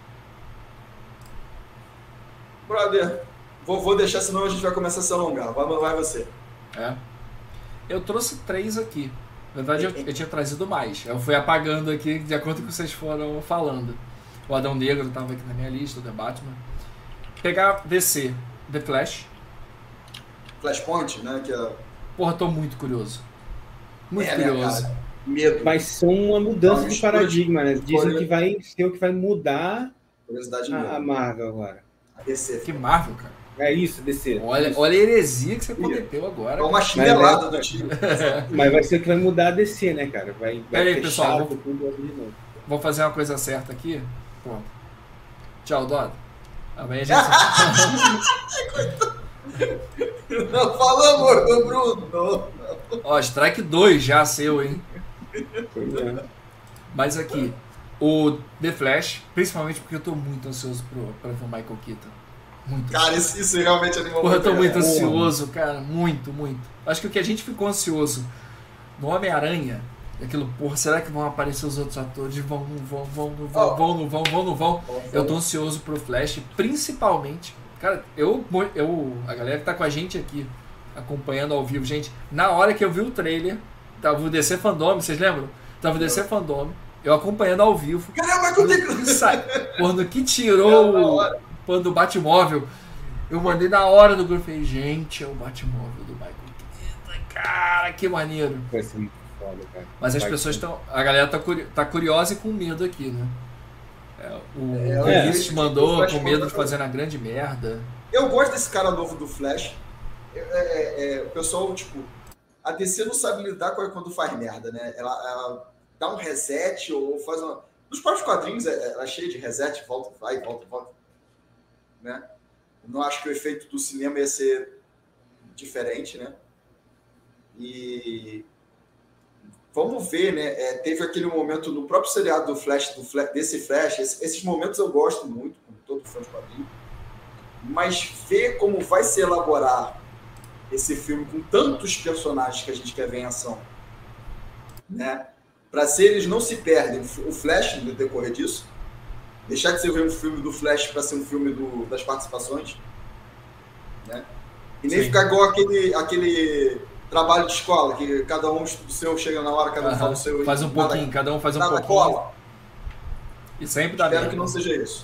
Brother, vou, vou deixar, senão a gente vai começar a se alongar. Vai, vai você.
É. Eu trouxe três aqui. Na verdade, eu, eu tinha trazido mais. Eu fui apagando aqui de acordo com o que vocês foram falando. O Adão Negro estava aqui na minha lista, o The Batman. Pegar D C, The Flash.
Flashpoint, né? Que é...
Porra, tô muito curioso. Muito
É, né,
curioso.
cara? Medo.
Vai ser uma mudança
Uma
de
mistura
paradigma, né? Dizem
Olha.
que vai ser o que vai mudar
Curiosidade
a, a
medo.
Marvel agora.
A D C.
Que Marvel, cara.
É isso, D C.
Olha,
Isso.
olha a heresia que você cometeu agora.
É uma
cara.
chinelada do time.
Mas vai ser o que vai mudar a D C, né, cara? Vai, vai
Pera aí,
fechar
pessoal, vou-
tudo de novo.
Vou fazer uma coisa certa aqui. Pronto. Tchau, Dodo. Amanhã a gente...
Não falamos do Bruno.
Ó, strike dois já seu, hein?
Pois é.
Mas aqui, o The Flash, principalmente porque eu tô muito ansioso pro, pra ver o Michael Keaton. Muito
Cara, isso, isso realmente animou
Porra, eu tô muito
cara.
ansioso, cara. Muito, muito. Acho que o que a gente ficou ansioso no Homem-Aranha, aquilo, porra, será que vão aparecer os outros atores? Vão, não vão, vão, não vão,
Oh.
vão, não vão, vão, não vão. Eu tô ansioso pro Flash, principalmente. Cara, eu, eu. A galera que tá com a gente aqui, acompanhando ao vivo, gente, na hora que eu vi o trailer, tava o D C Fandom, vocês lembram? Tava o D C Fandom, eu acompanhando ao vivo.
Caramba, quando é que...
Sai- Quando que tirou
Na
o.
hora.
Quando o Batmóvel, eu mandei na hora do grupo. Falei, gente, é o Batmóvel do Michael Keaton. Cara, que maneiro.
Vai ser muito foda, cara.
Mas as
Vai
pessoas
ser.
estão. A galera tá, curi- tá curiosa e com medo aqui, né? É, o
É,
o
é.
Vinícius mandou
O Flash
com medo
mandou-
de fazer uma grande merda.
Eu gosto desse cara novo do Flash. É, é, é, o pessoal, tipo, a D C não sabe lidar com quando faz merda, né? Ela, ela dá um reset ou faz uma... Nos próprios quadrinhos, é- ela é cheia de reset, volta, vai, volta, volta. Né? Eu não acho que o efeito do cinema ia ser diferente, né? E vamos ver, né? É, teve aquele momento no próprio seriado do Flash, do Flash desse Flash, esse- esses momentos eu gosto muito, como todo fã de quadrinho. Mas ver como vai se elaborar esse filme com tantos personagens que a gente quer ver em ação, né? Para se eles não se perdem o Flash no decorrer disso, deixar de ser um filme do Flash para ser um filme do, das participações, né? E nem
Sim.
ficar igual aquele, aquele trabalho de escola, que cada um estuda o seu, chega na hora, cada um
Aham.
fala o seu.
Faz um
nada-
pouquinho, cada um faz um
nada
pouquinho.
cola.
E sempre dá
Espero
merda.
que não seja isso.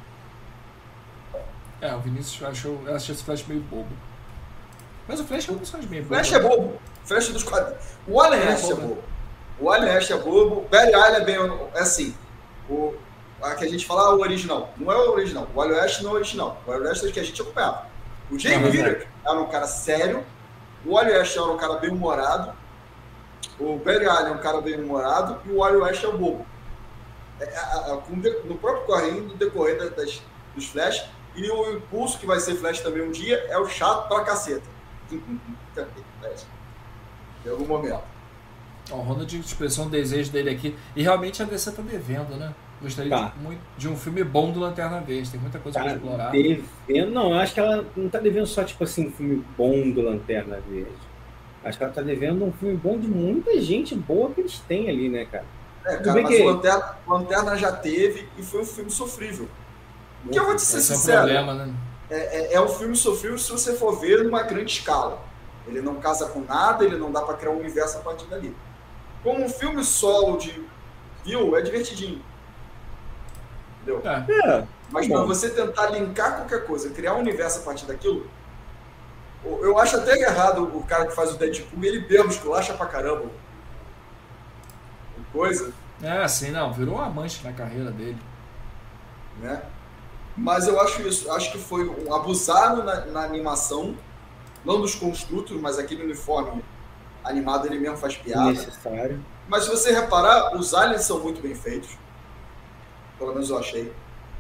É, o Vinícius achou, achou esse Flash meio bobo. Mas o Flash é um personagem meio
O
bobo.
Flash é bobo. O Flash dos quadrinhos. O Alan
É
Ash é
bobo.
bobo. O Alan Ash é bobo. O Barry Allen é bem... É assim. O, a que a gente fala, ah, o original. Não é o original. O Alan Ash não é o original. O Alan Ash é o que a gente acompanhava. O Jay
Uhum.
Garrick era um cara sério. O Alan Ash era um cara bem humorado. O Barry Allen é um cara bem humorado. E o Alan Ash é o bobo. É, a- a- com de- no próprio corrinho, no decorrer da- das, dos Flash. E o Impulso, que vai ser Flash também um dia, é o chato pra caceta. Em algum momento.
Ó, o Ronald expressou um desejo dele aqui. E realmente a D C tá devendo, né? Gostaria
Tá.
de, muito, de um filme bom do Lanterna Verde. Tem muita coisa pra
Cara,
explorar.
devendo, não, eu acho que ela não tá devendo só, tipo assim, um filme bom do Lanterna Verde. Acho que ela tá devendo um filme bom de muita gente boa que eles têm ali, né, cara?
É, cara, mas que... o Lanterna, o Lanterna já teve e foi um filme sofrível. Porque eu vou te ser
Esse
sincero,
é, um problema, né?
é, é, é um filme sofrível se você for ver numa grande escala. Ele não casa com nada, ele não dá pra criar um universo a partir dali. Como um filme solo de viu, é divertidinho. Entendeu?
É,
mas para você tentar linkar qualquer coisa, criar um universo a partir daquilo, eu acho até errado o cara que faz o Deadpool, ele bebe, esculacha pra caramba. Coisa.
É, assim, não, virou uma mancha na carreira dele.
Né? Mas eu acho isso, acho que foi um abusado na, na animação, não dos construtos, mas aquele uniforme animado ele mesmo faz piada.
Necessário.
Mas se você reparar, os aliens são muito bem feitos. Pelo menos eu achei.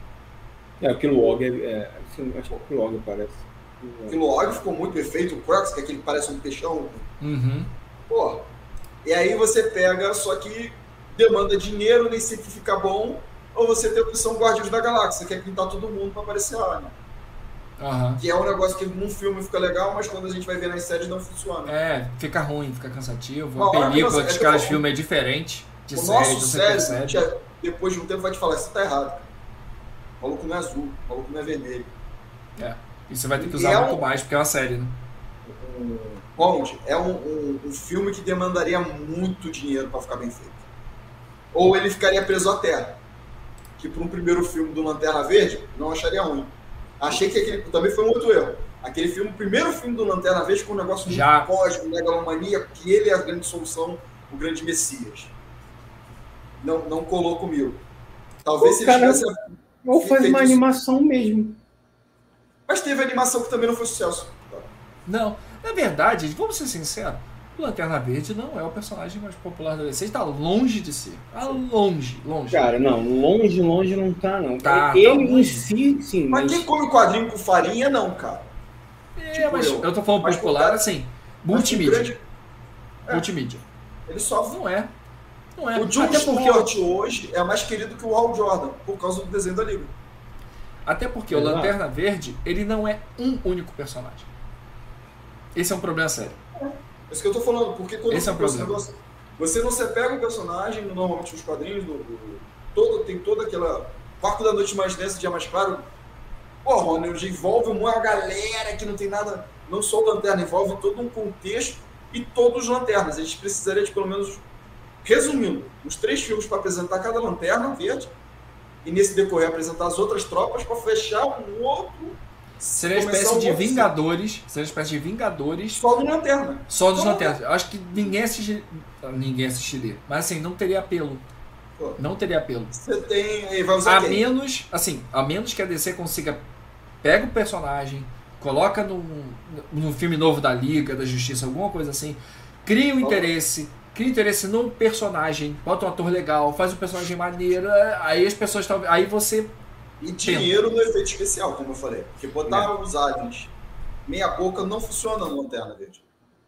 É, o Kilowog, é, é, assim, acho que o Kilowog parece.
O Kilowog ficou muito bem feito, o Crocs, que é aquele que parece um peixão.
Uhum.
Porra. E aí você pega, só que demanda dinheiro, nem sempre fica bom, ou você tem a opção Guardiões da Galáxia, que é pintar todo mundo pra aparecer lá, né?
Uhum.
Que é um negócio que num filme fica legal, mas quando a gente vai ver nas séries não funciona.
É, fica ruim, fica cansativo.
Não,
a película
nossa,
dos
é
caras
que
filme é diferente de
o
série,
nosso
você
cérebro, depois de um tempo, vai te falar, isso tá errado, cara. O maluco não é azul, o maluco não é vermelho.
É, e você vai ter que usar
é
muito
um,
mais, porque é uma série, né?
Um, Bond é um, um, um filme que demandaria muito dinheiro pra ficar bem feito. Ou ele ficaria preso à terra. Que para um primeiro filme do Lanterna Verde, não acharia ruim. Achei que aquele também foi um outro erro. Aquele filme, o primeiro filme do Lanterna Verde, com um negócio
Já.
muito cósmico, megalomania, que ele é a grande solução, o grande Messias. Não, não colou comigo. Talvez
Pô,
se
cara,
ele tivesse.
Ou faz uma isso. animação mesmo.
Mas teve animação que também não foi sucesso.
Não, na verdade, vamos ser sinceros, o Lanterna Verde não é o personagem mais popular da D C, está longe de ser. Está longe, longe.
Cara, não, longe, longe não tá, não.
Tá,
ele
tá
em
longe.
si, sim.
Mas,
mas
quem come quadrinho com farinha, não, cara.
É,
Tipo
mas eu,
eu.
tô falando
Mas
popular
cara,
assim, multimídia.
Grande... É.
Multimídia.
Ele sofre.
Não é. Não é.
O John
Até porque
Stewart hoje é mais querido que o Hal Jordan, por causa do desenho da Liga.
Até porque o
Exato.
Lanterna Verde, ele não é um único personagem. Esse é um problema sério.
É isso que eu tô falando, porque quando
Esse é um
você,
problema.
você, você não se pega o personagem, normalmente nos quadrinhos, do, do, todo, tem toda aquela... Quarto da Noite Mais Densa, Dia Mais Claro. Porra, Rony, envolve uma galera que não tem nada... Não só o Lanterna, envolve todo um contexto e todos os Lanternas. A gente precisaria de, pelo menos, resumindo, os três filmes para apresentar cada Lanterna Verde e nesse decorrer apresentar as outras tropas para fechar um outro...
Seria uma espécie
um
de
outro
Vingadores. Seria uma espécie de Vingadores.
Só do Lanterna.
Só dos
Só
Lanternas. Eu acho que ninguém assistiria. Ninguém assistiria. Mas assim, não teria apelo.
Pô.
Não teria apelo.
Você tem... Aí vai usar
A
quem?
menos, assim, a menos que a D C consiga. Pega o personagem, coloca num, num filme novo da Liga, da Justiça, alguma coisa assim. Cria um interesse. Cria interesse no personagem. Bota um ator legal, faz um personagem maneiro. Aí as pessoas talvez. Aí você.
E dinheiro no efeito especial, como eu falei. Porque botar é. os aliens meia boca não funciona no Lanterna Verde.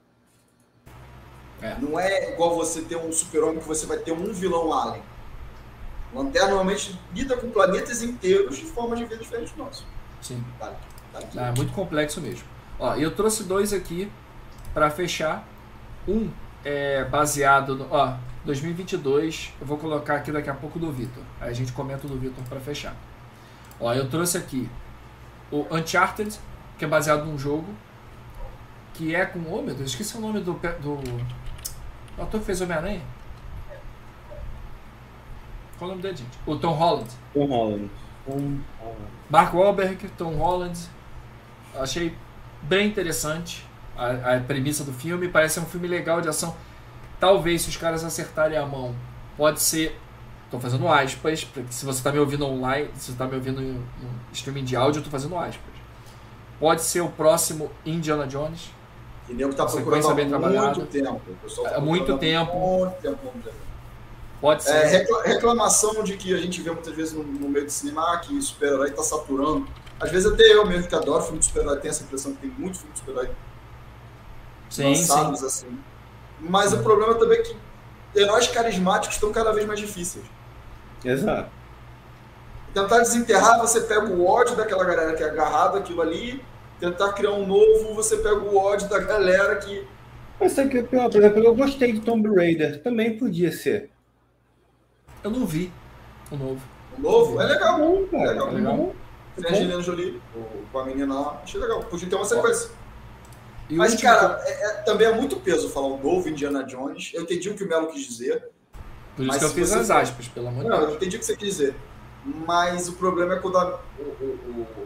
É.
Não é igual você ter um super-homem que você vai ter um vilão alien. Lanterna normalmente lida com planetas inteiros de formas de ver diferentes do nosso.
Sim.
Tá, tá
Ah, é muito complexo mesmo. Ó, eu trouxe dois aqui para fechar. Um é baseado no... Ó, dois mil e vinte e dois. Eu vou colocar aqui daqui a pouco do Vitor. Aí a gente comenta o do Vitor para fechar. Ó, eu trouxe aqui o Uncharted, que é baseado num jogo que é com... Oh, meu Deus, esqueci o nome do... do, do ator que fez Homem-Aranha. Qual é o nome dele, gente? O Tom Holland.
Tom Holland. Tom Holland.
Mark Wahlberg, Tom Holland. Achei bem interessante a, a premissa do filme. Parece ser um filme legal de ação. Talvez, se os caras acertarem a mão, pode ser... Estou fazendo aspas, porque se você está me ouvindo online, se você está me ouvindo no streaming de áudio, eu estou fazendo aspas. Pode ser o próximo Indiana Jones.
E nego está procurando há muito
trabalhado.
tempo.
Há tá muito tempo.
Muito tempo. Muito tempo.
Pode ser.
É, reclamação de que a gente vê muitas vezes no, no meio do cinema, ah, que super-herói está saturando. Às vezes até eu mesmo que adoro filme de super-herói, tenho essa impressão que tem muito filme de super-herói lançados assim. Mas o problema também é que heróis carismáticos estão cada vez mais difíceis.
Exato.
Tentar desenterrar, você pega o ódio daquela galera que é agarrada aquilo ali. Tentar criar um novo, você pega o ódio da galera que...
Mas sabe que, por exemplo, eu gostei de Tomb Raider. Também podia ser.
Eu não vi o novo.
O novo? É legal.
Bom, cara,
É legal.
é legal.
Tem a Angelina Jolie, o- com a menina lá. Achei legal. Podia ter uma sequência.
E o
Mas,
último
cara, é, é- também é muito peso falar o novo Indiana Jones. Eu entendi o que o Melo quis dizer.
Por isso
mas
que eu
se
fiz
você
as
for-
aspas, pelo amor de
Não, eu
Deus.
entendi o que você quis dizer. Mas o problema é quando a, o, o- o-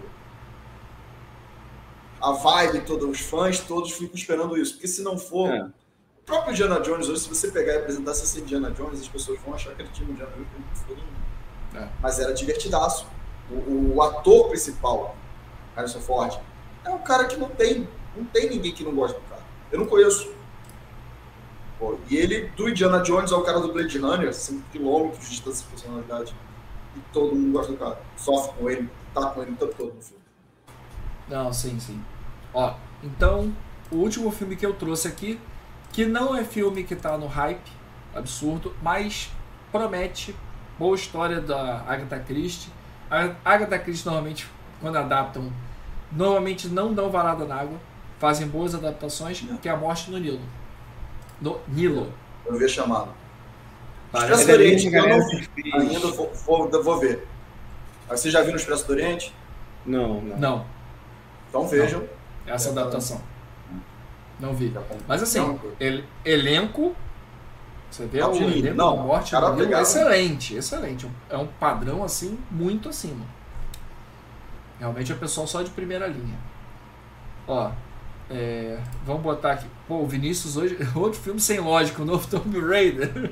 a vibe toda, os fãs todos ficam esperando isso. Porque se não for...
É.
O próprio Indiana Jones, hoje, se você pegar e apresentar esse Indiana Jones, as pessoas vão achar que ele tinha um Indiana Jones diferente.
É.
Mas era divertidaço. O, o ator principal, Harrison Ford, é um cara que não tem, não tem ninguém que não gosta do cara. Eu não conheço. Pô, e ele, do Indiana Jones ao cara do Blade Runner, cinco quilômetros de distância de personalidade. E todo mundo gosta do cara. Sofre com ele, tá com ele o tempo todo no filme.
Não, sim, sim. Ó, então, o último filme que eu trouxe aqui, que não é filme que tá no hype, absurdo, mas promete boa história da Agatha Christie. A Agatha Christie, normalmente, quando adaptam, normalmente não dão varada na água, fazem boas adaptações, que é A Morte no Nilo. No Nilo.
Eu vi a chamada.
Parece
Expresso
É
do
da
Oriente,
mesma
eu não
galera
vi.
que fez-
Ainda vou, vou, vou ver. Mas você já viu no Expresso do Oriente?
Não, não.
Não,
Então vejam.
essa
É,
adaptação. Não vi.
Já comprei.
Mas assim,
Não,
el- elenco. Você vê
Alto
o
nível.
elenco
Não,
da Morte
cara
no Nilo,
pegava.
excelente, excelente. É um padrão assim, muito acima. Realmente é o pessoal só de primeira linha. Ó, é, vamos botar aqui. Pô, o Vinícius hoje, outro filme sem lógica, o novo Tomb Raider.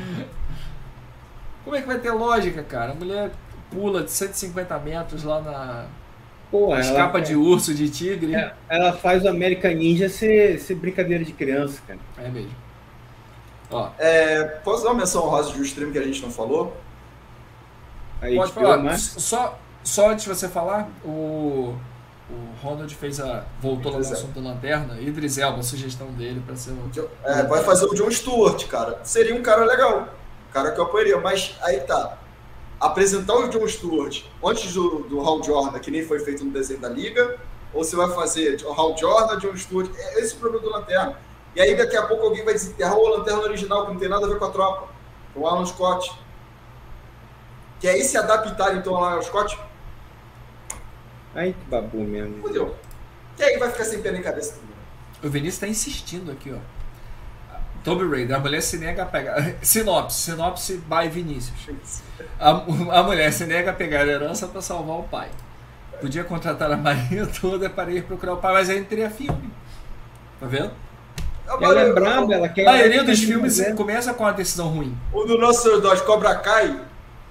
Como é que vai ter lógica, cara? A mulher pula de cento e cinquenta metros lá na
Pô, ela,
escapa de urso, de tigre.
é, ela faz o American Ninja ser, ser brincadeira de criança, cara.
É mesmo. Ó,
É, posso dar uma menção honrosa de um stream que a gente não falou?
Aí,
pode
tipo,
falar.
mas-
Só, só antes de você falar, o, o Ronald fez a. Voltou lá no
Idris
assunto da lanterna. Idris Elba, a sugestão dele pra ser o.
É, vai fazer o Jon Stewart, cara. Seria um cara legal. Um cara que eu apoiaria. Mas aí tá. Apresentar o Jon Stewart antes do, do Hal Jordan, que nem foi feito no desenho da Liga, ou você vai fazer o Hal Jordan, Jon Stewart. É esse o problema do Lanterna. E aí daqui a pouco alguém vai desenterrar o Lanterna original, que não tem nada a ver com a tropa. Com o Alan Scott. Que aí se adaptar então ao Alan Scott,
Ai, que babu mesmo.
fudeu. Que aí vai ficar sem pé nem cabeça também.
O Vinícius tá insistindo aqui, ó. Tomb Raider, a mulher se nega a pegar. Sinopse, sinopse by Vinícius. A, a mulher se nega a pegar a herança pra salvar o pai. Podia contratar a marinha toda para ir procurar o pai, mas aí não teria filme. Tá vendo?
Ela é braba, ela quer...
A maioria dos
ela quer
filmes
fazer.
começa com uma decisão ruim.
O do nosso Dodge Cobra Kai,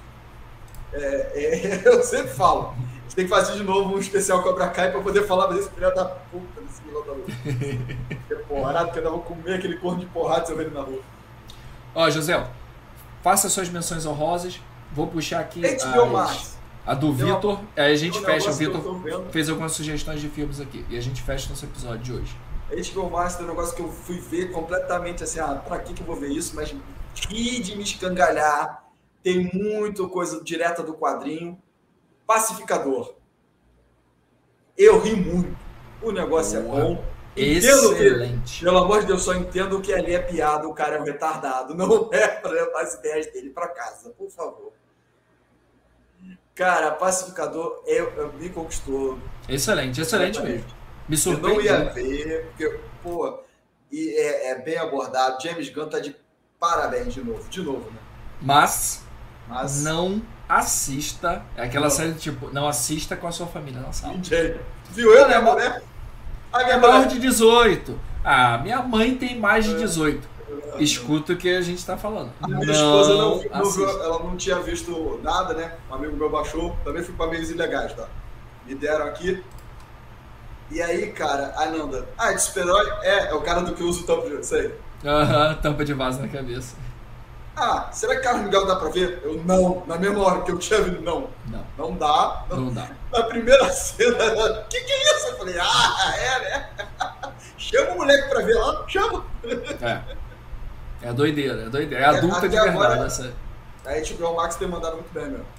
é, é, eu sempre falo, a gente tem que fazer de novo um especial Cobra Kai pra poder falar desse filho da puta desse vilão da luta. Que porrada, que eu vou comer aquele corno de porrada se eu ver ele na rua.
Ó, José, faça suas menções honrosas. Vou puxar aqui
H B O
as-
Max.
a do
Tem uma-
Vitor. Aí a gente
um
fecha. O
negócio que eu
Vitor
tô vendo.
fez algumas sugestões de filmes aqui. E a gente fecha nosso episódio de hoje.
H B O Max tem um negócio que eu fui ver completamente assim, ah, pra que que eu vou ver isso? Mas ri de me escangalhar. Tem muita coisa direta do quadrinho. Pacificador. Eu ri muito. O negócio
Boa.
é bom. Entendo que,
Excelente.
pelo amor de Deus, só entendo que ali é piada, o cara é um retardado. Não é para levar as ideias dele para casa, por favor. Cara, Pacificador eu, eu me conquistou.
Excelente, excelente mesmo. Me
Eu não ia
surpreendeu.
ver, porque, pô, e é, é bem abordado. James Gunn tá de parabéns de novo, de novo, né?
Mas
Mas
não assista. É aquela
Não.
série tipo, não assista com a sua família na sala.
James, viu eu,
Olha,
minha
é
mulher? A minha
É maior
mulher.
de dezoito. Ah, minha mãe tem mais de dezoito. Escuta o que a gente tá falando.
A minha esposa não, não
assista.
viu, ela não tinha visto nada, né? Um amigo meu baixou, também fui para meios ilegais, tá? Me deram aqui. E aí, cara, a Nanda, ah, de super-herói? É, é o cara do que usa o tampo de... Sei.
Aham, tampa de vaso na cabeça.
Ah, será que Carlos Miguel dá pra ver? Eu, não. Na mesma hora que eu tinha visto, não.
Não,
Não dá. Não.
não dá.
Na primeira cena, que que é isso? Eu falei, ah, é, né? Chama o moleque pra ver lá, chama.
É. É doideira, é doideira. É adulta
até
de verdade
agora-
essa.
A H B O Max tem mandado muito bem, meu.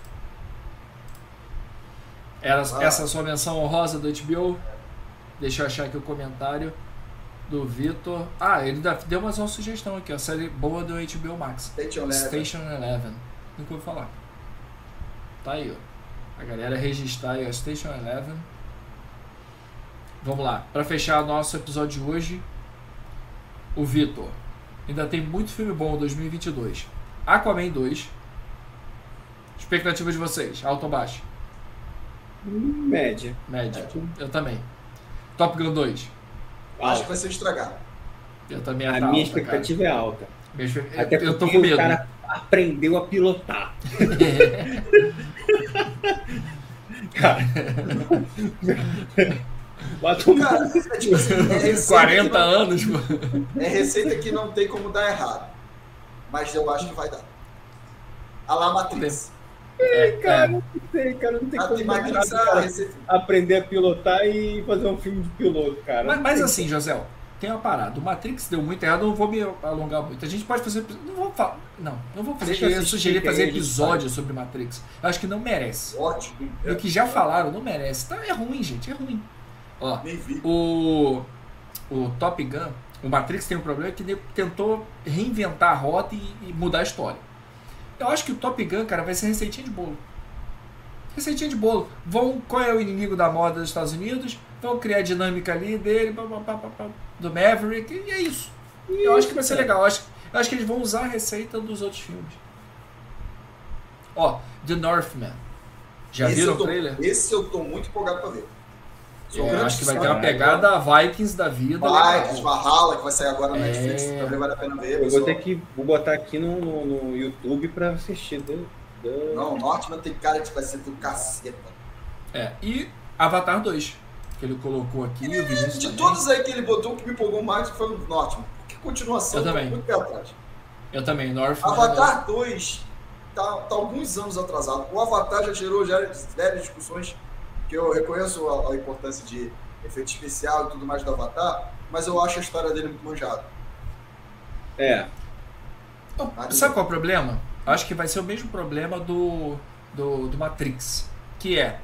Era,
Ah.
essa é a sua menção honrosa do H B O. Deixa eu achar aqui o comentário do Vitor. Ah, ele dá- deu mais uma sugestão aqui, ó. Série boa do H B O Max.
Station Eleven.
Station Eleven. Nunca ouvi falar. Tá aí, ó. A galera registrar aí a Station Eleven. Vamos lá. Pra fechar nosso episódio de hoje, o Vitor. Ainda tem muito filme bom em dois mil e vinte e dois. Aquaman dois. Expectativa de vocês, alto ou baixo?
Média.
Média. Eu também. Top Gun dois.
Acho que vai ser estragado.
Eu também.
A
tá
minha
alta,
expectativa
cara.
é alta.
Minha...
Até
eu tô
porque
com medo.
O cara aprendeu a pilotar. Cara. Bota um...
Cara, é tipo assim, é receita
quarenta
não...
anos, pô.
É receita que não tem como dar errado. Mas eu acho que vai dar. A lá Matrix.
É, cara,
é.
não sei, cara, não tem
A
como dar
Matrix,
errado,
a
cara,
receita.
aprender a pilotar e fazer um filme de piloto, cara.
Mas,
Não
mas
tem
assim, José, tem uma parada. O Matrix deu muito errado, eu não vou me alongar muito. A gente pode fazer. Não vou falar. Não, não vou fazer.
Deixa eu
Eu
assistir,
sugerir
que
fazer
aí a gente
episódio sobre Matrix. Eu acho que não merece.
Ótimo.
E o que já falaram, não merece. Então é ruim, gente, é ruim. Ó,
Nem vi.
o, o Top Gun, o Matrix tem um problema que ele tentou reinventar a rota e, e mudar a história. Eu acho que o Top Gun, cara, vai ser receitinha de bolo. Receitinha de bolo. Vão, qual é o inimigo da moda dos Estados Unidos? Vão criar a dinâmica ali dele, pá, pá, pá, pá, do Maverick, e é isso. Eu acho que vai ser legal. Eu acho, eu acho que eles vão usar a receita dos outros filmes. Ó, The Northman. Já
Esse
viram
eu tô-
o trailer?
Esse eu tô muito empolgado pra ver. Sou
É,
grande
acho que vai
fã.
ter uma pegada Vikings da vida.
Vikings,
legal.
Valhalla, que vai sair agora na
É.
Netflix. Também vale a pena ver.
Eu vou
pessoal.
ter que vou botar aqui no, no, no YouTube pra assistir. Do, do...
Não, o Northman tem cara de que vai ser do caceta.
É, e Avatar dois, que ele colocou aqui, o Vinícius
De
também.
todos aí que ele botou, o que me empolgou mais foi o Northman. Porque continuação,
Eu
tô
também.
muito pé atrás.
Eu também, Northman.
Avatar dois tá, tá alguns anos atrasado. O Avatar já gerou já várias discussões, que eu reconheço a, a importância de efeito especial e tudo mais do Avatar, mas eu acho a história dele muito manjada.
É.
Oh, sabe qual é o problema? Acho que vai ser o mesmo problema do, do, do Matrix, que é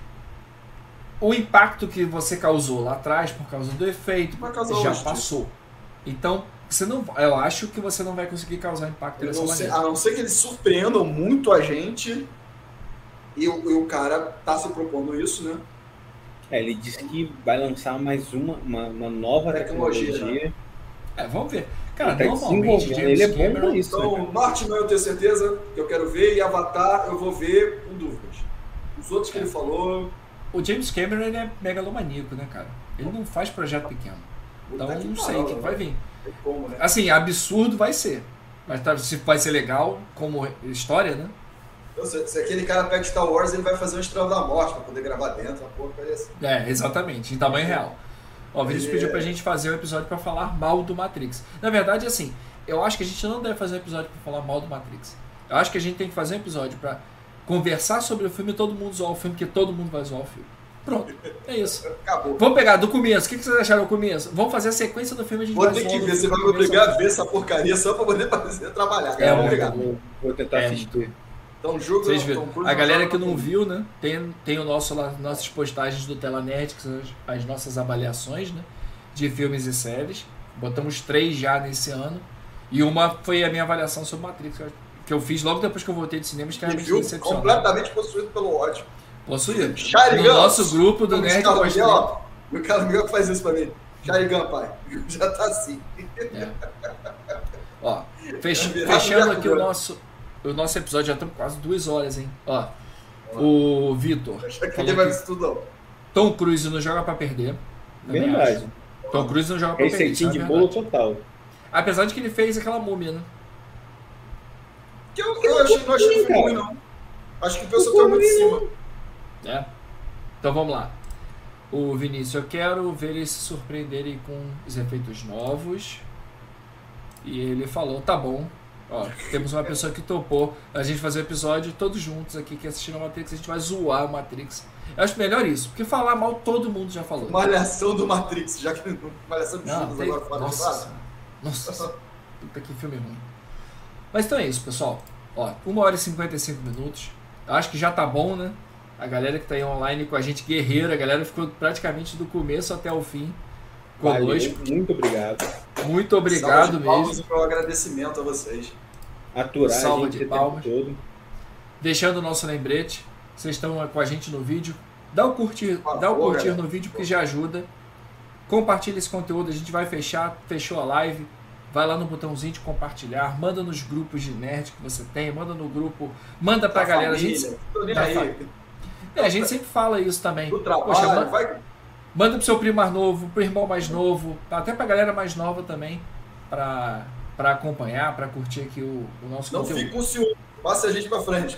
o impacto que você causou lá atrás por causa do efeito
Vai causar
já
hoje,
passou. Então, você não, eu acho que você não vai conseguir causar impacto
Eu
dessa
não sei-
maneira.
a não ser que eles surpreendam muito a gente, e o, e o cara tá se propondo isso, né?
É, ele disse que vai lançar mais uma, uma, uma nova
Tecnologia,
tecnologia.
É, vamos ver. Cara,
Ele tá
normalmente
desenvolvendo,
James
ele é bom
Cameron...
pra isso.
Então,
né,
Northman eu tenho certeza que eu quero ver, e Avatar eu vou ver com dúvidas. Os outros que ele falou,
O James Cameron ele é megalomaníaco, né, cara? Ele não faz projeto pequeno. Então,
puta que
não sei
pariu,
o que, que vai vir.
tem como, né?
Assim, absurdo vai ser. Mas tá, se vai ser legal como história, né?
Eu sei, se aquele cara pega Star Wars, ele vai fazer um Estrela da Morte pra poder gravar dentro, uma porra assim.
É, exatamente, em tamanho real. Ó, o Vinícius
Ele
pediu
é-
pra gente fazer um episódio pra falar mal do Matrix. Na verdade, assim, eu acho que a gente não deve fazer um episódio pra falar mal do Matrix. Eu acho que a gente tem que fazer um episódio pra conversar sobre o filme e todo mundo zoar o filme, porque todo mundo vai zoar o filme. Pronto, é isso.
Acabou.
Vamos pegar do começo. O que vocês acharam do começo? Vamos fazer a sequência do filme, a gente
Vou
vai
ter que
zoando
ver,
o
você
filme
vai me
do começo
obrigar
ao
a ver essa porcaria só pra poder fazer, trabalhar.
É,
Cara.
muito
Obrigado.
Vou, vou tentar
É,
assistir.
Então, jogo
Vocês
Tom
viram.
Cruise
A galera
joga
que não
comigo.
viu, né? Tem, tem o nosso lá, nossas postagens do Tela Nerd, que são as, as nossas avaliações, né? De filmes e séries. Botamos três já nesse ano. E uma foi a minha avaliação sobre Matrix, que eu- que eu fiz logo depois que eu voltei de cinema, extremamente
Review
decepcionado.
completamente possuído pelo ódio.
Possuído.
Sharingan.
No nosso grupo do
Como
Nerd
o cara
Gostei.
Miguel, ó, o cara Miguel que faz isso pra mim. Sharingan, pai. Já tá assim.
É. Ó, fech-
Virar
fechando aqui o
viador.
nosso, o nosso episódio, já estamos quase duas horas, hein? Ó, o Vitor
Acho que
falou
ele vai
que
isso tudo, não.
Tom Cruise não joga pra perder. Também
Verdade.
acho. Tom Cruise não joga pra perder.
Receitinho
isso
de
é
bolo
verdade.
total.
Apesar de que ele fez aquela múmia, né?
Que eu, eu achei, não achei que foi ruim, não. Acho que o pessoal tá muito em cima.
É. Então vamos lá. O Vinícius, eu quero ver eles se surpreenderem com os efeitos novos. E ele falou, tá bom. Ó, temos uma pessoa que topou a gente fazer o episódio todos juntos aqui que assistiram a Matrix. A gente vai zoar o Matrix. Eu acho melhor isso, porque falar mal todo mundo já falou.
Malhação do Matrix, já que Malhação de
Não,
Judas
tem...
agora fora de
Nossa,
base.
nossa, puta que filme ruim. Mas então é isso, pessoal. Ó, uma hora e cinquenta e cinco minutos. Eu acho que já tá bom, né? A galera que tá aí online com a gente, guerreira, a galera ficou praticamente do começo até o fim
Valeu,
conosco.
muito obrigado.
Muito
Salva
obrigado
de palmas
mesmo.
e meu agradecimento a vocês.
Aturar
Salva
a gente
de
o
palmas.
tempo todo.
deixando o nosso lembrete. Vocês estão com a gente no vídeo. Dá o curtir,
Por
dá o
favor,
curtir
galera.
no vídeo, porque já ajuda. Compartilha esse conteúdo, a gente vai fechar, fechou a live. Vai lá no botãozinho de compartilhar, manda nos grupos de nerd que você tem, manda no grupo, manda pra
Da
galera.
família,
a gente,
tô nem
da
aí.
fa- é, a gente sempre fala isso também.
Do trabalho,
Poxa, manda,
vai.
manda pro seu primo mais novo, pro irmão mais novo, até pra galera mais nova também, pra, pra acompanhar, pra curtir aqui o, o nosso
Não
conteúdo.
fique com ciúme, passe a gente pra frente.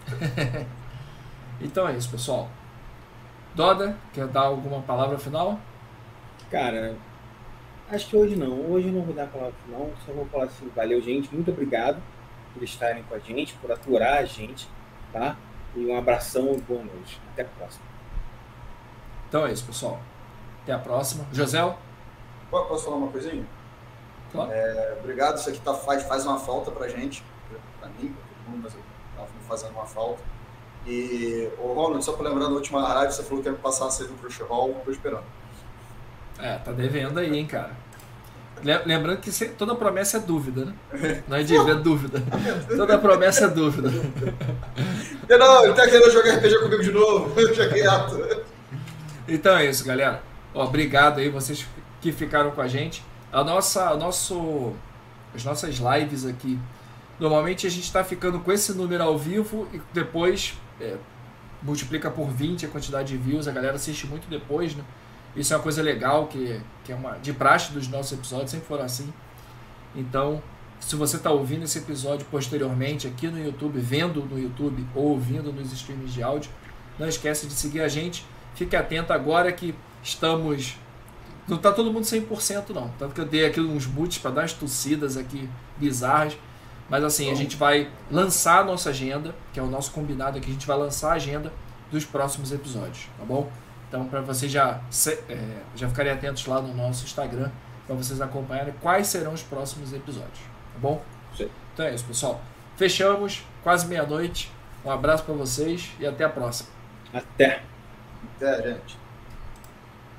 Então é isso, pessoal. Doda, quer dar alguma palavra final?
Cara, acho que hoje não. Hoje eu não vou dar a palavra final. Só vou falar assim, valeu, gente. Muito obrigado por estarem com a gente, por aturar a gente, tá? E um abração e boa noite. Até a próxima.
Então é isso, pessoal. Até a próxima. José?
Posso falar uma coisinha?
Claro.
É, obrigado, isso aqui tá, faz, faz uma falta pra gente, pra mim, pra todo mundo, mas eu tava fazendo uma falta. E, ô Ronald, só pra lembrar, na última live você falou que ia me passar a saída do Crunchyroll, tô esperando.
É, tá devendo aí, hein, cara. Le- Lembrando que se- toda promessa é dúvida, né? Não é dívida, é dúvida. Toda promessa é dúvida.
Não, ele tá querendo jogar R P G comigo de novo, deixa quieto.
Então é isso, galera. Ó, obrigado aí vocês que ficaram com a gente. A nossa, a nosso, as nossas lives aqui, normalmente a gente está ficando com esse número ao vivo e depois é, multiplica por vinte a quantidade de views. A galera assiste muito depois, né? Isso é uma coisa legal, que, que é uma de praxe dos nossos episódios, sempre foram assim. Então, se você está ouvindo esse episódio posteriormente aqui no YouTube, vendo no YouTube ou ouvindo nos streams de áudio, não esquece de seguir a gente. Fique atento agora que estamos... Não está todo mundo cem por cento não. Tanto que eu dei aqui uns boots para dar umas tossidas aqui bizarras. Mas assim, a gente vai lançar a nossa agenda, que é o nosso combinado aqui. A gente vai lançar a agenda dos próximos episódios, tá bom? Então, para vocês já, é, já ficarem atentos lá no nosso Instagram, para vocês acompanharem quais serão os próximos episódios, tá bom?
Sim.
Então é isso, pessoal. Fechamos, quase meia-noite. Um abraço para vocês e até a próxima.
Até.
É, gente.